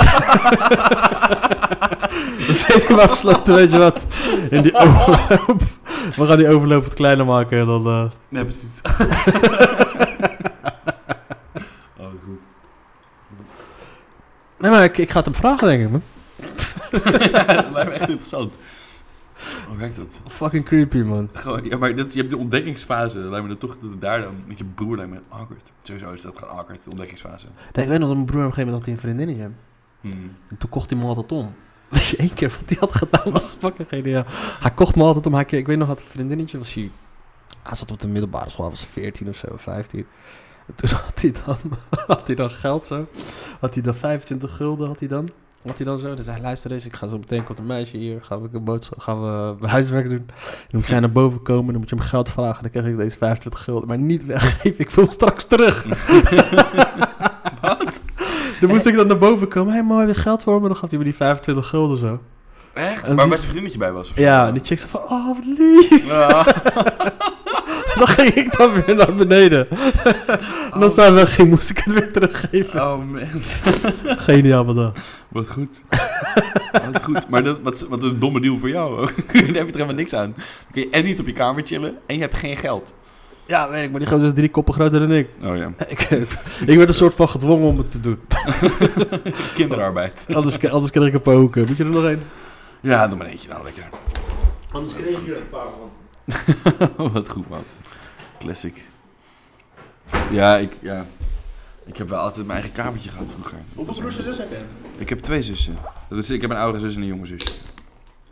Dan zit hij maar besloten, weet je wat? In die overloop. We gaan die overloop wat kleiner maken en dan... Uh... Nee, precies. Oh, goed. Nee, maar ik, ik ga het hem vragen, denk ik, man. Ja, dat lijkt me echt interessant. Hoe werkt dat? Fucking creepy, man. Gewoon, ja, maar dat, je hebt de ontdekkingsfase. Dat lijkt me dan toch dat het daar dan met je broer lijkt me awkward. Sowieso is dat gewoon awkward, de ontdekkingsfase. Nee, ik weet nog dat mijn broer op een gegeven moment had hij een vriendinnetje. Hmm. En toen kocht hij me altijd om. Weet je, één keer wat hij had gedaan was fucking geniaal. Hij kocht me altijd om. Hij, ik weet nog, had een vriendinnetje, was hij... Hij zat op de middelbare school, hij was veertien of zo, vijftien. En toen had hij dan, had hij dan geld zo. Had hij dan vijfentwintig gulden, had hij dan. Had hij dan zo. Dus hij luisterde eens, ik ga zo meteen, komt een meisje hier. Gaan we een boodschap, gaan we huiswerk doen. En dan moet jij naar boven komen, dan moet je hem geld vragen. Dan krijg ik deze vijfentwintig gulden. Maar niet weggeven, ik wil hem straks terug. Wat? Dan moest ik dan naar boven komen. Hé, hey, maar heb je geld voor me? Dan gaf hij me die vijfentwintig gulden zo. Echt? En Maar die- waar zijn vriendinnetje bij was? Of Ja, zo? en die chick zei van, oh, wat lief. Ja. Dan ging ik dan weer naar beneden. En dan zijn we wegging, moest ik het weer teruggeven. Oh man. Geniaal bedacht. Wat goed. Wat goed. Maar dat, wat, wat een domme deal voor jou. Daar heb je er helemaal niks aan. Dan kun je en niet op je kamer chillen en je hebt geen geld. Ja, weet ik, maar die gozer is drie koppen groter dan ik. Oh ja. Ik, ik werd een soort van gedwongen om het te doen. Kinderarbeid. Anders, anders kreeg ik een paar hoeken. Moet je er nog één? Ja, doe maar eentje nou lekker. Anders kreeg je er een paar van. Wat goed man. Classic. Ja, ik, ja. Ik heb wel altijd mijn eigen kamertje gehad vroeger. Hoeveel broers en zussen heb je? Ik heb twee zussen. Dus ik heb een oudere zus en een jonge zus.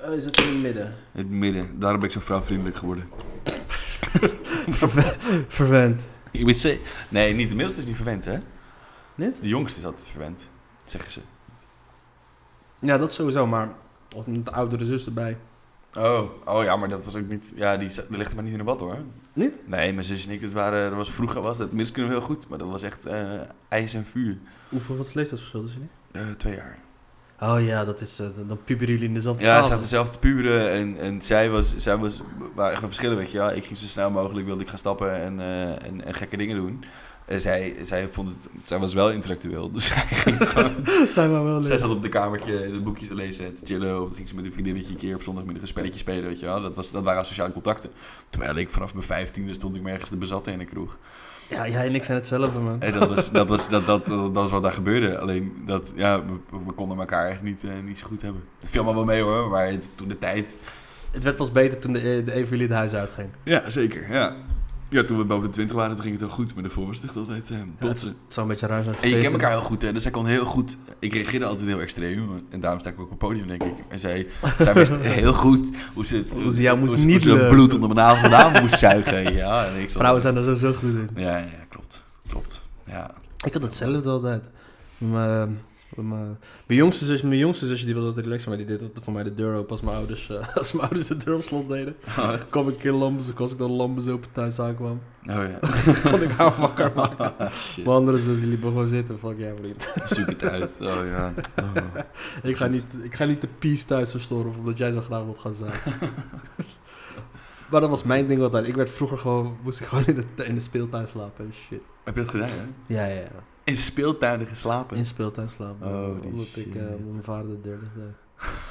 Uh, is het in het midden? In het midden. Daarom ben ik zo vrouwvriendelijk geworden. Verwe- verwend. Ik ben ze... Nee, niet de middelste is niet verwend, hè? Niet? De jongste is altijd verwend, zeggen ze. Ja, dat sowieso, maar of met de oudere zus erbij. Oh, oh ja, maar dat was ook niet... Ja, die, die ligt er maar niet in de bad, hoor. Niet? Nee, mijn zus en ik, dat waren, dat was, vroeger was dat wiskunde heel goed, maar dat was echt uh, ijs en vuur. Hoeveel, wat is het leeftijdsverschil tussen jullie? Uh, twee jaar. Oh ja, dat is, uh, dan puberen jullie in dezelfde Ja, ze fase. zaten zelf te puberen en, en zij was, zij was, waren echt een verschillen, weet je. Ja, ik ging zo snel mogelijk, wilde ik gaan stappen en, uh, en, en gekke dingen doen. Uh, zij, zij, vond het, zij was wel intellectueel, dus zij ging gewoon... Zijn we wel Zij zat op de kamertje de boekjes te lezen en te chillen. Of dan ging ze met een vriendinnetje een keer op zondagmiddag een spelletje spelen, weet je wel. Dat, was, dat waren sociale contacten. Terwijl ik vanaf mijn vijftiende stond ik me ergens te bezatten in de kroeg. Ja, jij en ik zijn hetzelfde, man. En dat was, dat, was, dat, dat, dat, dat was wat daar gebeurde. Alleen, dat, ja, we, we konden elkaar echt niet, uh, niet zo goed hebben. Het viel me wel mee hoor, maar het, toen de tijd... Het werd pas beter toen de, de een van jullie het huis uitging. Ja, zeker, ja. Ja, toen we boven de twintig waren, toen ging het wel goed. Maar daarvoor was het echt altijd uh, botsen. Ja, het zou een beetje raar zijn. En je kent elkaar heel goed, hè. Dus zij kon heel goed... Ik reageerde altijd heel extreem. En daarom sta ik ook op het podium, denk ik. En zij, zij wist heel goed hoe ze het... Hoe ze jou moest hoe, niet... hoe ze bloed onder mijn navel vandaan moest zuigen. Ja, en ik zat- Vrouwen zijn er sowieso goed in. Ja, ja, klopt. Klopt. Ja. Ik had hetzelfde altijd. Mijn, mijn, mijn jongste zusje, mijn jongste zusje die was altijd relaxed, maar die deed altijd voor mij de deur open als mijn ouders, uh, als mijn ouders de deur op slot deden. Oh, echt? Kwam ik een keer lampen, als ik dan lampen open thuis aankwam, Oh ja. kon ik haar wakker maken. Shit. Mijn andere zus die liep gewoon zitten, fuck jij vriend. Zoek het uit. Oh ja. Oh. Ik ga niet, ik ga niet de peace thuis verstoren omdat jij zo graag wilt gaan zijn. Maar dat was mijn ding altijd. Ik werd vroeger gewoon, moest ik gewoon in de, in de speeltuin slapen en shit. Heb je dat gedaan, hè? Ja, ja, ja. In speeltuinen geslapen? In de speeltuin slapen. Oh, die omdat shit. ik, uh, omdat mijn vader de deur dicht deed.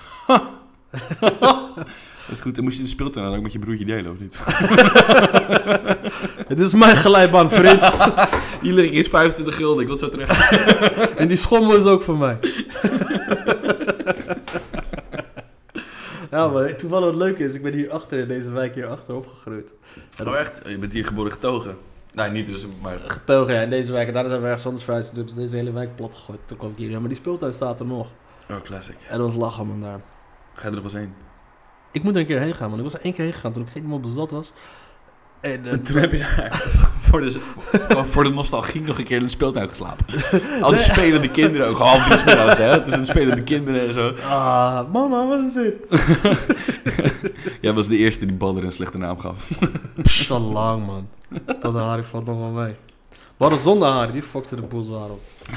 Dat is goed. Dan moest je in de speeltuin dan ook met je broertje delen, of niet? Het is mijn glijbaan, vriend. Hier lig ik eens vijfentwintig gulden. Ik wil het zo terug. En die schommel is ook van mij. Ja, maar toevallig wat leuk is, ik ben hier achter in deze wijk hier achter opgegroeid. En Oh echt? Je bent hier geboren getogen? Nee, niet dus, maar... getogen, ja, in deze wijk. En daarna zijn we ergens anders verhuisd. Dus deze hele wijk plat gegooid. Toen kwam ik hier. Ja, maar die speeltuin staat er nog. Oh, classic. En dat was lachen, man, daar. Ga je er nog eens heen? Ik moet er een keer heen gaan, man. Ik was er één keer heen gegaan toen ik helemaal bezat was. En uh, Toen heb je daar voor de, voor de nostalgie nog een keer in de speeltuin geslapen. Al die spelende kinderen, ook half drie 's middags, hè. Het is een spelende kinderen en zo. Ah, mama, wat is dit? Jij was de eerste die Badder een slechte naam gaf. Pff, al lang, man. Dat Harry valt nog wel mee. We hadden zonder Harry, die fokte de boel zwaar op.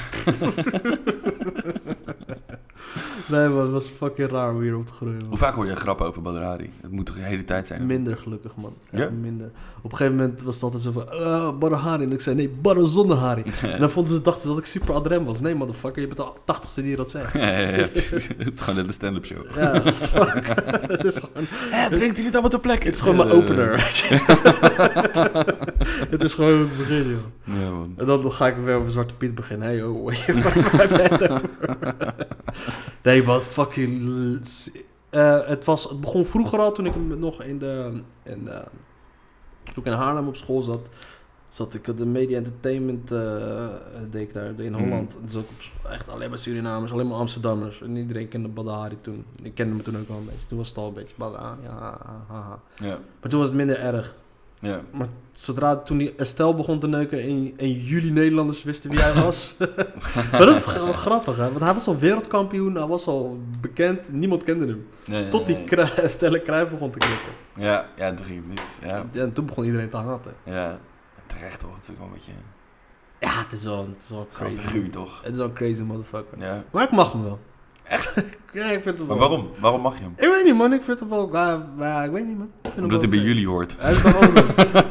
Nee, man, het was fucking raar om hier op te groeien. Man. Hoe vaak hoor je grappen over Badr Hari? Het moet toch de hele tijd zijn? Minder gelukkig, man. Echt Ja? minder. Op een gegeven moment was het altijd zo van, uh, Badr Hari. En ik zei, nee, Badr zonder Hari. En dan vonden ze, dachten ze dat ik super adrem was. Nee, motherfucker, je bent de tachtigste die dat zegt. Ja, ja, ja, precies. Het is gewoon net een stand-up show. Ja, dat is fuck. Het is gewoon... Hé, brengt hij dit allemaal ter plekke? Het is gewoon mijn opener. weet je. Het is gewoon het begin, joh. Ja, man. En dan ga ik weer over Zwarte Piet beginnen. Hey, oh, waar ben je het over? Nee, wat fucking... Uh, het, was, het begon vroeger al, toen ik nog in de... In de toen ik in Haarlem op school zat, zat ik de Media Entertainment uh, deed ik daar in Holland. Mm. Dus ook op, echt alleen maar Surinamers, alleen maar Amsterdammers. En iedereen kende Badr Hari toen. Ik kende me toen ook wel een beetje. Toen was het al een beetje Badr Hari, ja, ha, ha, ha. Ja. Maar toen was het minder erg. Ja. Maar zodra toen die Estelle begon te neuken en, en jullie Nederlanders wisten wie hij was. Maar dat is wel grappig, hè? Want hij was al wereldkampioen, hij was al bekend, niemand kende hem. Nee, Tot die nee. Kru- Estelle Kruijff begon te knippen. Ja, ja, toen ging het mis. Ja, Ja, en toen begon iedereen te haten. ja. Terecht toch, het is ook wel een beetje... Ja, het is wel, het is wel Gewoon crazy. figuur, toch? Het is wel een crazy motherfucker. Ja. Maar ik mag hem wel. Echt? Ja, ik vind hem wel. Maar waarom? Waarom mag je hem? Ik weet niet, man. Ik vind hem wel... Ja, ja, ik weet niet, man. Ik vind hem Omdat hij wel bij oké. jullie hoort. Hij is wel anders.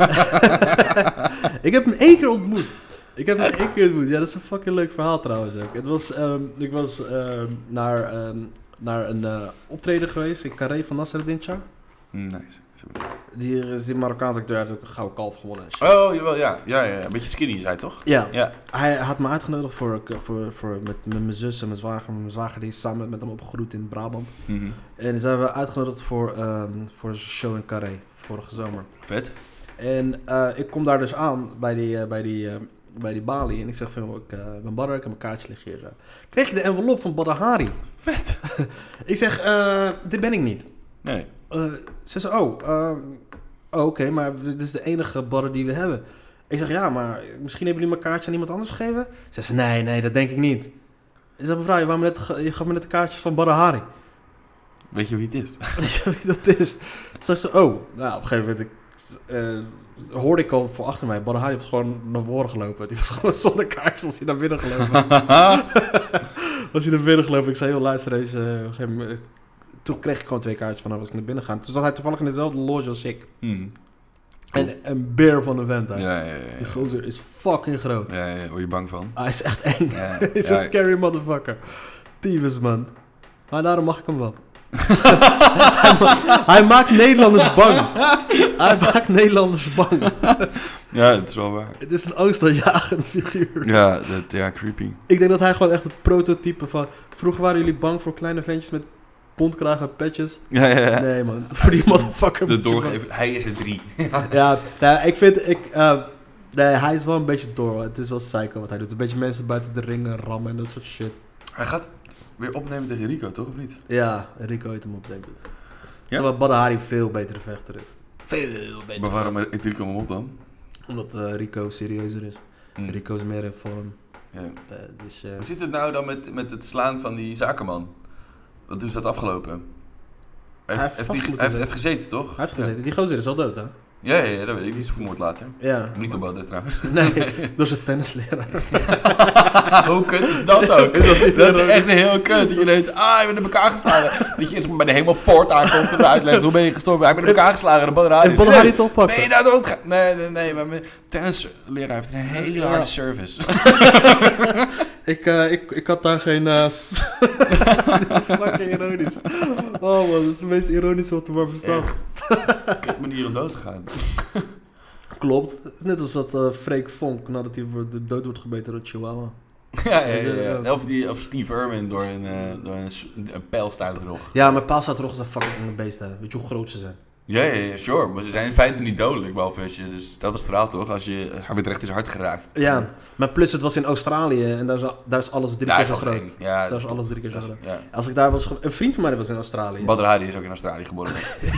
Ik heb hem één keer ontmoet. Ik heb hem één keer ontmoet. Ja, dat is een fucking leuk verhaal trouwens ook. Het was, um, ik was um, naar, um, naar een uh, optreden geweest in Carré van Nasreddin Shah. Nice. Die is die Marokkaanse acteur, heeft ook een gouden kalf gewonnen. Oh, jawel, ja. Ja, ja, ja. Een beetje skinny is hij, toch? Ja, Ja. hij had me uitgenodigd voor, voor, voor, met, met mijn zus en mijn zwager. Mijn zwager die is samen met hem opgegroeid in Brabant. Mhm. En die zijn we uitgenodigd voor, um, voor een show in Carré, vorige zomer. Vet. En uh, ik kom daar dus aan bij die, uh, bij die, uh, bij die balie. En ik zeg van, ik uh, ben Badr, ik heb mijn kaartje liggen hier. Zo. Kreeg je de envelop van Badr Hari? Vet. Ik zeg, uh, dit ben ik niet. Nee. Uh, ze zei, oh, uh, oh oké, okay, maar dit is de enige barre die we hebben. Ik zeg, ja, maar misschien hebben jullie mijn kaartje aan iemand anders gegeven? Ze zei, nee, nee, dat denk ik niet. Ik zei, mevrouw, je, me net, je gaf me net de kaartjes van Badr Hari. Weet je wie het is? Weet je wie dat is? Toen zei ze, oh, nou, op een gegeven moment... Ik, uh, hoorde ik al voor achter mij. Badr Hari was gewoon naar voren gelopen. Die was gewoon zonder kaartjes, was hij naar binnen gelopen. was hij naar binnen gelopen. Ik zei, joh, luister deze... Uh, op een gegeven moment, toen kreeg ik gewoon twee kaartjes van hem, was ik naar binnen gaan. Toen zat hij toevallig in dezelfde loge als ik. Mm. Cool. En een beer van een vent. Ja, ja, ja, ja. Die gozer is fucking groot. Ja, ja, word je bang van? Hij is echt eng. Ja, Hij is ja, een scary motherfucker. Tyfus, man. Maar daarom mag ik hem wel. hij, ma- hij maakt Nederlanders bang. Hij maakt Nederlanders bang. Ja, dat is wel waar. Het is een angstaanjagend figuur. Ja, dat, ja, creepy. Ik denk dat hij gewoon echt het prototype van... Vroeger waren jullie bang voor kleine ventjes met bontkraag en petjes? Ja, ja, ja. Nee, man. Voor die motherfucker. De doorgeven. Hij is er drie. ja, ja, ik vind... Ik, uh, nee, hij is wel een beetje door. Het is wel psycho wat hij doet. Een beetje mensen buiten de ringen rammen en dat soort shit. Hij gaat weer opnemen tegen Rico, toch? Of niet? Ja, Rico heeft hem op, denk ik. Ja? Terwijl Badr Hari veel betere vechter is. Veel beter. Maar waarom heeft Rico hem op dan? Omdat uh, Rico serieuzer is. Hmm. Rico is meer in vorm. Ja. Uh, dus, uh, Hoe zit het nou dan met, met het slaan van die zakenman? Wat is dat afgelopen? Hij heeft, heeft, vast hij, moeten hij heeft, zitten. heeft gezeten, toch? Hij heeft gezeten. Die gozer is al dood, hè? Ja, ja, ja, dat weet ik. Die is vermoord later. Ja. Niet op Badr trouwens. Nee, door zijn tennisleraar. Hoe kut is dat ook? Is dat niet dat is heel echt heel kut. Dat je denkt, ah, je bent in elkaar geslagen. Dat je eerst bij de hemelpoort aankomt en uitlegt hoe ben je gestorven. Ik ben in elkaar geslagen en de Badr Hari. Heeft Badr Hari het oppakken? Ben je nou doodgegaan? Nee, nee, nee. Maar mijn tennisleraar heeft een hele Ja. harde service. ik, uh, ik, ik had daar geen... Uh, s- Dit is fucking ironisch. Oh man, dat is het meest ironische wat er maar bestaat. Kijk, manier om dood te gaan. Klopt. Het is net als dat uh, Freek Vonk nadat hij voor de dood wordt gebeten door Chihuahua. Ja, ja, ja, ja. Of, die, of Steve Irwin door een, uh, door een, een pijlstaart erop. Ja, maar paal staat er ook een fucking enge beesten. Weet je hoe groot ze zijn? Ja, ja, ja, sure. Maar ze zijn in feite niet dodelijk, behalve als je... Dus dat was het verhaal, toch? Als je haar met recht in zijn hart geraakt. Ja, maar plus het was in Australië en daar is, daar is alles drie Daar keer is zo alles groot. eng. Ja, Daar is alles drie keer zo dat is- groot. ja. Als ik daar was... ge- Een vriend van mij was in Australië. Badr Hari is ook in Australië geboren.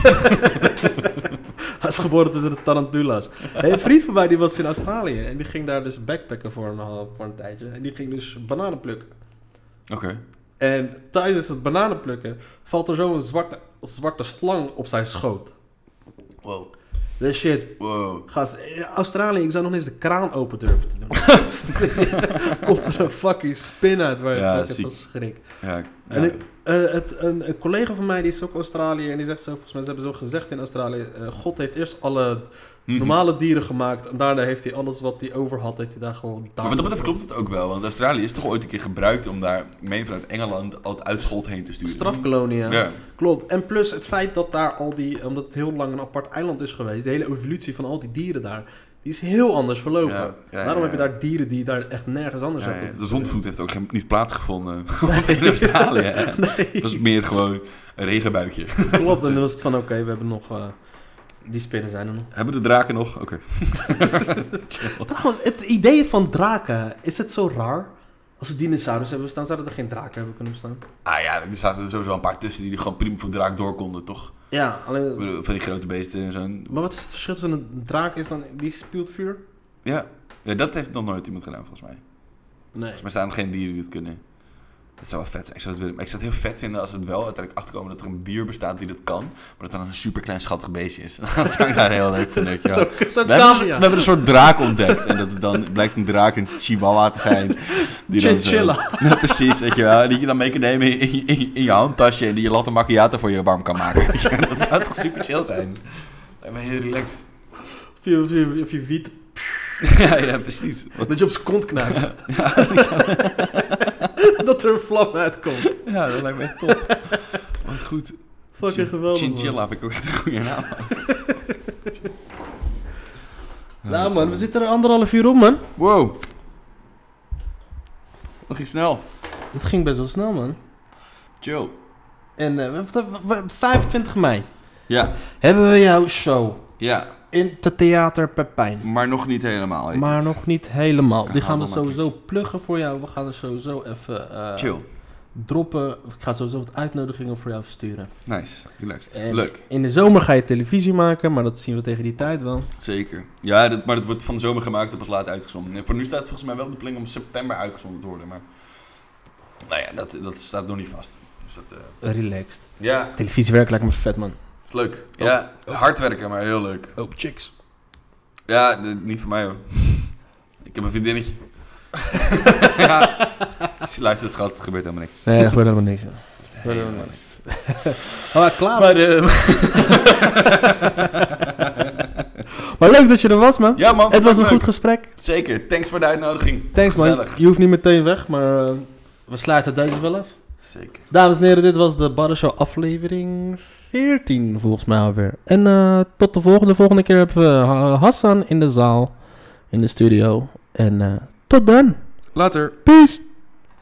Hij is geboren tussen de tarantula's. Hey, een vriend van mij die was in Australië en die ging daar dus backpacken voor een, voor een tijdje. En die ging dus bananen plukken. Oké. En tijdens het bananen plukken valt er zo'n zwarte, zwarte slang op zijn schoot. Wow. Dus shit, Wow. gast, in Australië, ik zou nog niet eens de kraan open durven te doen. Komt er een fucking spin uit waar je Ja, fucking ziek. van schrik. Ja, En ja. ik, uh, het, een, een collega van mij die is ook Australië en die zegt zo, volgens mij, ze hebben zo gezegd in Australië, uh, God heeft eerst alle Mhm. normale dieren gemaakt en daarna heeft hij alles wat hij over had, heeft hij daar gewoon... Maar wat dat betreft klopt het ook wel, want Australië is toch ooit een keer gebruikt om daar mee vanuit Engeland al het uitschot heen te sturen. Strafkolonie, ja. Ja. Klopt. En plus het feit dat daar al die, omdat het heel lang een apart eiland is geweest, de hele evolutie van al die dieren daar, die is heel anders verlopen. Ja, ja, Daarom ja, heb je daar dieren die daar echt nergens anders Ja, hebben. ja. De zondvloed heeft ook geen, niet plaatsgevonden in Australië. hè. Nee. Het was meer gewoon een regenbuikje. Klopt, en dan was het van oké, we hebben nog... Uh, die spinnen zijn er nog. Hebben de draken nog? Oké. Trouwens, het idee van draken, is het zo raar? Als er dinosaurus hebben bestaan, zouden er geen draken hebben kunnen bestaan? Ah ja, er zaten er sowieso een paar tussen die er gewoon prima voor draak door konden, toch? Ja, Ik alleen... bedoel, Van die grote beesten en zo. Maar wat is het verschil tussen een draak is dan... Die spuwt vuur? Ja. ja, dat heeft nog nooit iemand gedaan volgens mij. Nee. Volgens mij staan er geen dieren die het kunnen. Dat zou wel vet zijn. Ik zou het, willen, maar ik zou het heel vet vinden als we het wel uiteindelijk achterkomen dat er een dier bestaat die dat kan. Maar dat dan een super klein schattig beestje is. Dat zou ik daar heel leuk vinden. weet je wel. Zo, zo We hebben, een, soort- cavia. we hebben een soort draak ontdekt. En dat het dan blijkt een draak een chihuahua te zijn. Die dan zo- Chinchilla. Ja, precies, weet je wel. En die je dan mee kan nemen in, in, in, in je handtasje. En die je latte macchiato voor je warm kan maken. Weet je, dat zou toch super chill zijn. Dat lijkt me heel relaxed. Of je, of je, of je wiet, Ja, ja, precies. Wat, dat je op zijn kont knijpt. Dat er een vlam uitkomt. ja, dat lijkt me echt top. Wat goed. Fucking geweldig, man. Chinchilla vind ik ook echt een goede naam. Nou man, we zitten er anderhalf uur op, man. Wow. Dat ging snel. Het ging best wel snel, man. Chill. En uh, we- we- we- vijfentwintig mei Ja. hebben we jouw show Ja, in het Theater Pepijn. maar nog niet helemaal. heet Maar het. nog niet helemaal. Ja, Die gaan we allemaal sowieso pluggen voor jou. We gaan er sowieso even... uh, Chill. droppen. Ik ga sowieso wat uitnodigingen voor jou versturen. Nice, relaxed. En Leuk. In de zomer ga je televisie maken, maar dat zien we tegen die tijd wel. Zeker. Ja, dat, maar dat wordt van de zomer gemaakt en pas laat uitgezonden. En voor nu staat het volgens mij wel op de planning om september uitgezonden te worden. Maar nou ja, dat, dat staat nog niet vast. Dus dat, uh... Relaxed. Ja. Televisie werken lijkt me vet, man. Is leuk. Ja, oh. hard werken, maar heel leuk. Oh, chicks. Ja, de, niet voor mij hoor. Ik heb een vriendinnetje. Ja. Als je luistert, schat, er gebeurt helemaal niks. Nee, er gebeurt helemaal niks. Er gebeurt helemaal niks. Oh, klaar. Maar, uh... maar leuk dat je er was, man. Ja, man. Het was een leuk. goed gesprek. Zeker. Thanks voor de uitnodiging. Thanks, Gezellig. man. Je hoeft niet meteen weg, maar uh, we sluiten deze wel af. Zeker. Dames en heren, dit was de Butter Show aflevering veertien, volgens mij alweer. En uh, tot de volgende. De volgende keer hebben we Hassan in de zaal, in de studio. En uh, tot dan. Later. Peace.